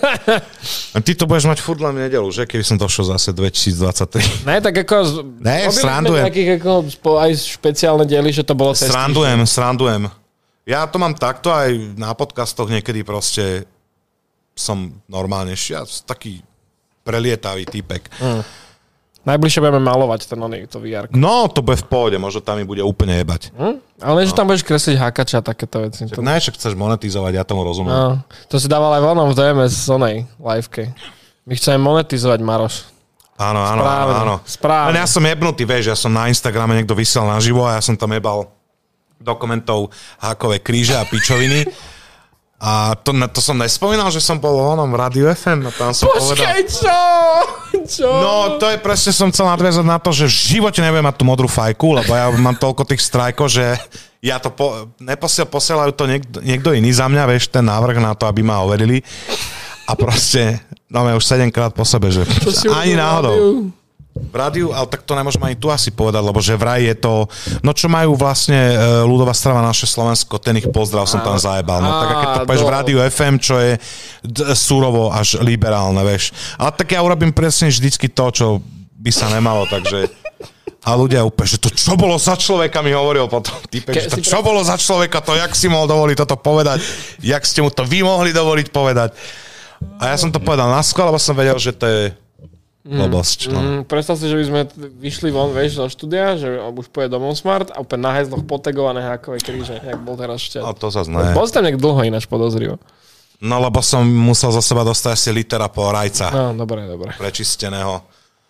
[SPEAKER 2] A ty to budeš mať furt len v nedelu, že? Keby som došiel zase 2023.
[SPEAKER 1] Ne, tak ako...
[SPEAKER 2] Ne, srandujem.
[SPEAKER 1] Nejakých ako aj špeciálne diely, že to bolo cez
[SPEAKER 2] Srandujem. Ja to mám takto aj na podcastoch niekedy proste som normálne taký prelietavý týpek.
[SPEAKER 1] Najbližšie budeme malovať to VR.
[SPEAKER 2] No, to bude v pohode, možno tam mi bude úplne jebať.
[SPEAKER 1] Ale nie, že tam budeš kresliť hakača a takéto veci.
[SPEAKER 2] Ne, však chceš monetizovať, ja tomu rozumiem.
[SPEAKER 1] No, to si dával aj vonom v DMS z onej liveke. My chceme monetizovať, Maroš.
[SPEAKER 2] Áno.
[SPEAKER 1] Správne.
[SPEAKER 2] Ale ja som jebnutý, vieš, ja som na Instagrame niekto vysiel naživo a ja som tam jebal do komentov hákové kríže a pičoviny. A to som nespomínal, že som bol v Rádiu FM a tam som povedal...
[SPEAKER 1] Čo?
[SPEAKER 2] No, to je presne, som chcel nadviazať na to, že v živote nebudem mať tú modrú fajku, lebo ja mám toľko tých strajkov, že ja to posielajú to niekto iný za mňa, vieš, ten návrh na to, aby ma overili. A proste, už 7-krát po sebe, že ani náhodou. V rádiu, ale tak to nemôžem ani tu asi povedať, lebo že vraj je to, no čo majú vlastne ľudová strava naše Slovensko, ten ich pozdrav som tam zajebal. No tak keď to povieš v rádiu FM, čo je surovo až liberálne, vieš. Ale tak ja urobím presne vždycky to, čo by sa nemalo, takže... A ľudia úplne, že to čo bolo za človeka, mi hovoril potom týpek, že to čo bolo za človeka, to jak si mohol dovoliť toto povedať, jak ste mu to vy mohli dovoliť povedať. A ja som to povedal na skôr, lebo som vedel, že to je Blbosť, no.
[SPEAKER 1] Predstav si, že by sme vyšli von, vieš, zo štúdia, že už pôjde domov Smart a úplne na hezloch potegované hákové kríže, jak bol teraz šťat.
[SPEAKER 2] A to zase ne.
[SPEAKER 1] Bol si tam nejak dlho ináč podozrivo.
[SPEAKER 2] No lebo som musel za seba dostať asi litera po rajca.
[SPEAKER 1] No, dobre.
[SPEAKER 2] Prečisteného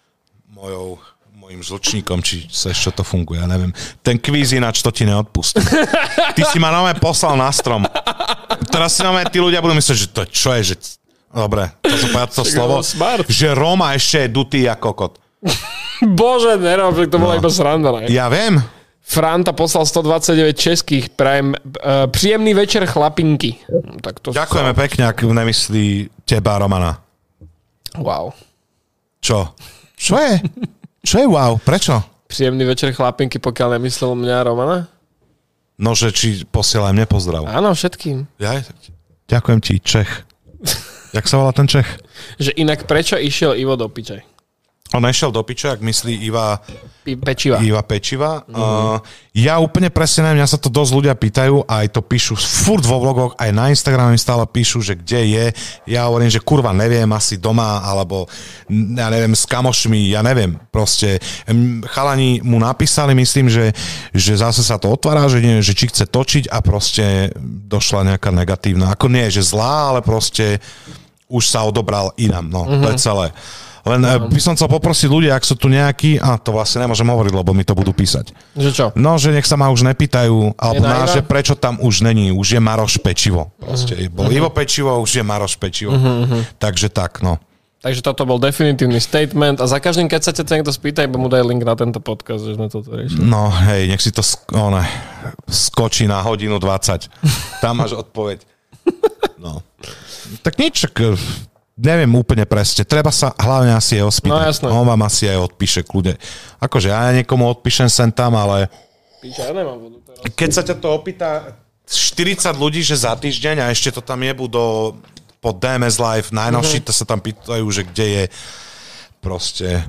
[SPEAKER 2] mojim žlčníkom, či sa čo to funguje, ja neviem. Ten kvíz ináč to ti neodpustí. Ty si ma nové poslal na strom. Teraz si nové tí ľudia budú myslieť, že to čo je, že... Dobre, to som povedať to slovo, že Roma ešte je dutý ako kokot.
[SPEAKER 1] Bože, nerob, to bola iba sranda, ne?
[SPEAKER 2] Ja viem.
[SPEAKER 1] Franta poslal 129 českých, prajem príjemný večer chlapinky. Tak to
[SPEAKER 2] ďakujeme pekne, ak nemyslí teba, Romana.
[SPEAKER 1] Wow.
[SPEAKER 2] Čo? Čo je? Čo je wow? Prečo?
[SPEAKER 1] Príjemný večer chlapinky, pokiaľ nemyslel mňa Romana?
[SPEAKER 2] No, že či posielaj mne pozdrav.
[SPEAKER 1] Áno, všetkým.
[SPEAKER 2] Ďakujem ti, Čech. Jak sa volá ten Čech?
[SPEAKER 1] Že inak prečo išiel Ivo do piče?
[SPEAKER 2] On nešiel do piče, ak myslí Iva Pečiva. Ja úplne presne neviem, mňa sa to dosť ľudia pýtajú a aj to píšu furt vo vlogoch, aj na Instagrame stále píšu, že kde je. Ja hovorím, že kurva neviem, asi doma, alebo ja neviem, s kamošmi, ja neviem. Proste chalani mu napísali, myslím, že zase sa to otvára, že neviem, že či chce točiť a proste došla nejaká negatívna. Ako nie, že zlá, ale proste už sa odobral inám. No, to je celé. Len by som chcel poprosiť ľudia, ak sú tu nejakí, a to vlastne nemôžem hovoriť, lebo mi to budú písať.
[SPEAKER 1] Že čo?
[SPEAKER 2] No, že nech sa ma už nepýtajú, alebo že prečo tam už není, už je Maroš Pečivo. Proste bol Ivo Pečivo, už je Maroš Pečivo. Takže tak, no.
[SPEAKER 1] Takže toto bol definitívny statement a za každým, keď sa ťa niekto spýta, iba mu daj link na tento podcast, že sme toto riešili.
[SPEAKER 2] No, hej, nech si to skočí na hodinu 20. Tam máš odpoveď. No. Tak nič, neviem úplne presne. Treba sa hlavne asi aj ospýtať.
[SPEAKER 1] No,
[SPEAKER 2] on vám asi aj odpíše kľude. Akože ja niekomu odpíšem sem tam, ale...
[SPEAKER 1] Píša, ja nemám vodu teraz.
[SPEAKER 2] Keď sa ťa to opýta 40 ľudí, že za týždeň a ešte to tam jebú po DMS Live najnovší, to sa tam pýtajú, že kde je proste...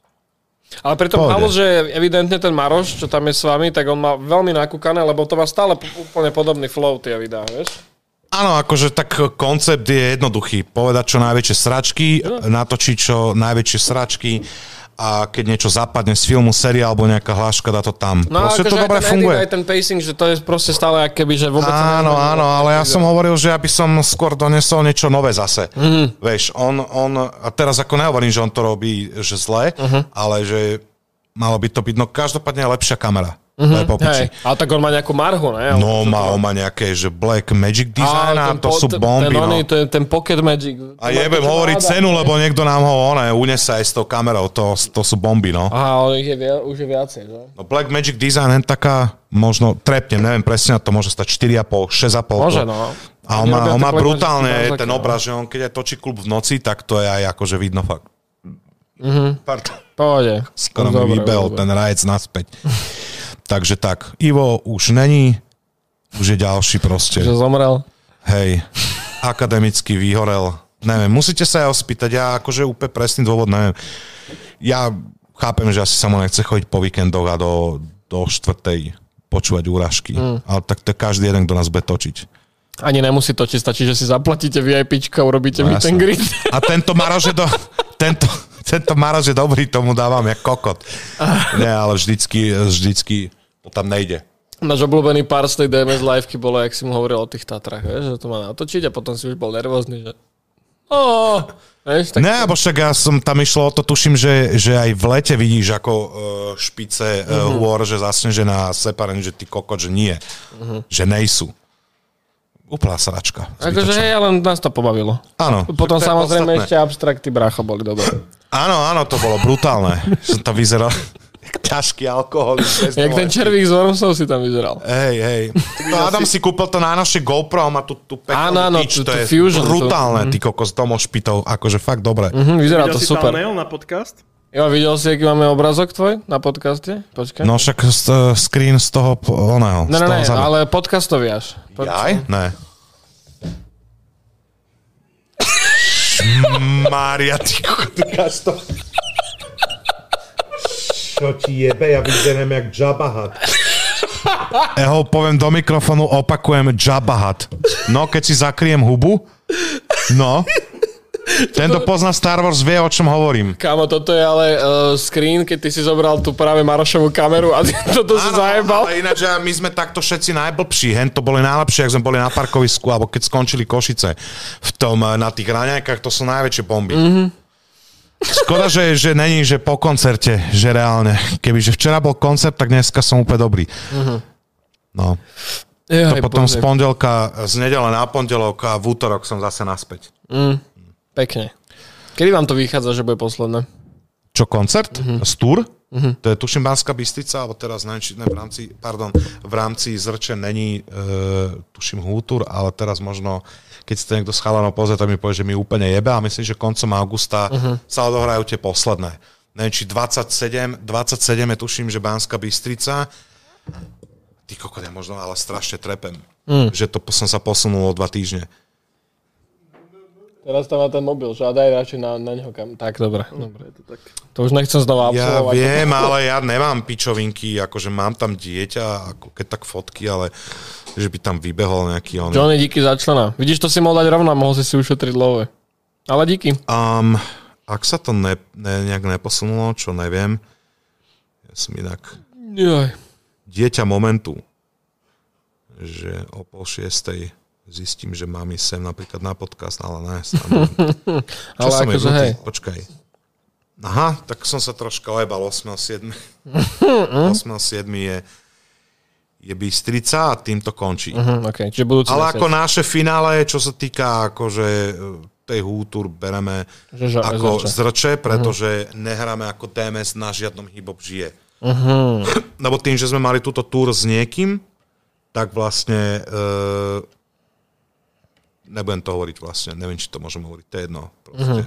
[SPEAKER 1] Ale pri tom halu, že evidentne ten Maroš, čo tam je s vami, tak on má veľmi nakúkané, lebo to má stále úplne podobný flow, tie videá, vieš?
[SPEAKER 2] Áno, akože tak koncept je jednoduchý. Povedať čo najväčšie sračky, natočiť čo najväčšie sračky a keď niečo zapadne z filmu, séria alebo nejaká hláška, dá to tam.
[SPEAKER 1] No akože to dobre funguje. Aj ten pacing, že to je proste stále akoby, že vôbec...
[SPEAKER 2] Áno, ale ja som hovoril, že ja by som skôr donesol niečo nové zase. Vieš, on, a teraz ako nehovorím, že on to robí, že zle, ale že malo by to byť, no každopádne je lepšia kamera.
[SPEAKER 1] Hej, ale tak on má nejakú marhu, ne?
[SPEAKER 2] No, on má nejaké, že Black Magic Design a to sú bomby, no.
[SPEAKER 1] To je ten Pocket Magic.
[SPEAKER 2] A nebudem hovoriť cenu, lebo niekto nám ho unese aj s tou kamerou, to sú bomby, no.
[SPEAKER 1] Aha, ale ich je už je viacej, že?
[SPEAKER 2] No Black Magic Design je taká, možno trepnem, neviem presne, to môže stať 4,5, 6,5.
[SPEAKER 1] Môže, no.
[SPEAKER 2] A on má brutálne ten obraz, že on keď aj točí klub v noci, tak to je aj akože vidno fakt.
[SPEAKER 1] Pardon. Pohode.
[SPEAKER 2] Skoro mi vybehol ten rajec naspäť. Takže tak, Ivo už není, už je ďalší proste.
[SPEAKER 1] Že zomrel.
[SPEAKER 2] Hej, akademicky vyhorel. Neviem, musíte sa aj ospýtať, ja akože úplne presný dôvod neviem. Ja chápem, že asi sa mu nechce chodiť po víkendoch a do 4:00 počúvať úražky. Ale tak to každý jeden, kto nás bude točiť.
[SPEAKER 1] Ani nemusí točiť, stačí, že si zaplatíte VIPčka, urobíte meet and greet.
[SPEAKER 2] A tento Maroš tento Maroš je dobrý, tomu dávam jak kokot. Nie, ale vždycky to tam nejde.
[SPEAKER 1] Náš obľúbený pár z tej DMS liveky bolo, jak si mu hovoril o tých Tatrách, vieš, že to má natočiť a potom si už bol nervózny, že... Vieš, tak...
[SPEAKER 2] Ne, bo však ja som tam išlo o to, tuším, že aj v lete vidíš ako špice hôr, že zasneže na separeň, že ty kokot, že nie. Že nejsú. Úplná sračka.
[SPEAKER 1] Akože hej, ale nás to pobavilo.
[SPEAKER 2] Áno.
[SPEAKER 1] Potom samozrejme ešte abstrakty brácho boli dobré.
[SPEAKER 2] Áno, to bolo brutálne. Som tam vyzeral ťažký alkohol.
[SPEAKER 1] Jak ten červík z Wormsov si tam vyzeral.
[SPEAKER 2] Hej. No Adam si kúpil to najnovšie GoPro a má tú peknú tyč. To je
[SPEAKER 1] Fusion,
[SPEAKER 2] brutálne, ty kokos, domov špitov. Akože fakt dobre.
[SPEAKER 1] Vyzerá to super.
[SPEAKER 3] Videl si tam na podcast?
[SPEAKER 1] Jo, videl si, aký máme obrazok tvoj na podcaste? Počkaj.
[SPEAKER 2] No však screen z toho oného.
[SPEAKER 1] Ne, ale podcastový až.
[SPEAKER 2] Jaj? Ne. Mária, ty kokos, to... Čo ti jebe, ja vyzerám jak Jabba Hutt. Ja ho poviem do mikrofónu, opakujem Jabba Hutt. No, keď si zakriem hubu, no, Tento pozná Star Wars, vie, o čom hovorím.
[SPEAKER 1] Kámo, toto je ale screen, keď ty si zobral tú práve Marošovú kameru a toto si zajebal.
[SPEAKER 2] Ale ináč my sme takto všetci najblbší. To boli najlepšie, ak sme boli na parkovisku, alebo keď skončili Košice. Na tých raňajkách to sú najväčšie bomby. Škoda, že není, že po koncerte, že reálne. Kebyže včera bol koncert, tak dneska som úplne dobrý. No. To potom z pondelka, z nedele na pondelok a v útorok som zase naspäť.
[SPEAKER 1] Pekne. Kedy vám to vychádza, že bude posledné?
[SPEAKER 2] Čo, koncert? Z túr? To je tuším Banská Bystrica, alebo teraz v rámci Zrče není tuším Hútur, ale teraz možno, keď si to niekto s chalanou pozrie, tak mi povie, že mi úplne jebe a myslím, že koncom augusta sa odohrajú tie posledné. Neviem, či 27 je tuším, že Banská Bystrica. Ty kokot, ja možno, ale strašne trepem. Že to som sa posunul o 2 týždne.
[SPEAKER 1] Teraz tam má ten mobil, že a daj radšej na neho kam. Tak, dobre. To, tak. To už nechcem znova absolvovať.
[SPEAKER 2] Ja viem, ale ja nemám pičovinky, akože mám tam dieťa, ako keď tak fotky, ale že by tam vybehol nejaký on.
[SPEAKER 1] Johnny, díky za člena. Vidíš, to si mohol dať rovno, mohol si ušetriť love. Ale díky.
[SPEAKER 2] Ak sa to nejak neposunulo, čo neviem, ja som inak...
[SPEAKER 1] Joj.
[SPEAKER 2] Dieťa momentu, že o 5:30 zistím, že mám ísť sem napríklad na podcast, ale ne. Čo som
[SPEAKER 1] akože hej.
[SPEAKER 2] Počkaj. Aha, tak som sa troška ojebal. 8.7. 8.7. je Bystrica a tým to končí.
[SPEAKER 1] Okay. Čiže
[SPEAKER 2] ale ako naše finále, čo sa týka akože tej Hútur, bereme ako Zrče, pretože nehráme ako DMS na žiadnom hip-hop žije. Lebo tým, že sme mali túto túr s niekým, tak vlastne nebudem to hovoriť vlastne, neviem, či to môžem hovoriť, to je jedno. Proste,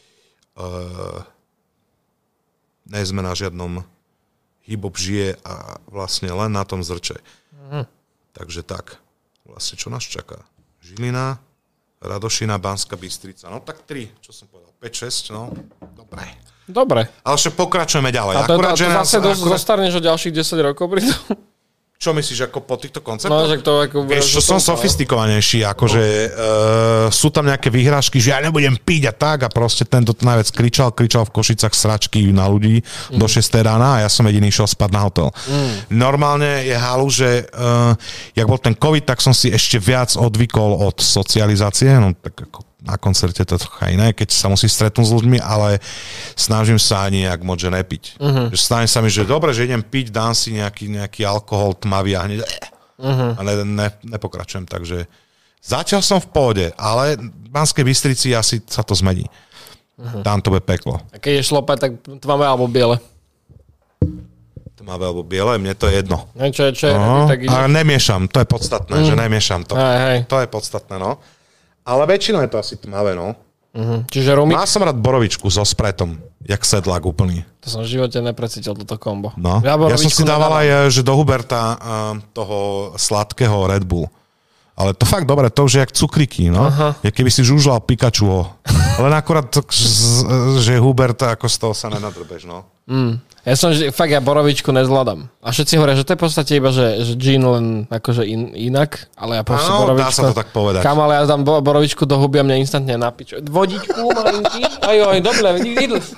[SPEAKER 2] ne sme na žiadnom hip-hop žije a vlastne len na tom Zrče. Takže tak, vlastne čo nás čaká? Žilina, Radošina, Banská Bystrica, no tak 3, čo som povedal, 5-6, no, dobre. Ale však pokračujeme ďalej.
[SPEAKER 1] A to zase zostarneš o ďalších 10 rokov pri tom?
[SPEAKER 2] Čo myslíš, ako po týchto koncertoch?
[SPEAKER 1] No, že to ako...
[SPEAKER 2] Vieš, čo som sofistikovanejší, akože sú tam nejaké výhrážky, že ja nebudem piť a tak a proste tento najviac kričal v Košicách sračky na ľudí do 6 rána a ja som jediný šiel spať na hotel. Normálne je halu, že jak bol ten COVID, tak som si ešte viac odvykol od socializácie, no tak ako na koncerte to trocha iné, keď sa musí stretnúť s ľuďmi, ale snažím sa ani nejak moc, že nepiť. Že stane sa mi, že dobre, že idem piť, dám si nejaký alkohol tmavý a hneď a nepokračujem, takže zatiaľ som v pohode, ale v Banskej Bystrici asi sa to zmení. Tam to bude peklo. A
[SPEAKER 1] keď je šlopať, tak tmavé alebo biele?
[SPEAKER 2] Tmavé alebo biele, mne to je jedno.
[SPEAKER 1] Tak
[SPEAKER 2] a nemiešam, to je podstatné, že nemiešam to.
[SPEAKER 1] Hej.
[SPEAKER 2] To je podstatné, no. Ale väčšinou je to asi tmavé, no.
[SPEAKER 1] Čiže rumík...
[SPEAKER 2] Mal som rád borovičku so spretom, jak sedlák úplný.
[SPEAKER 1] To som v živote neprecítil, toto kombo.
[SPEAKER 2] No. Ja som si dával aj, že do Huberta toho sladkého Red Bull. Ale to fakt dobre, to už je jak cukriky, no. Je keby si žužlal Pikachuho. Len akurát, že Huberta, ako z toho sa nenadrbeš, no.
[SPEAKER 1] Ja borovičku nezvládam. A všetci hovoria, že to je v podstate iba, že gin len akože inak, ale ja proste borovičku...
[SPEAKER 2] dá sa to tak povedať.
[SPEAKER 1] Kam, ale ja dám borovičku do huby a mňa instantne napiču. Vodičku, malinký? Ajoj, dobre, vidíš.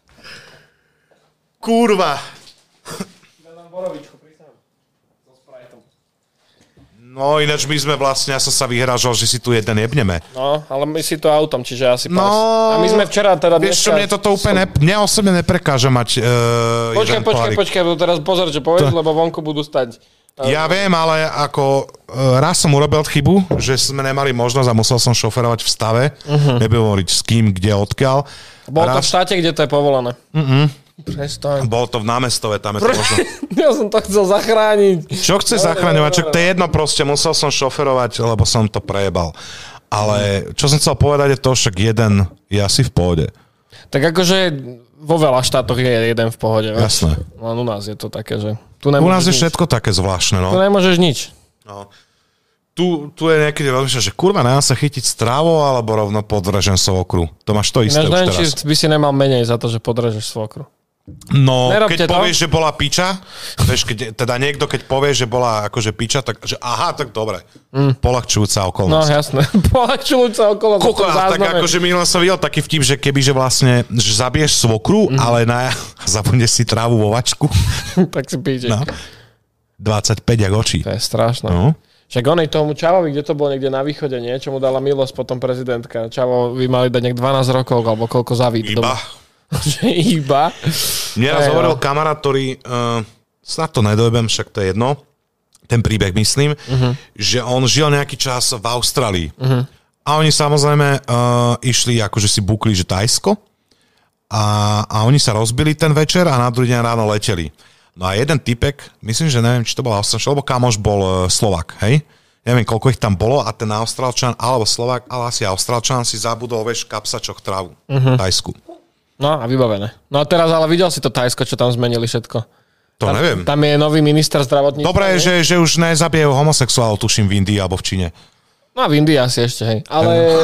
[SPEAKER 2] Kurva.
[SPEAKER 1] Ja dám borovičku, prísam. So Spriteom.
[SPEAKER 2] No ináč my sme vlastne, ja som sa vyhrážal, že si tu jeden jebneme.
[SPEAKER 1] No, ale my si to autom, čiže asi pás. A my sme včera teda...
[SPEAKER 2] Vieš čo, mne toto úplne mne osobne neprekáže mať
[SPEAKER 1] Počkaj, teraz pozor, čo povedz, lebo vonku budú stať.
[SPEAKER 2] Ja viem, ale ako raz som urobil chybu, že sme nemali možnosť a musel som šoferovať v stave. Nebudem hovoriť s kým, kde, odkiaľ.
[SPEAKER 1] Bolo to v štáte, kde to je povolené. Prestaň.
[SPEAKER 2] Bolo to v Námestove, tam je to možno.
[SPEAKER 1] Ja som to chcel zachrániť.
[SPEAKER 2] Čo chce zachraňovať? Čak to je jedno proste, musel som šoferovať, lebo som to prejebal. Ale čo som chcel povedať je to, však jeden je asi v pohode.
[SPEAKER 1] Tak akože vo veľa štátoch je jeden v pohode.
[SPEAKER 2] Jasné.
[SPEAKER 1] Len u nás je to také, že...
[SPEAKER 2] U nás je všetko také zvláštne, no.
[SPEAKER 1] Tu nemôžeš nič.
[SPEAKER 2] No. Tu je niekedy rozmýšľam, že kurva, nemám sa chytiť strávou alebo rovno podrežem svokru. To máš to isté už teraz.
[SPEAKER 1] Neviem, či by si nemal menej za to, že podrežeš svokru.
[SPEAKER 2] No,
[SPEAKER 1] Nerobte
[SPEAKER 2] keď
[SPEAKER 1] to.
[SPEAKER 2] povieš, že bola piča, vieš, teda niekto, keď povie, že bola akože piča, tak že aha, tak dobre. Polahčujúca
[SPEAKER 1] No
[SPEAKER 2] okolnosť.
[SPEAKER 1] jasné, polahčujúca okolo.
[SPEAKER 2] Koľko, tak akože minulé som videl taký vtip, že kebyže vlastne, že zabiješ svokru, ale zabudneš si trávu vo vačku.
[SPEAKER 1] Tak si píče.
[SPEAKER 2] No. 25 jak očí.
[SPEAKER 1] To je strašné.
[SPEAKER 2] No.
[SPEAKER 1] Však onej tomu Čavovi, kde to bolo niekde na východe, nie? Čo mu dala milosť potom prezidentka. Čavo, vy mali dať nejak 12 rokov, alebo koľko za vít.
[SPEAKER 2] Iba.
[SPEAKER 1] Iba.
[SPEAKER 2] Nieraz
[SPEAKER 1] Hej,
[SPEAKER 2] hovoril kamarát, ktorý, snad to nedojebem, však to je jedno, ten príbeh myslím, že on žil nejaký čas v Austrálii. A oni samozrejme išli, akože si bukli, že Thajsko a oni sa rozbili ten večer a na druhý deň ráno leteli. No a jeden typek, myslím, že neviem, či to bol Austrálčan, lebo kamoš bol Slovak, hej? Neviem, koľko ich tam bolo a ten Austrálčan, alebo Slovak, ale asi Austrálčan si zabudol, vieš, kapsačoch trávu v Thajsku.
[SPEAKER 1] No a vybavené. No a teraz ale videl si to Thajsko, čo tam zmenili všetko.
[SPEAKER 2] To neviem.
[SPEAKER 1] Tam je nový minister zdravotníctva.
[SPEAKER 2] Dobre, že už nezabijajú homosexuálov, tuším, v Indii alebo v Číne.
[SPEAKER 1] No a v Indii asi ešte, hej. Ale...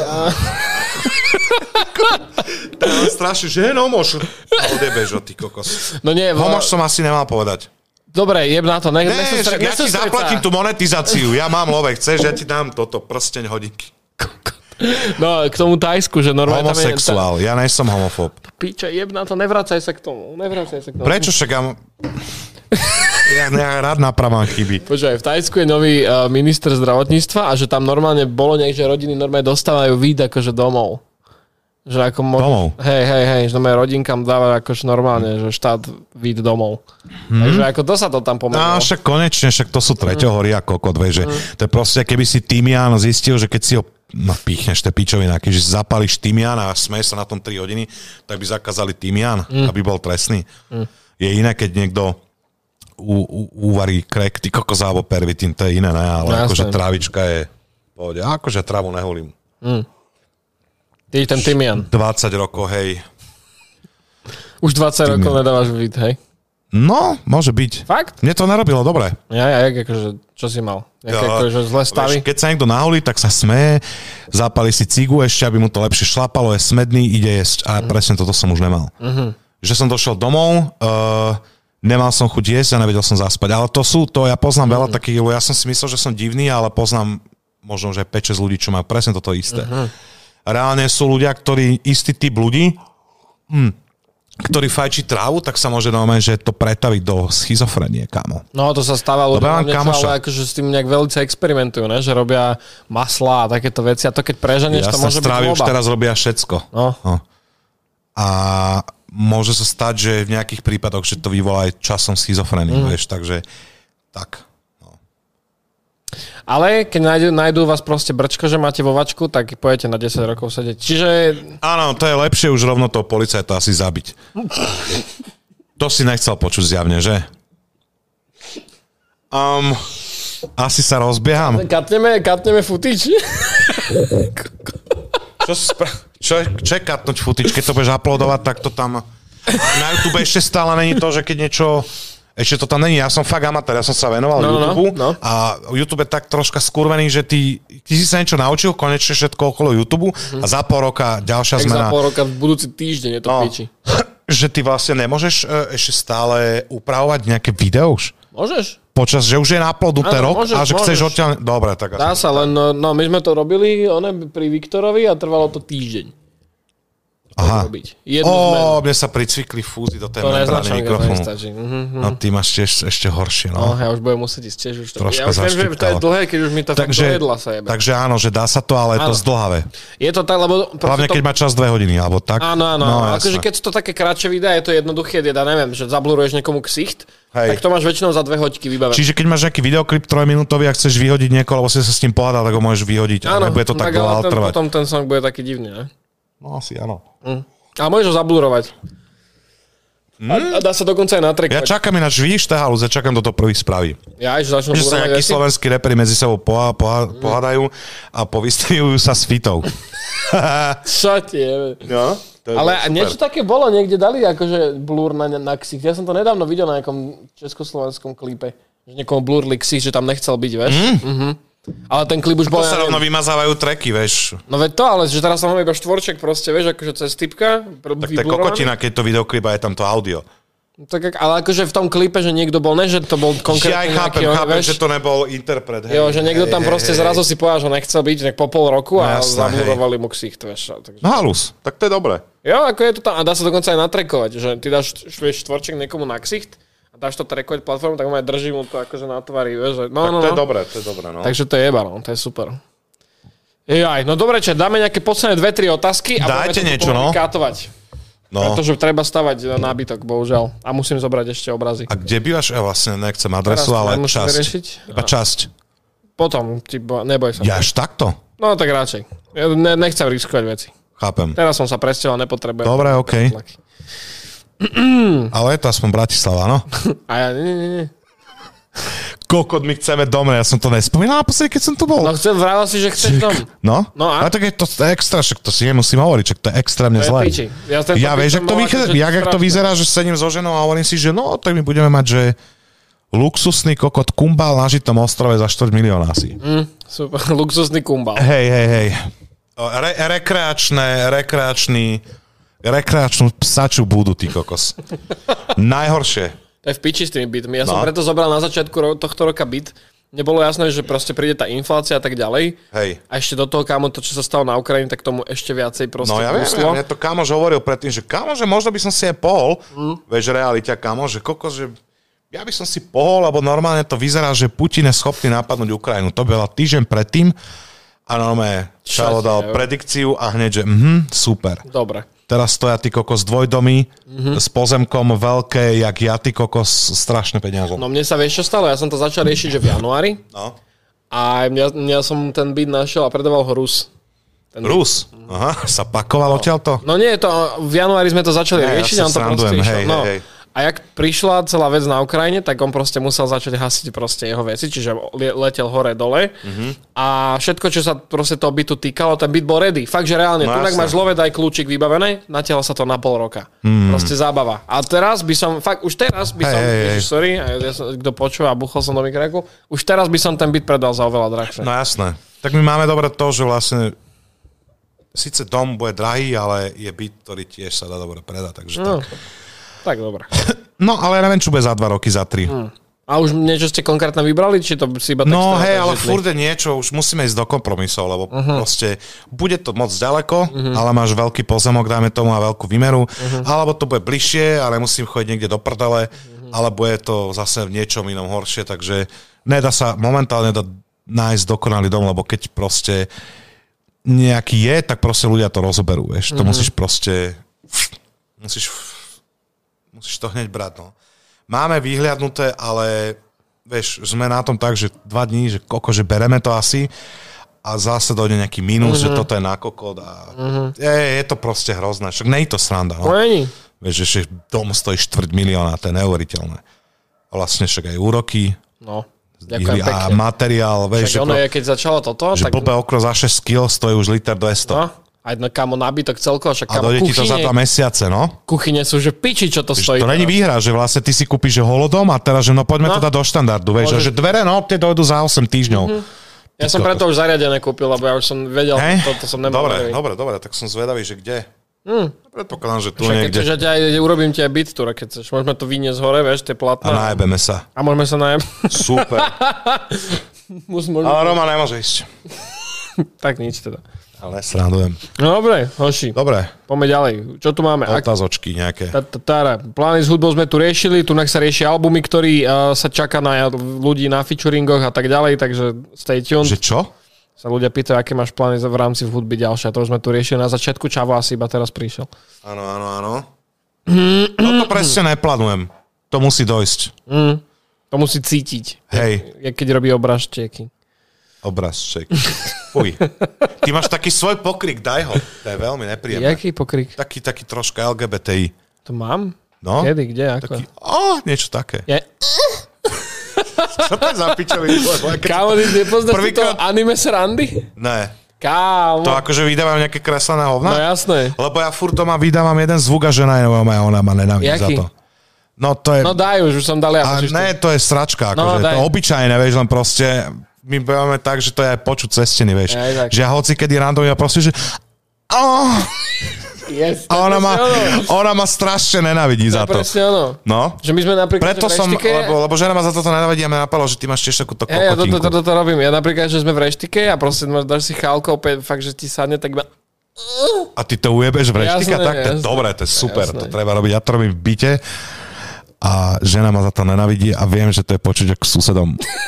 [SPEAKER 2] To je strašne, že no môžu. Odebeš ty kokos.
[SPEAKER 1] No nie,
[SPEAKER 2] Homož som asi nemal povedať.
[SPEAKER 1] Dobre, jeb na to.
[SPEAKER 2] Ja ti zaplatím tú monetizáciu. Ja mám love, chceš, ja ti dám toto prsteň hodinky.
[SPEAKER 1] No, k tomu Thajsku, že normálne
[SPEAKER 2] Homosexuál, ja nie som homofób.
[SPEAKER 1] Píče, jeb na to, nevracaj sa k tomu.
[SPEAKER 2] Prečo však ja rád napravám chyby.
[SPEAKER 1] Počkaj, v Thajsku je nový minister zdravotníctva a že tam normálne bolo nejak, že rodiny normálne dostávajú vid akože domov. Že ako
[SPEAKER 2] Domov?
[SPEAKER 1] Hej, že normálne rodinkám dáva akože normálne, že štát vid domov. Takže ako to sa to tam pomenilo.
[SPEAKER 2] No však konečne, však to sú treťohory a kokot, vieš, že to je proste, keby si tymián zistil, že keď si ho pichneš tie pičovina, keďže zapališ tymián a smeješ sa na tom 3 hodiny, tak by zakázali tymián, aby bol trestný. Je iné, keď niekto uvarí krek, ty kokos alebo pervitín, to je iné, ne? Ale akože trávička je pohode. Akože trávu nehulím.
[SPEAKER 1] Ty ten tymián.
[SPEAKER 2] 20 rokov, hej.
[SPEAKER 1] Už 20 rokov nedávaš vid, hej?
[SPEAKER 2] No, môže byť.
[SPEAKER 1] Fakt?
[SPEAKER 2] Mne to narobilo dobre.
[SPEAKER 1] Ja, akože, čo si mal? Akože zlé stavy?
[SPEAKER 2] Keď sa niekto nahulí, tak sa smeje, zapali si cigu ešte, aby mu to lepšie šlapalo, je smedný, ide jesť. A presne toto som už nemal. Že som došiel domov, nemal som chuť jesť a nevedel som zaspať. Ale ja poznám veľa takých, ja som si myslel, že som divný, ale poznám možno, že 5-6 ľudí, čo majú presne toto isté. Reálne sú ľudia, ktorí, istý typ ľudí, ktorý fajčí trávu, tak sa môže normálne, že to pretaviť do schizofrenie, kámo.
[SPEAKER 1] No, to sa stáva ľuďom, ale akože s tým nejak veľmi experimentujú, ne? Že robia masla a takéto veci a to keď preženeš, to môže byť zloba.
[SPEAKER 2] Už teraz robia všetko.
[SPEAKER 1] No.
[SPEAKER 2] A môže sa stať, že v nejakých prípadoch, že to vyvolá aj časom schizofreniu, vieš, takže tak.
[SPEAKER 1] Ale keď nájdú vás proste brčko, že máte vo vačku, tak pojete na 10 rokov sedieť. Čiže...
[SPEAKER 2] Áno, to je lepšie už rovno toho policajta asi zabiť. To si nechcel počuť zjavne, že? Asi sa rozbieham.
[SPEAKER 1] Katneme footage?
[SPEAKER 2] Čo je katnúť footage? Keď to budeš uploadovať, tak to tam... Na YouTube ešte stále není to, že keď niečo... Ešte to tam není, ja som fakt amatér, ja som sa venoval YouTube a YouTube je tak troška skurvený, že ty si sa niečo naučil, konečne všetko okolo YouTube a za pol roka ďalšia zmena.
[SPEAKER 1] Za pol roka v budúci týždeň je to píči.
[SPEAKER 2] Že ty vlastne nemôžeš ešte stále upravovať nejaké video už?
[SPEAKER 1] Môžeš.
[SPEAKER 2] Počas, že už je uploadnuté rok a že chceš odtiaľ... Dobre, tak...
[SPEAKER 1] Dá sa, len no, my sme to robili pri Viktorovi a trvalo to týždeň.
[SPEAKER 2] Aha. Mne sa pricvikli fúzy do tej membrány mikrofónu. No ty máš ešte horšie. No,
[SPEAKER 1] ja už budem musieť ísť tiež. Už
[SPEAKER 2] troška
[SPEAKER 1] zaštipkalo. To je dlhé, keď už mi to fakt dojedla sa jebe.
[SPEAKER 2] Takže áno, že dá sa to, ale je to zdlhavé.
[SPEAKER 1] Je to tak, lebo...
[SPEAKER 2] Hlavne, keď má čas 2 hodiny, alebo tak.
[SPEAKER 1] Áno. No, akože keď sú to také krátše videá, je to jednoduché, ja neviem, že zabluruješ niekomu ksicht, tak to máš väčšinou za 2 hoďky vybavené.
[SPEAKER 2] Čiže keď máš nejaký videoklip 3-minútový a chceš vyhodiť niekoho, lebo si sa s ním pohádal, tak ho môžeš vyhodiť. Áno, nebude to tak dlho trvať.
[SPEAKER 1] Potom ten song bude taký divný, ne?
[SPEAKER 2] No asi áno.
[SPEAKER 1] A môžeš ho zablurovať. A dá sa dokonca aj natrekovať.
[SPEAKER 2] Ja čakám ináč, vidíš, ja čakám do toho prvých spraví.
[SPEAKER 1] Ja že začnú
[SPEAKER 2] že sa nejakí slovenskí reperi medzi sebou pohádajú a povystrihujú sa s fitou.
[SPEAKER 1] Čo ti je?
[SPEAKER 2] No,
[SPEAKER 1] ale niečo také bolo, niekde dali akože blur na ksicht. Ja som to nedávno videl na nejakom československom klipe. Že niekomu blurli ksicht, že tam nechcel byť, vieš? Ale ten klip už bol...
[SPEAKER 2] To sa rovno vymazávajú tracky, vieš.
[SPEAKER 1] No veď to, ale že teraz tam máme iba štvorček proste, vieš, akože cez typka.
[SPEAKER 2] Tak to je kokotina, keď to videoklip a je tam to audio.
[SPEAKER 1] Tak, ale akože v tom klipe, že niekto bol, ne, že to bol konkrétne
[SPEAKER 2] Ja chápem, že to nebol interpret.
[SPEAKER 1] Jo, že niekto tam proste zrazu si povedal, že nechcel byť tak po pol roku a zablurovali mu ksicht, vieš. Takže...
[SPEAKER 2] No halus, tak to je dobré.
[SPEAKER 1] Jo, ako je to tam, a dá sa dokonca aj natrekovať, že ty dáš štvorček niekomu na ksicht a dáš to trekovať platformu, tak aj drží mu to akože na tvári, vieš. Že... No,
[SPEAKER 2] tak to je dobré, no.
[SPEAKER 1] Takže to je jeba, no, to je super. Jaj, no dobre, dáme nejaké posledné 2-3 otázky a
[SPEAKER 2] dajte niečo, no.
[SPEAKER 1] No. Pretože treba stavať nábytok, bohužiaľ. A musím zobrať ešte obrazy.
[SPEAKER 2] A kde bývaš? Ja vlastne nechcem adresu, ale časť. Iba časť.
[SPEAKER 1] Potom, neboj sa.
[SPEAKER 2] Ja až takto?
[SPEAKER 1] No tak radšej. Ja nechcem riskovať veci.
[SPEAKER 2] Chápem.
[SPEAKER 1] Teraz som sa presťahoval, nepotrebujem.
[SPEAKER 2] Dobre, okej. Ale je to aspoň Bratislava, no?
[SPEAKER 1] A ja, nie.
[SPEAKER 2] Kokot, my chceme dom, ja som to nespomínal naposledy, keď som tu bol.
[SPEAKER 1] No vravel si, že chceš dom.
[SPEAKER 2] No
[SPEAKER 1] a?
[SPEAKER 2] tak je to extra, však to si nemusím hovoriť, však to je extrémne zlé. Ja vieš, jak to vyzerá, že sedím so ženou a hovorím si, že no, tak my budeme mať, že luxusný kokot kumbal na Žitom ostrove za 4 milióna asi.
[SPEAKER 1] Super, luxusný kumbal.
[SPEAKER 2] Hej. Rekreačnú psačú budu, ty kokos. Najhoršie.
[SPEAKER 1] To je v piči s tými bytmi. Ja som preto zobral na začiatku tohto roka byt. Nebolo jasné, že proste príde tá inflácia a tak ďalej.
[SPEAKER 2] Hej.
[SPEAKER 1] A ešte do toho, kámo, to, čo sa stalo na Ukrajine, tak tomu ešte viacej proste
[SPEAKER 2] ja mne to kamož hovoril predtým, že kamož, že možno by som si aj pohol, vieš, realiťa kamož, že kokos, že ja by som si pohol, lebo normálne to vyzerá, že Putin je schopný napadnúť Ukrajinu. To bola týždeň predtým a normálne Čalo dal predikciu a hneď, že super.
[SPEAKER 1] Dobre.
[SPEAKER 2] Teraz stoja ty kokos dvojdomy s pozemkom veľké, jak ja ty kokos, strašné peniaze.
[SPEAKER 1] No mne sa vieš čo stalo? Ja som to začal riešiť, že v januári.
[SPEAKER 2] No.
[SPEAKER 1] A ja som ten byt našiel a predával ho Rus.
[SPEAKER 2] Rus? Aha, sa pakoval odtiaľto?
[SPEAKER 1] No nie, to v januári sme to začali riešiť a on to proste išiel.
[SPEAKER 2] Hej.
[SPEAKER 1] A jak prišla celá vec na Ukrajine, tak on proste musel začať hasiť proste jeho veci, čiže letel hore-dole a všetko, čo sa proste toho bytu týkalo, ten byt bol ready. Fakt, že reálne, tu máš loved aj kľúčik vybavené, natiaľo sa to na pol roka. Proste zábava. A teraz by som, už teraz by som, sorry, kto počúva, buchol som do mikráku, už teraz by som ten byt predal za oveľa drahšie.
[SPEAKER 2] No jasné. Tak my máme dobre to, že vlastne síce dom bude drahý, ale je byt, ktorý tiež sa dá dobre predať, takže tak.
[SPEAKER 1] Tak dobre.
[SPEAKER 2] No, ale ja neviem, čo bude za 2 roky, za 3.
[SPEAKER 1] A už niečo ste konkrétne vybrali, či to si iba tak
[SPEAKER 2] no hej, ale furt niečo, už musíme ísť do kompromisov, lebo proste bude to moc ďaleko, ale máš veľký pozemok, dajme tomu, a veľkú výmeru, alebo to bude bližšie, ale musím chodiť niekde do prdele, alebo je to zase v niečom inom horšie, takže nedá sa momentálne nájsť dokonalý dom, lebo keď proste nejaký je, tak proste ľudia to rozoberú, vieš. To musíš proste musíš to hneď brať, no. Máme vyhliadnuté, ale vieš, sme na tom tak, že 2 dní, že že bereme to asi a zase dojde nejaký mínus, že toto je na kokot a je to proste hrozné. Však nie je to sranda, no. Vieš, že dom stojí 4 milióna, to je neuveriteľné. A vlastne však aj úroky.
[SPEAKER 1] No.
[SPEAKER 2] A materiál, vieš,
[SPEAKER 1] však ono je, keď začalo toto,
[SPEAKER 2] že
[SPEAKER 1] tak...
[SPEAKER 2] blbé okno za 6 kg stojí už liter 200.
[SPEAKER 1] No. Aj kámo nábytok celkovo, však kámo
[SPEAKER 2] kuchyne. A dojde ti to za 2 mesiace, no?
[SPEAKER 1] Kuchyne sú, že piči, čo to stojí.
[SPEAKER 2] To není výhra, že vlastne ty si kúpiš holodom a teraz, že no poďme to dať do štandardu, vieš, že dvere, no, tie dojdu za 8 týždňov.
[SPEAKER 1] Ja som preto už zariadené kúpil, lebo ja už som vedel, toto som nemal.
[SPEAKER 2] Dobre, tak som zvedavý, že kde. Predpokladám, že tu
[SPEAKER 1] však
[SPEAKER 2] niekde.
[SPEAKER 1] Však urobím ti aj byt tu, keď chceš. Môžeme to vyniesť hore, vieš, tie platná.
[SPEAKER 2] A najebeme sa.
[SPEAKER 1] A môžeme sa najebať.
[SPEAKER 2] Super. Ale Roman nemôže ísť.
[SPEAKER 1] Tak nič teda.
[SPEAKER 2] Ale srandujem.
[SPEAKER 1] No dobre, hoši.
[SPEAKER 2] Dobre.
[SPEAKER 1] Poďme ďalej. Čo tu máme?
[SPEAKER 2] Otázočky nejaké.
[SPEAKER 1] Plány s hudbou sme tu riešili, tu sa riešia albumy, ktorý sa čaká na ľudí na featuringoch a tak ďalej, takže stay tuned.
[SPEAKER 2] Že čo?
[SPEAKER 1] Sa ľudia pýtajú, aké máš plány v rámci hudby ďalšie. To už sme tu riešili na začiatku, Čavo asi iba teraz prišiel.
[SPEAKER 2] Áno. Toto presne neplánujem. To musí dojsť.
[SPEAKER 1] To musí cítiť.
[SPEAKER 2] Hej.
[SPEAKER 1] Keď robí obrazčeky.
[SPEAKER 2] Obrazček. Uj. Ty máš taký svoj pokrik, daj ho. To je veľmi nepríjemné.
[SPEAKER 1] Jaký pokrik?
[SPEAKER 2] Taký troška LGBTI.
[SPEAKER 1] To mám?
[SPEAKER 2] No.
[SPEAKER 1] Kedy, kde, ako?
[SPEAKER 2] Taký, niečo také. Čo to je za pičový?
[SPEAKER 1] Kámo, ty nepoznáš to anime srandy?
[SPEAKER 2] Ne.
[SPEAKER 1] Kámo.
[SPEAKER 2] To akože vydávam nejaké kreslené hovna?
[SPEAKER 1] No jasné.
[SPEAKER 2] Lebo ja furt doma vydávam jeden zvuk a žena ona ma nenávidí za to. No to je...
[SPEAKER 1] No daj už som dal ja.
[SPEAKER 2] A ne, to je sračka, akože. To obyčajné, vieš, len proste... My bojíme tak, že to je aj počuť cez steny, vieš. Že ja hoci kedy random ja proste, že...
[SPEAKER 1] Yes,
[SPEAKER 2] A ona ma strašne nenávidí za to.
[SPEAKER 1] Presne ono.
[SPEAKER 2] No.
[SPEAKER 1] Že my sme napríklad
[SPEAKER 2] Preto
[SPEAKER 1] v
[SPEAKER 2] som,
[SPEAKER 1] reštike...
[SPEAKER 2] lebo žena ma za toto nenávidí a ma napadlo, že ty máš tiež takúto
[SPEAKER 1] Ja
[SPEAKER 2] kokotinku.
[SPEAKER 1] toto robím. Ja napríklad, že sme v reštike a proste dáš si chálko, opäť fakt, že ti sadne, tak iba...
[SPEAKER 2] A ty to ujebeš v reštike?
[SPEAKER 1] Jasné,
[SPEAKER 2] Tak to je
[SPEAKER 1] jasné.
[SPEAKER 2] dobré, to je super.
[SPEAKER 1] Jasné.
[SPEAKER 2] To treba robiť. Ja to robím v byte a žena ma za to nenávidí a viem, že to je počuť ako susedom.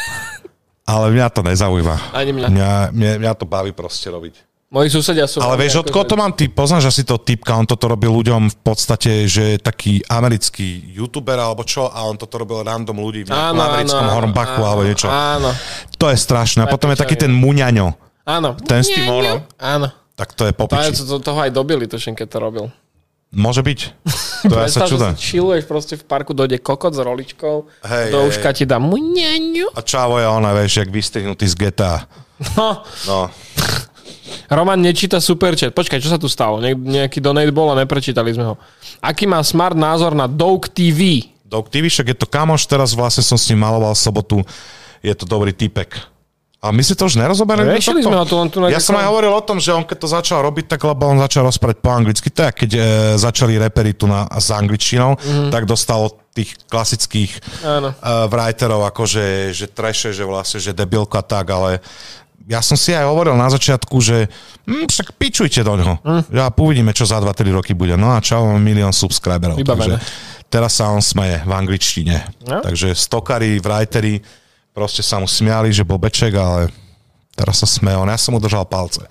[SPEAKER 2] Ale mňa to nezaujíma.
[SPEAKER 1] Ani mňa.
[SPEAKER 2] Mňa to baví proste robiť.
[SPEAKER 1] Moji susedia sú...
[SPEAKER 2] Ale vieš, od koho to mám? Ty poznáš asi toho typka, on toto robil ľuďom v podstate, že je taký americký youtuber alebo čo, a on toto robil random ľudí v nejakom americkom Hornbachu alebo niečo.
[SPEAKER 1] Áno.
[SPEAKER 2] To je strašné. A potom je taký ten Muňaňo.
[SPEAKER 1] Áno.
[SPEAKER 2] Ten s tým ono.
[SPEAKER 1] Áno.
[SPEAKER 2] Tak to je popiči.
[SPEAKER 1] Toho aj dobili, tuším, keď to robil.
[SPEAKER 2] Môže byť. To ja sa čudám.
[SPEAKER 1] Predstav, že si chilluješ proste v parku, dojde kokot s roličkou,
[SPEAKER 2] Hej,
[SPEAKER 1] do uška ti dá muňaňu.
[SPEAKER 2] A Čavo je ona, vieš, jak vystrihnutý z GTA. No.
[SPEAKER 1] Roman nečíta superchat. Počkaj, čo sa tu stalo? Nejaký donate bol a neprečítali sme ho. Aký má smart názor na Doug TV?
[SPEAKER 2] Doug TV, však je to kamoš, teraz vlastne som s ním maloval sobotu. Je to dobrý typek. A my si to už nerozoberali?
[SPEAKER 1] Riešili sme ho tu len tu na...
[SPEAKER 2] Ja som aj hovoril o tom, že on keď to začal robiť, tak lebo on začal rozprávať po anglicky. To je, keď začali reperi tu s angličtinou, tak dostal od tých klasických writerov, akože že treše, že vlastne, že debilko a tak, ale ja som si aj hovoril na začiatku, že však pičujte do ňoho. Ja uvidíme, čo za 2-3 roky bude. No a čau, mám 1 000 000 subscriberov. Takže teraz sa on smeje v angličtine. No? Takže stokari, writeri proste sa mu smiali, že bobeček, ale teraz sa smeje on. Ja som mu držal palce.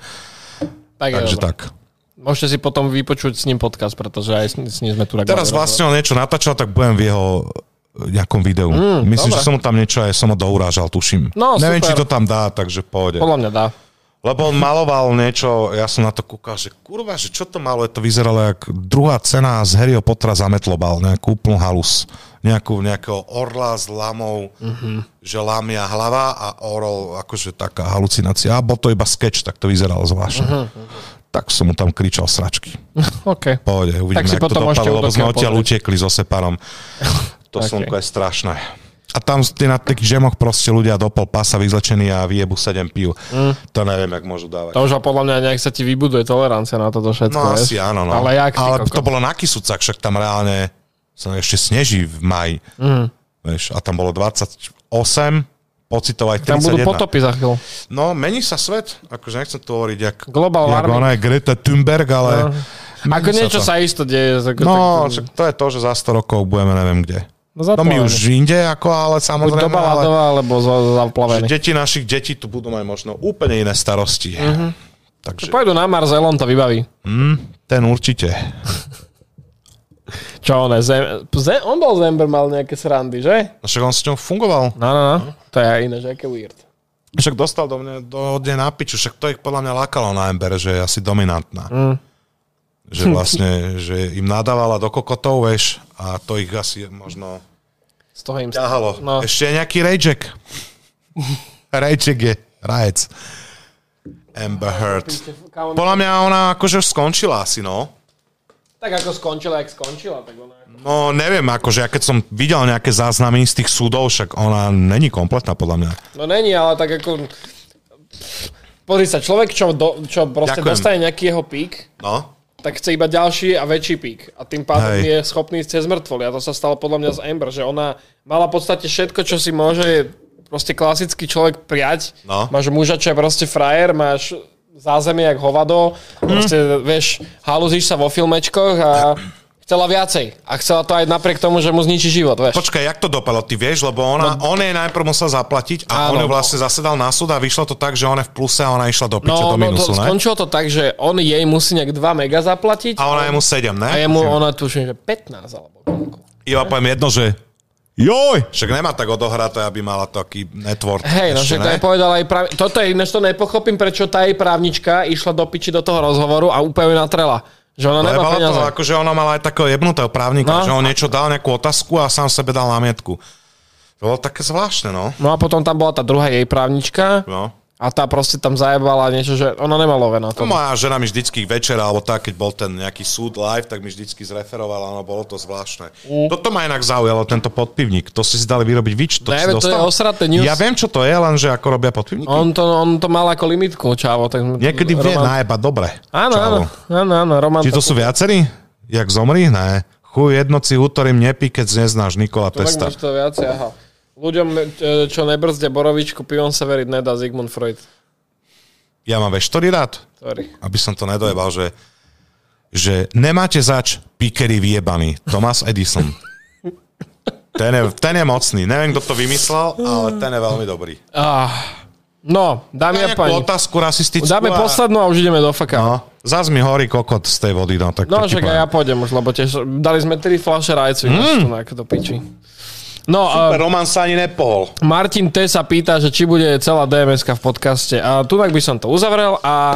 [SPEAKER 2] Takže tak.
[SPEAKER 1] Môžete si potom vypočuť s ním podcast, pretože aj s ním sme tu...
[SPEAKER 2] Teraz vlastne on niečo natáčal, tak budem v jeho nejakom videu. Myslím, že som mu tam niečo aj som ho dourážal, tuším.
[SPEAKER 1] No,
[SPEAKER 2] neviem,
[SPEAKER 1] super.
[SPEAKER 2] či to tam dá, takže pohode.
[SPEAKER 1] Podľa mňa dá.
[SPEAKER 2] Lebo on maloval niečo, ja som na to kúkal, že kurva, že čo to maluje, to vyzeralo jak druhá cena z Harryho Pottera za Metlobal, nejakú úplnú halus. Nejakého orla s lamou, že lamia hlava a orol, akože taká halucinácia. A bol to iba sketch, tak to vyzeralo zvláštne. Tak som mu tam kričal sračky.
[SPEAKER 1] OK.
[SPEAKER 2] Pohode, uvidíme,
[SPEAKER 1] si
[SPEAKER 2] jak to
[SPEAKER 1] potom
[SPEAKER 2] dopadlo, lebo sme
[SPEAKER 1] môžete
[SPEAKER 2] odtiaľ utekli so Separom. To slnko je strašné. A tam na takých žemoch proste ľudia do pol pasa vyzlečení a vyjebu 7 pív. To neviem, jak môžu dávať.
[SPEAKER 1] To už podľa mňa nejak sa ti vybuduje tolerancia na toto všetko.
[SPEAKER 2] No asi áno. No.
[SPEAKER 1] Ale
[SPEAKER 2] to bolo na Kysucach, však tam reálne sa ešte sneží v maji. Vieš, a tam bolo 28, pocitov aj 31.
[SPEAKER 1] Tam budú potopy za chvíľu.
[SPEAKER 2] No, mení sa svet. Akože nechcem to hovoriť, jak
[SPEAKER 1] ona
[SPEAKER 2] je Greta Thunberg, ale...
[SPEAKER 1] Ako niečo sa isto deje.
[SPEAKER 2] No, to je to, že za 100 rokov budeme neviem kde. No my už inde, ale samozrejme...
[SPEAKER 1] Buď doba ľadová, alebo zaplavený.
[SPEAKER 2] Deti našich detí tu budú mať možno úplne iné starosti. Takže...
[SPEAKER 1] Pôjdu na Mars, Elon to vybaví.
[SPEAKER 2] Ten určite.
[SPEAKER 1] Čo on je? On bol Zember, mal nejaké srandy, že?
[SPEAKER 2] No však on s ňou fungoval.
[SPEAKER 1] No. To je iné, že aké weird.
[SPEAKER 2] Však dostal od nej na piču, však to ich podľa mňa lákalo na Embere, že je asi dominantná. Že vlastne, že im nadávala do kokotov, vieš, a to ich asi možno
[SPEAKER 1] z toho im
[SPEAKER 2] ťahalo. No. Ešte je nejaký Rejček. Rejček je rajec. Amber Heard. Podľa mňa ona akože už skončila asi, no.
[SPEAKER 1] Tak ako skončila, jak skončila, tak ona...
[SPEAKER 2] No neviem, akože ja keď som videl nejaké záznamy z tých súdov, však ona není kompletná podľa mňa.
[SPEAKER 1] No není, ale tak ako... Pozri sa, človek, čo proste dostane nejaký jeho pík, tak chce iba ďalší a väčší pík. A tým pádom je schopný ísť cez mŕtvoly. A to sa stalo podľa mňa z Amber, že ona mala v podstate všetko, čo si môže proste klasický človek prijať. No. Máš muža, čo je proste frajer, máš zázemie jak hovado, proste, vieš, haluzíš sa vo filmečkoch a chcela viacej. A chcela to aj napriek tomu, že mu zničí život, vieš.
[SPEAKER 2] Počkaj, jak to dopadlo, ty vieš? Lebo on jej najprv musel zaplatiť a on ju vlastne zasedal na súd a vyšlo to tak, že on je v pluse a ona išla do piče, do minusu, ne?
[SPEAKER 1] Skončilo to tak, že on jej musí nejak 2 mega zaplatiť.
[SPEAKER 2] A ona je mu 7, ne?
[SPEAKER 1] A ona tuším, že 15 alebo koľko.
[SPEAKER 2] Iba poviem jedno, že joj! Však nemá tak odohraté, aby mala taký network.
[SPEAKER 1] Hej, no však to aj povedal aj toto je ináč to nepochopím, prečo tá jej právnička išla do piči do toho rozhovoru a úplne natrela. Že ona nemá peniaze.
[SPEAKER 2] To, akože ona mala aj takého jebnutého právnika, že on niečo dal, nejakú otázku a sám sebe dal námietku. To bolo také zvláštne, no.
[SPEAKER 1] No a potom tam bola tá druhá jej právnička.
[SPEAKER 2] No.
[SPEAKER 1] A A tá proste tam zajebala niečo, že ona nemá love na to.
[SPEAKER 2] Moja žena mi vždycky večer, alebo tak, keď bol ten nejaký súd live, tak mi vždycky zreferovala, no bolo to zvláštne. Toto ma inak zaujalo, tento podpivník. To si dali vyrobiť víč? To
[SPEAKER 1] Neviem, to je osraté news.
[SPEAKER 2] Ja viem, čo to je, lenže ako robia podpivníky.
[SPEAKER 1] On to mal ako limitku, čavo. Tak
[SPEAKER 2] Niekedy vie najeba dobre.
[SPEAKER 1] Áno, Roman.
[SPEAKER 2] Či to sú viacerí? Jak zomri? Ne. Chuj, jednoci útorím nepí, keď neznáš Nikola Testa.
[SPEAKER 1] To viacej, aha. Ľuďom, čo nebrzdia borovičku, pivom sa veriť nedá, Sigmund Freud.
[SPEAKER 2] Ja mám veštory rád,
[SPEAKER 1] Sorry.
[SPEAKER 2] aby som to nedojebal, že nemáte zač pikery vyjebaný. Thomas Edison. Ten je mocný. Neviem, kto to vymyslel, ale ten je veľmi dobrý.
[SPEAKER 1] No, dámy a páni.
[SPEAKER 2] Otázku rasistickú.
[SPEAKER 1] Dáme poslednú a už ideme do faka.
[SPEAKER 2] No, zás mi horí kokot z tej vody. No, tak
[SPEAKER 1] no však aj ja pôjdem už, lebo tiež dali sme 3 fľaše rajcu. Do piči. No,
[SPEAKER 2] super, Roman sa ani nepohol.
[SPEAKER 1] Martin T. sa pýta, že či bude celá DMS-ka v podcaste. A tu by som to uzavrel a...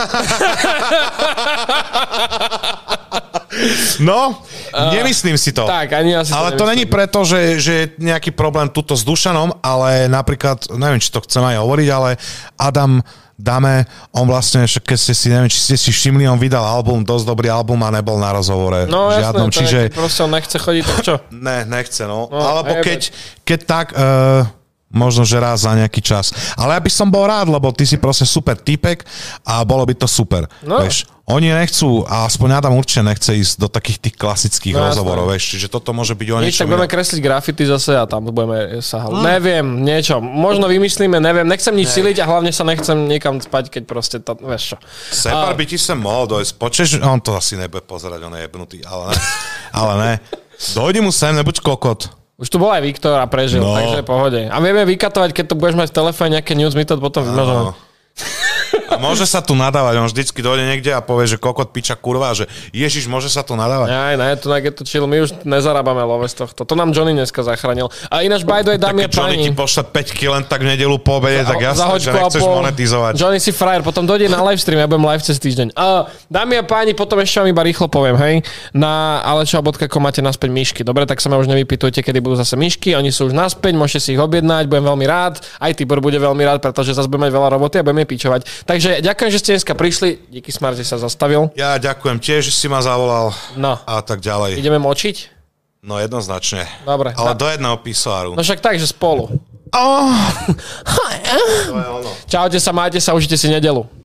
[SPEAKER 2] No, nemyslím si to.
[SPEAKER 1] Tak, ani ja si
[SPEAKER 2] ale to není preto, že je nejaký problém tuto s Dušanom, ale napríklad, neviem, či to chcem aj hovoriť, ale Adam Dame, on vlastne, keď ste si, neviem, či ste si všimli, on vydal album, dosť dobrý album a nebol na rozhovore žiadnom.
[SPEAKER 1] Jasné,
[SPEAKER 2] čiže
[SPEAKER 1] proste on nechce chodiť, tak čo?
[SPEAKER 2] Ne, nechce, no. Alebo keď tak... možno, že raz za nejaký čas. Ale ja by som bol rád, lebo ty si proste super typek a bolo by to super. No. Vieš, oni nechcú, a aspoň Adam určite nechce ísť do takých tých klasických rozhovorov, vieš, čiže toto môže byť o niečom.
[SPEAKER 1] Tak budeme kresliť grafity zase a tam budeme sa Neviem, niečo. Možno vymyslíme, neviem. Nechcem nič siliť a hlavne sa nechcem niekam spať, keď proste to, vieš čo.
[SPEAKER 2] Separ by ti sem mohol dojsť. Počeš, on to asi nebude pozerať, on je jebnutý, ale ne. Dojdi mu sem, nebuď kokot.
[SPEAKER 1] Už tu bol aj Viktor a prežil, takže pohode. A vieme vykatovať, keď to budeš mať v telefóne nejaké news, my to potom vymažeme.
[SPEAKER 2] A môže sa tu nadávať, on vždycky dojde niekde a povie, že kokot piča kurva, že Ježiš, môže sa tu nadávať.
[SPEAKER 1] Aj, ne, tu je to chill, my už nezarábame love z tohto. To nám Johnny dneska zachránil. A ináč, by the way, dámy a páni.
[SPEAKER 2] Johnny ti pošle 5 kg tak v nedelu po obede, tak jasné, že nechceš monetizovať.
[SPEAKER 1] Johnny si frajer, potom dojde na livestream, ja budem live cez týždeň. Dámy a páni, potom ešte vám iba rýchlo poviem, hej. Na alečo.com máte naspäť myšky. Dobre, tak sa ma už nevypýtujte, kedy budú zase myšky. Oni sú už naspäť, môžete si ich objednať, budem veľmi rád. Aj Tibor bude veľmi rád, pretože zase budeme mať veľa roboty a budeme pičovať. Takže ďakujem, že ste dneska prišli. Díky Smart, že sa zastavil.
[SPEAKER 2] Ja ďakujem tiež, že si ma zavolal.
[SPEAKER 1] No.
[SPEAKER 2] A tak ďalej.
[SPEAKER 1] Ideme močiť?
[SPEAKER 2] No jednoznačne.
[SPEAKER 1] Dobre.
[SPEAKER 2] Ale do jedného pisoáru.
[SPEAKER 1] No však tak, že spolu.
[SPEAKER 2] To je ono.
[SPEAKER 1] Čaute sa, majte sa, užite si nedelu.